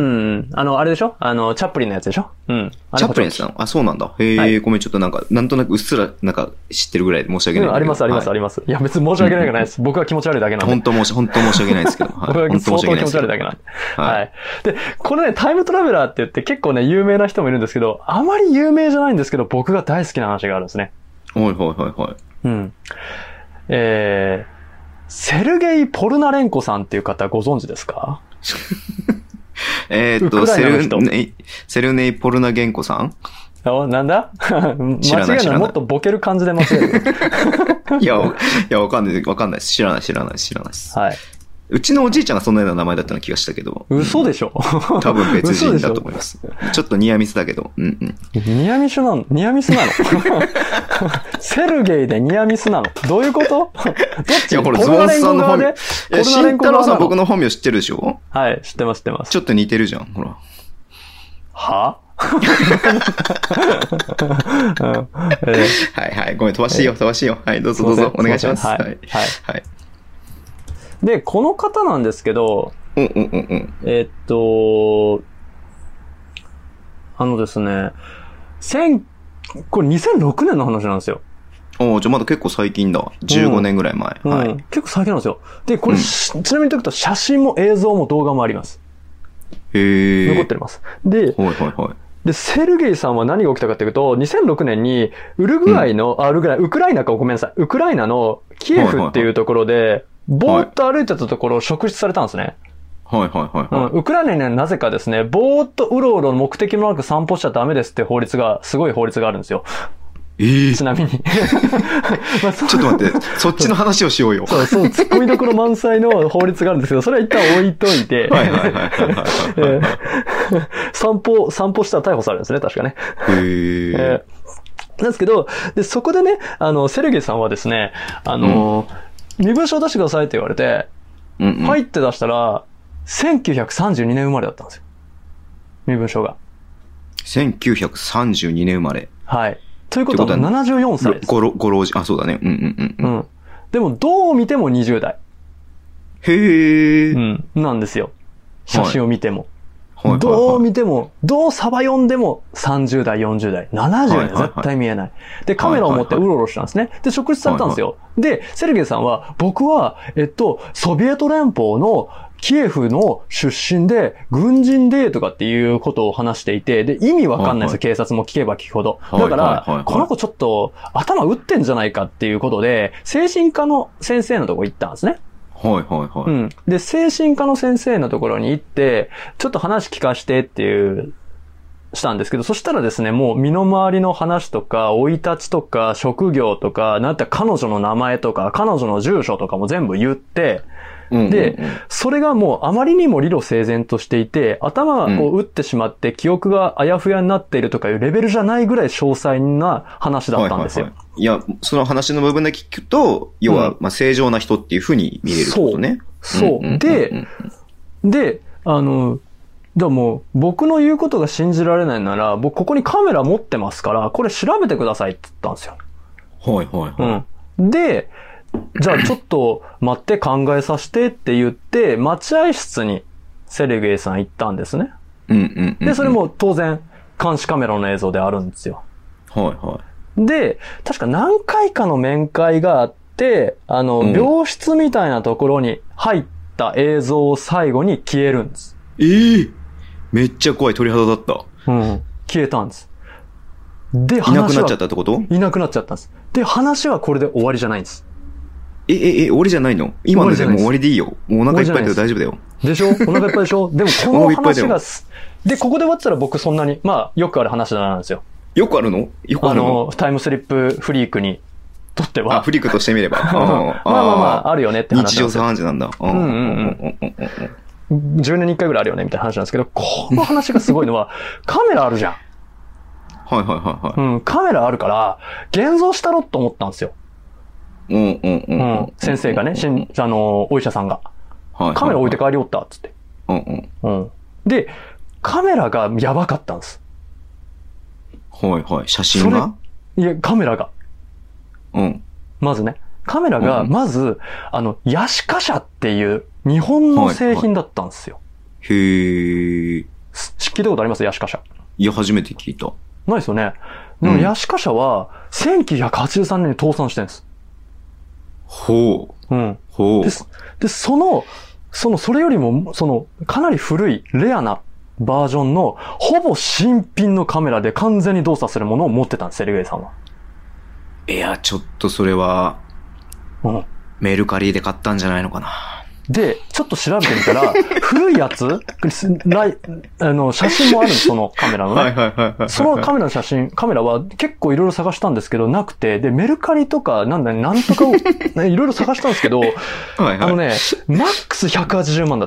あの、あれでしょあの、チャップリンのやつでしょうん。 チャップリンさんあ、そうなんだ。へえ、はい、ごめん、ちょっとなんか、なんとなくうっすら、なんか、知ってるぐらいで申し訳ない、うん。 あります、あります、はい、あります。いや、別に申し訳ないがないです。僕は気持ち悪いだけなんで。 本当申し、本当申し訳ないですけど。はい、 僕は相当気持ち悪いだけなんで。はい、はい。で、これね、タイムトラベラーって言って結構ね、有名な人もいるんですけど、あまり有名じゃないんですけど、僕が大好きな話があるんですね。 はいはいはいはい。 うん。えー、セルゲイ・ポルナレンコさんっていう方ご存知ですか？ えっと、セルネイ、セルネイ・ポルナゲンコさんあ、なんだ間違いない。もっとボケる感じで間違える。 いや、いや、わかんない、わかんないです。知らない、知らない、知らないです。 はい。 うちのおじいちゃんがそんなような名前だったような気がしたけど。 嘘でしょ多分別人だと思います。ちょっとニアミスだけど。うんうん。 ニアミスなのニアミスなのセルゲイでニアミスなのどういうことどっち？ いや、これズボンさんの本名。いや、慎太郎さん僕の本名知ってるでしょ？ はい、知ってます、知ってます。 ちょっと似てるじゃん、ほら。 ははいはい。ごめん、飛ばしていいよ、飛ばしていいよ。はい、どうぞどうぞ、お願いします。 はい。はい。はい。で、この方なんですけど、 うんうんうんうん。 えー、っと、あのですね、千、これにせんろくねんの話なんですよ。 おー、じゃあまだ結構最近だ。じゅうごねんぐらい前。 うんはい、 うん。結構最近なんですよ。で、これ、うん、ちなみに言っとくと写真も映像も動画もあります。 へー。 残ってます。で、 はいはいはい。 で、セルゲイさんは何が起きたかっていうと、にせんろくねんに、ウルグアイの、うん、あ、ウルグアイ、ウクライナかごめんなさい。ウクライナのキエフっていうところで、はいはいはい、ぼーっと歩いてたところを職質されたんですね。 はいはいはい、はい、 うん。ウクライナにはなぜかですね、ぼーっとうろうろ目的もなく散歩しちゃダメですって法律が、すごい法律があるんですよ。 えー、 ちなみに。 まあ、ちょっと待って、そっちの話をしようよ。 そうそう、突っ込みどころ満載の法律があるんですけど、それは一旦置いといて。 はいはいはいはいはい。 散歩、散歩したら逮捕されるんですね、確かね。 へー。 えー、なんですけど、で、そこでね、あの、セルゲイさんはですね、あの、うん、身分証出してくださいって言われて、うんうん、入って出したら、せんきゅうひゃくさんじゅうにねん生まれだったんですよ。身分証が。 せんきゅうひゃくさんじゅうにねん生まれ。 はい。ということはななじゅうよんさいです。 ご、ご老人。あ、そうだね。うんうんうん。うん。 でも、どう見てもにじゅう代。 へー。 うん。なんですよ。写真を見ても。 はい、 どう見ても、どうサバ読んでもさんじゅう代、よんじゅう代、ななじゅう代、絶対見えない。で、カメラを持ってうろうろしたんですね。で、職質されたんですよ。で、セルゲイさんは、僕は、えっと、ソビエト連邦のキエフの出身で、軍人で、とかっていうことを話していて、で、意味わかんないですよ、警察も聞けば聞くほど。だから、この子ちょっと頭打ってんじゃないかっていうことで、精神科の先生のとこ行ったんですね。 はいはいはい。 うん。で、精神科の先生のところに行って、ちょっと話聞かしてっていう、したんですけど、そしたらですね、もう身の回りの話とか、生い立ちとか、職業とか、なんて彼女の名前とか、彼女の住所とかも全部言って、で、それがもうあまりにも理路整然としていて、頭を打ってしまって記憶があやふやになっているとかいうレベルじゃないぐらい詳細な話だったんですよ。 はいはいはい、いや、その話の部分だけ聞くと、要は、まあ正常な人っていうふうに見えるってことね。 そう。そう。で、で、あの、でも僕の言うことが信じられないなら、僕ここにカメラ持ってますから、これ調べてくださいって言ったんですよ。 はいはいはい。 うん。で、じゃあちょっと待って考えさせてって言って、待合室にセルゲイさん行ったんですね。 うんうんうんうん、 で、それも当然監視カメラの映像であるんですよ。 はいはい。 で、確か何回かの面会があって、あの、うん、病室みたいなところに入った映像を最後に消えるんです。 ええー、めっちゃ怖い鳥肌だった。 うん。消えたんです。で、 話はいなくなっちゃったってこと？ いなくなっちゃったんです。で、話はこれで終わりじゃないんです。 え、え、え、終わりじゃないの？今のでもう終わりでいいよ。もうお腹いっぱいで大丈夫だよ。 でしょ？お腹いっぱいでしょ？でもこの話が、で、ここで終わったら僕そんなに、まあ、よくある話だなんですよ。 よくあるの？よくあるの？ あの、タイムスリップフリークにとっては。 あ、フリークとしてみれば。あまあまあまあ、あるよねって話なんですよ。 日常茶飯事なんだ。 うんうんうん。じゅうねんにいっかいぐらいあるよねみたいな話なんですけど、この話がすごいのは、カメラあるじゃん。 はいはいはいはい。 うん、カメラあるから、現像したろと思ったんですよ。 うんうんうん。うん、 先生がね、しん、あの、お医者さんが。はいはいはい、カメラ置いて帰りおった、つって。 うんうん。 うん。で、カメラがやばかったんです。 はいはい。写真がいや、カメラが。 うん。 まずね。カメラが、まず、うん、あの、ヤシカ社っていう日本の製品だったんですよ。 はいはい、へー。 聞いたことありますヤシカ社。 いや、初めて聞いた。 ないですよね。でも、ヤシカ社は、せんきゅうひゃくはちじゅうさんねんに倒産してるんです。 ほう。 うん。 ほう。 で、でその、その、それよりも、その、かなり古い、レアなバージョンの、ほぼ新品のカメラで完全に動作するものを持ってたんです、セルゲイさんは。 いや、ちょっとそれは、 うん。 メルカリで買ったんじゃないのかな。 で、ちょっと調べてみたら、古いやつライあの、写真もあるんです、そのカメラのね。 はいはいはいはい。 そのカメラの写真、カメラは結構いろいろ探したんですけど、なくて、で、メルカリとか、なんだね、なんとかを、ね、いろいろ探したんですけど、はいはい、あのね、マックスひゃくはちじゅうまんだった。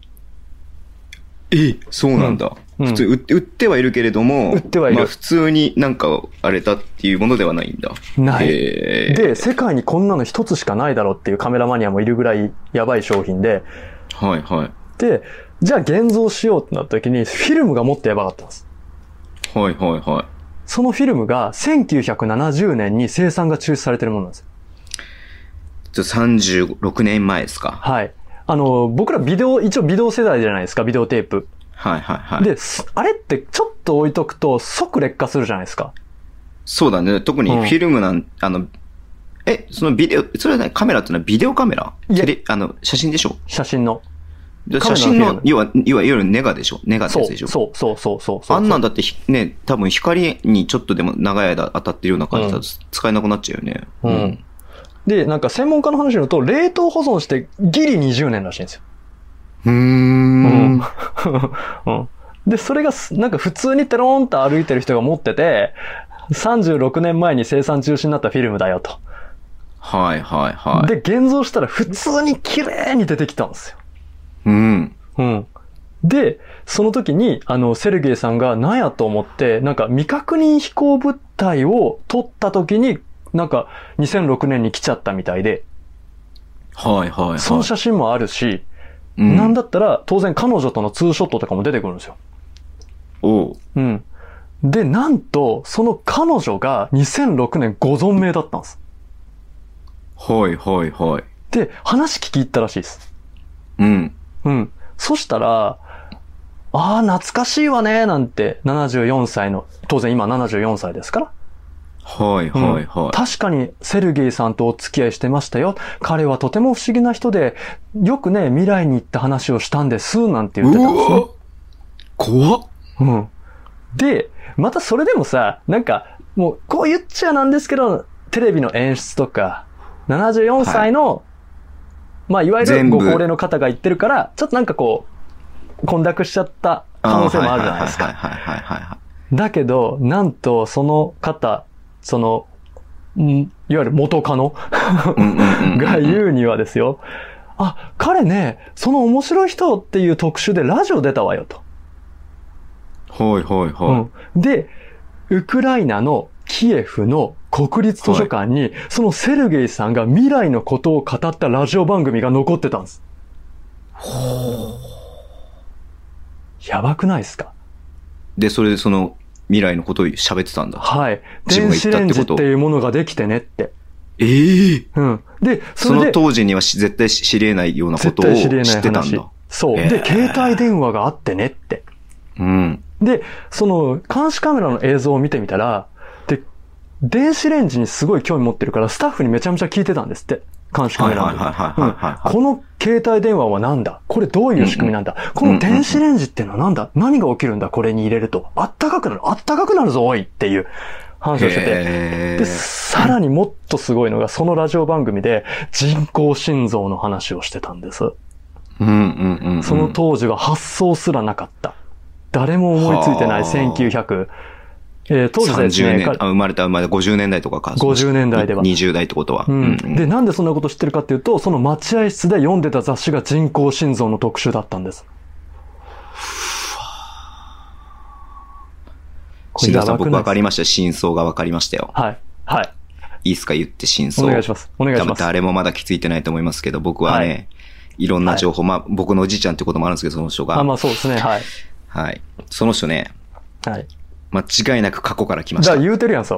え、そうなんだ。うん、普通売って、売ってはいるけれども、 売ってはいる。 まあ普通になんかあれだっていうものではないんだ。 ない。で、世界にこんなの一つしかないだろうっていうカメラマニアもいるぐらいやばい商品で。 はいはい。 で、じゃあ現像しようってなった時に、フィルムがもっとやばかったんです。 はいはいはい。 そのフィルムがせんきゅうひゃくななじゅうねんに生産が中止されてるものなんですよ。 じゃさんじゅうろくねんまえですか。 はい。あの、僕らビデオ、一応ビデオ世代じゃないですか、ビデオテープ。 はいはいはい。 で、あれってちょっと置いとくと即劣化するじゃないですか。 そうだね。特にフィルムなん、うん、あの、え、そのビデオ、それはね、カメラってのはビデオカメラテレ、あの、写真でしょ写真の。 写真の、要は、いわゆるネガでしょネガってやつでしょそうそうそうそうそう。 あんなんだってね、多分光にちょっとでも長い間当たってるような感じだと使えなくなっちゃうよね。 うん。うん、で、なんか専門家の話によると、冷凍保存してギリにじゅうねんらしいんですよ。 うーん。 うん。で、それが、なんか普通にテローンと歩いてる人が持ってて、さんじゅうろくねんまえに生産中止になったフィルムだよと。 はいはいはい。 で、現像したら普通に綺麗に出てきたんですよ。 うん。 うん。で、その時に、あの、セルゲイさんが何やと思って、なんか未確認飛行物体を撮った時に、なんかにせんろくねんに来ちゃったみたいで。 はいはいはい。 その写真もあるし、うん、なんだったら当然彼女とのツーショットとかも出てくるんですよ。 おう。 うん。で、なんと、その彼女がにせんろくねんご存命だったんです。 はいはいはい。 で、話聞き入ったらしいです。 うん。 うん。そしたら、ああ、懐かしいわね、なんて、ななじゅうよんさいの、当然今ななじゅうよんさいですから。 はいはいはい、うん。 確かにセルゲイさんとお付き合いしてましたよ。彼はとても不思議な人で、よくね、未来に行った話をしたんです、なんて言ってたんですね。 怖っ。 うん。で、またそれでもさ、なんか、もう、こう言っちゃなんですけど、テレビの演出とか、ななじゅうよんさいの、はい、まあ、いわゆるご高齢の方が言ってるから、ちょっとなんかこう、混濁しちゃった可能性もあるじゃないですか。だけど、なんと、その方、その、んいわゆる元カノが言うにはですよ、あ、彼ね、その面白い人っていう特集でラジオ出たわよと。 はいはいはい。 うん、で、ウクライナのキエフの国立図書館に、はい、そのセルゲイさんが未来のことを語ったラジオ番組が残ってたんです。 ほー。 やばくないですか？ で、それでその未来のことを喋ってたんだ。 はい。電子レンジっていうものができてねって。 ええー。 うん。で、 それでその当時には絶対知り得ないようなことを知ってたんだ。 そう。で、携帯電話があってねって。 うん。 で、その監視カメラの映像を見てみたら、で、電子レンジにすごい興味持ってるからスタッフにめちゃめちゃ聞いてたんですって。監視カメラの。この携帯電話はなんだ？これどういう仕組みなんだ？うんうん、この電子レンジっていうのはなんだ？何が起きるんだ？これに入れると。あったかくなる。あったかくなるぞ、おいっていう話をしてて。で、さらにもっとすごいのが、そのラジオ番組で人工心臓の話をしてたんです。 うんうんうんうん、 その当時は発想すらなかった。誰も思いついてないせんきゅうひゃく、えー、当時ですね。 さんじゅうねん、あ、生まれた生まれたごじゅうねんだいとかか。 ごじゅうねんだいでは。 にじゅうだいってことは、 うんうん。で、なんでそんなこと知ってるかっていうと、その待合室で読んでた雑誌が人工心臓の特集だったんです。 シンガーさん、僕分かりました。真相が分かりましたよ。 はい。はい。 いいっすか、言って真相。 お願いします。お願いします。 誰もまだ気づいてないと思いますけど、僕はね、はい、いろんな情報、はい、まあ僕のおじいちゃんってこともあるんですけど、その人が。 あ、まあそうですね、はい。 はい。その人ね、 はい。 間違いなく過去から来ました。 だから言うてるやん、そう。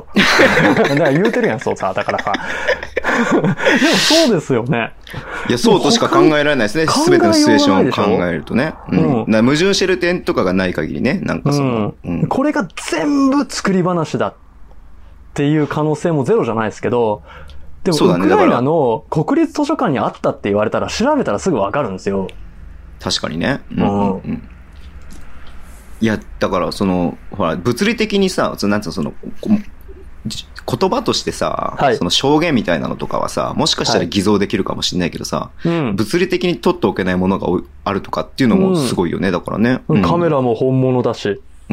だから言うてるやん、そうさ、だからさ。でもそうですよね。 いや、そうとしか考えられないですね。すべてのシチュエーションを考えるとね。うん。うん、矛盾してる点とかがない限りね、なんかその、 うんうん。これが全部作り話だっていう可能性もゼロじゃないですけど、でも、ウクライナの国立図書館にあったって言われたら調べたらすぐわかるんですよ。 確かにね。うんうんうん、いや、だから、その、ほら、物理的にさ、なんつうの、その、言葉としてさ、はい、その証言みたいなのとかはさ、もしかしたら偽造できるかもしれないけどさ、はいうん、物理的に取っておけないものがあるとかっていうのもすごいよね、うん、だからね、 うん。カメラも本物だし、 うん、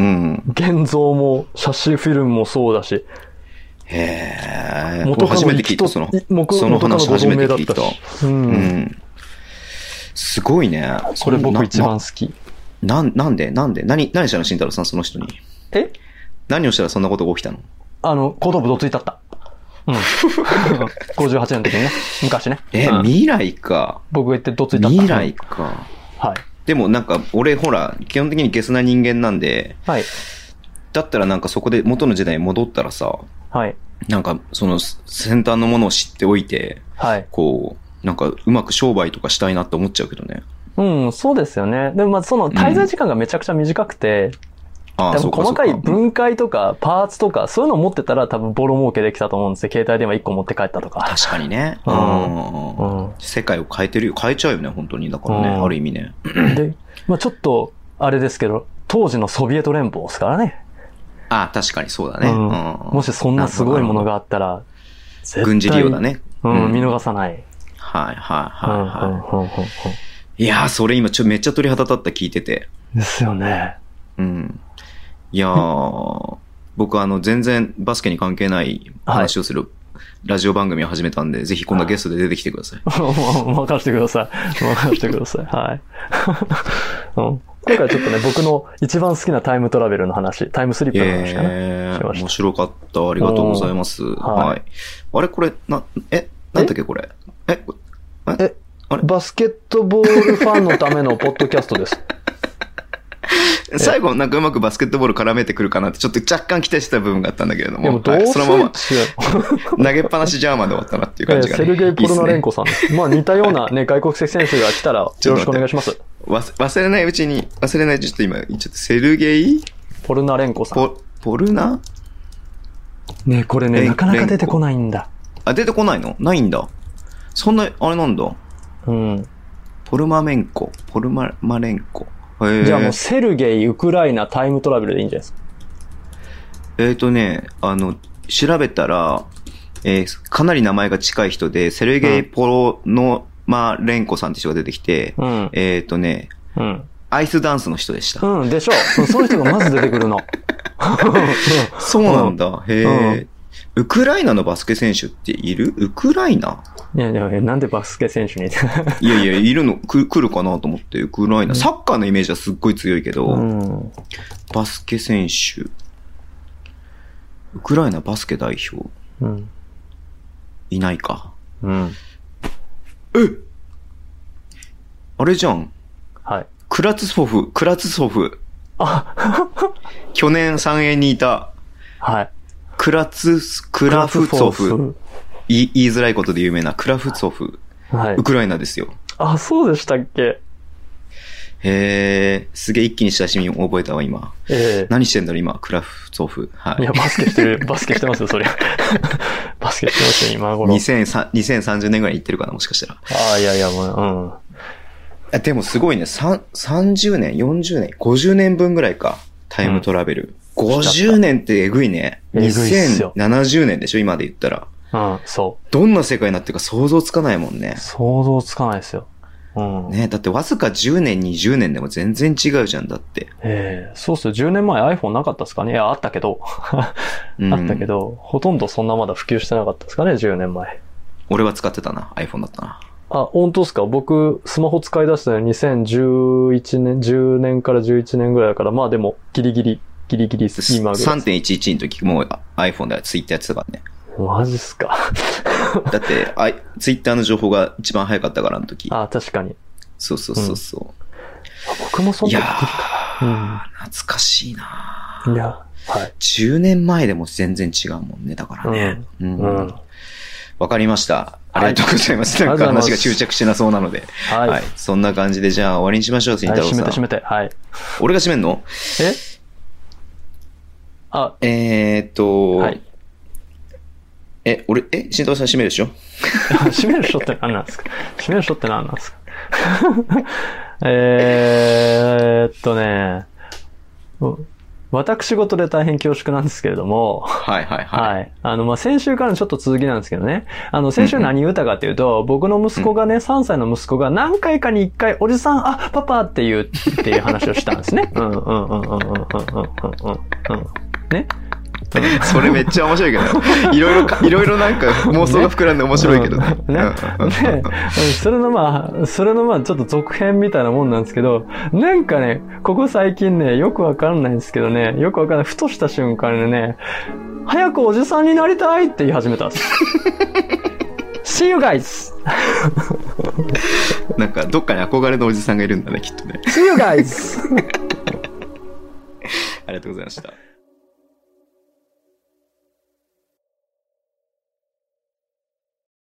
現像も写真フィルムもそうだし、 へー。元カノ初めて聞いた、その、その話初めて聞いた。うん。うん、すごいね。 これ僕一番好き。 な、な、なんでなんで何、何したの慎太郎さん、その人に。 え何をしたらそんなことが起きたの？ あの、後頭部どついたった。うん。ごじゅうはちねんの時にね。昔ね。 え、うん、未来か。 僕が言ってどついたった。 未来か。 はい。 でもなんか、俺ほら、基本的にゲスな人間なんで、 はい。 だったらなんかそこで元の時代に戻ったらさ、 はい。 なんかその先端のものを知っておいて、 はい。 こう、なんかうまく商売とかしたいなって思っちゃうけどね。 うん、そうですよね。でもまあその滞在時間がめちゃくちゃ短くて、うん、多分細かい分解とかパーツとかそういうのを持ってたら多分ボロ儲けできたと思うんですよ。携帯電話いっこ持って帰ったとか。 確かにね。うん。うん、世界を変えてるよ。変えちゃうよね、本当に。だからね、うん、ある意味ね。 で、まあちょっと、あれですけど、当時のソビエト連邦ですからね。 ああ、確かにそうだね。うんうん、もしそんなすごいものがあったら、 軍事利用だね。 うん、うん、見逃さない。 はいはいはいはい。いやー、それ今ちょめっちゃ鳥肌立った聞いてて。 ですよね。 うん。いやー、僕あの全然バスケに関係ない話をするラジオ番組を始めたんで、はい、ぜひ今度ゲストで出てきてください。 任せてください。任せてください。はい。うん今回ちょっとね、僕の一番好きなタイムトラベルの話、タイムスリップの話かな。えー、 面白かった。ありがとうございます。はい、はい。あれこれ、な、え、なんだっけこれ。え、 え、えあれバスケットボールファンのためのポッドキャストです。 最後なんかうまくバスケットボール絡めてくるかなってちょっと若干期待した部分があったんだけれども。 でもどう、はい、 そのまま投げっぱなしジャーマンで終わったなっていう感じが、ね。 セルゲイ・ポルナレンコさんです。いいすね、まあ似たようなね、外国籍選手が来たらよろしくお願いします。 忘れないうちに、忘れないうちにちょっと今言っちゃって、セルゲイポルナレンコさん。 ポ、ポルナねこれね、なかなか出てこないんだ。 あ、出てこないのないんだ。そんな、あれなんだ。 うん。 ポルマメンコ。ポルマ、マレンコ。 じゃあもうセルゲイ、ウクライナ、タイムトラベルでいいんじゃないですか。 えっとね、あの、調べたら、えー、かなり名前が近い人で、セルゲイ・ポロノマレンコさんって人が出てきて、うん、えっとね、うん、アイスダンスの人でした。 うん、でしょう。そういう人がまず出てくるの。 そうなんだ。へえ、うん。ウクライナのバスケ選手っている？ウクライナ？ いやいや、なんでバスケ選手にいやいや、いるの、く、来るかなと思って、ウクライナ。サッカーのイメージはすっごい強いけど、うん、バスケ選手。ウクライナバスケ代表。うん、いないか。 うん。 えあれじゃん。 はい。 クラツソフ、クラツソフ。 あ去年三円にいた。 はい。 クラツ、クラフツォフ。言い、言いづらいことで有名なクラフツォフ。 はい。 ウクライナですよ。 あ、そうでしたっけ。 へー、すげえ一気に親しみを覚えたわ、今。 えー、 何してんだろ、今、クラフツォフ。はい。 いや、バスケしてる、バスケしてますよ、そりゃ。バスケしてますよ、今頃。 にせんさんじゅうねんぐらい行ってるかな、もしかしたら。 ああ、いやいや、もう、 うん。でもすごいね、さんじゅうねん、よんじゅうねん、ごじゅうねんぶんぐらいか、タイムトラベル。うん、ごじゅうねんってえぐいね。にせんななじゅうねんでしょ、今で言ったら。 うん、そう。 どんな世界になってるか想像つかないもんね。 想像つかないですよ。うん。 ねだってわずかじゅうねん、にじゅうねんでも全然違うじゃんだって。 ええー、そうっすよ。じゅうねんまえ iPhone なかったですかね。いや、あったけど。あったけど、うん、ほとんどそんなまだ普及してなかったですかね、じゅうねんまえ。 俺は使ってたな。iPhone だったな。 あ、本当ですか？僕、スマホ使い出したのにせんじゅういちねん、じゅうねんからじゅういちねんぐらいだから、まあでも、ギリギリ、ギリギリ今ぐらい。 さんてんいちいち の時もう iPhone で Twitter やってたからね。 マジっすか。 だって、I、Twitter の情報が一番早かったから、あの時。 あ、確かに。 そうそうそうそう。 うん、僕もそんな時か。 いやー、うん、懐かしいなー。 いや、 はい。 じゅうねんまえでも全然違うもんね、だからね。うん。うんうん、わかりました。ありがとうございます。はい、なんか話が執着しなそうなので。はい。はい。そんな感じで、じゃあ終わりにしましょう、慎太郎さん。 はい、閉めて閉めて。はい。 俺が閉めんの？ えあ、 えーっと、 はい。 え、俺、え、慎太郎さん閉めるでしょ？ 閉める人って何なんですか？閉める人って何なんですか？えーっとね、私事で大変恐縮なんですけれども。 はいはいはい。 はい。あの、まあ、先週からのちょっと続きなんですけどね。あの、先週何言ったかっていうと、うんうん、僕の息子がね、さんさいの息子が何回かにいっかい、おじさん、あ、パパって言うっていう話をしたんですね。うんうんうんうんうんうんうんうんうん。ね。 それめっちゃ面白いけど、いろいろ、いろいろなんか妄想が膨らんで面白いけどね。 ね。ねそれのまあ、それのまあちょっと続編みたいなもんなんですけど、なんかね、ここ最近ね、よくわかんないんですけどね、よくわかんない。ふとした瞬間にね、早くおじさんになりたいって言い始めたんです。See you guys! なんかどっかに憧れのおじさんがいるんだね、きっとね。 See you guys! ありがとうございました。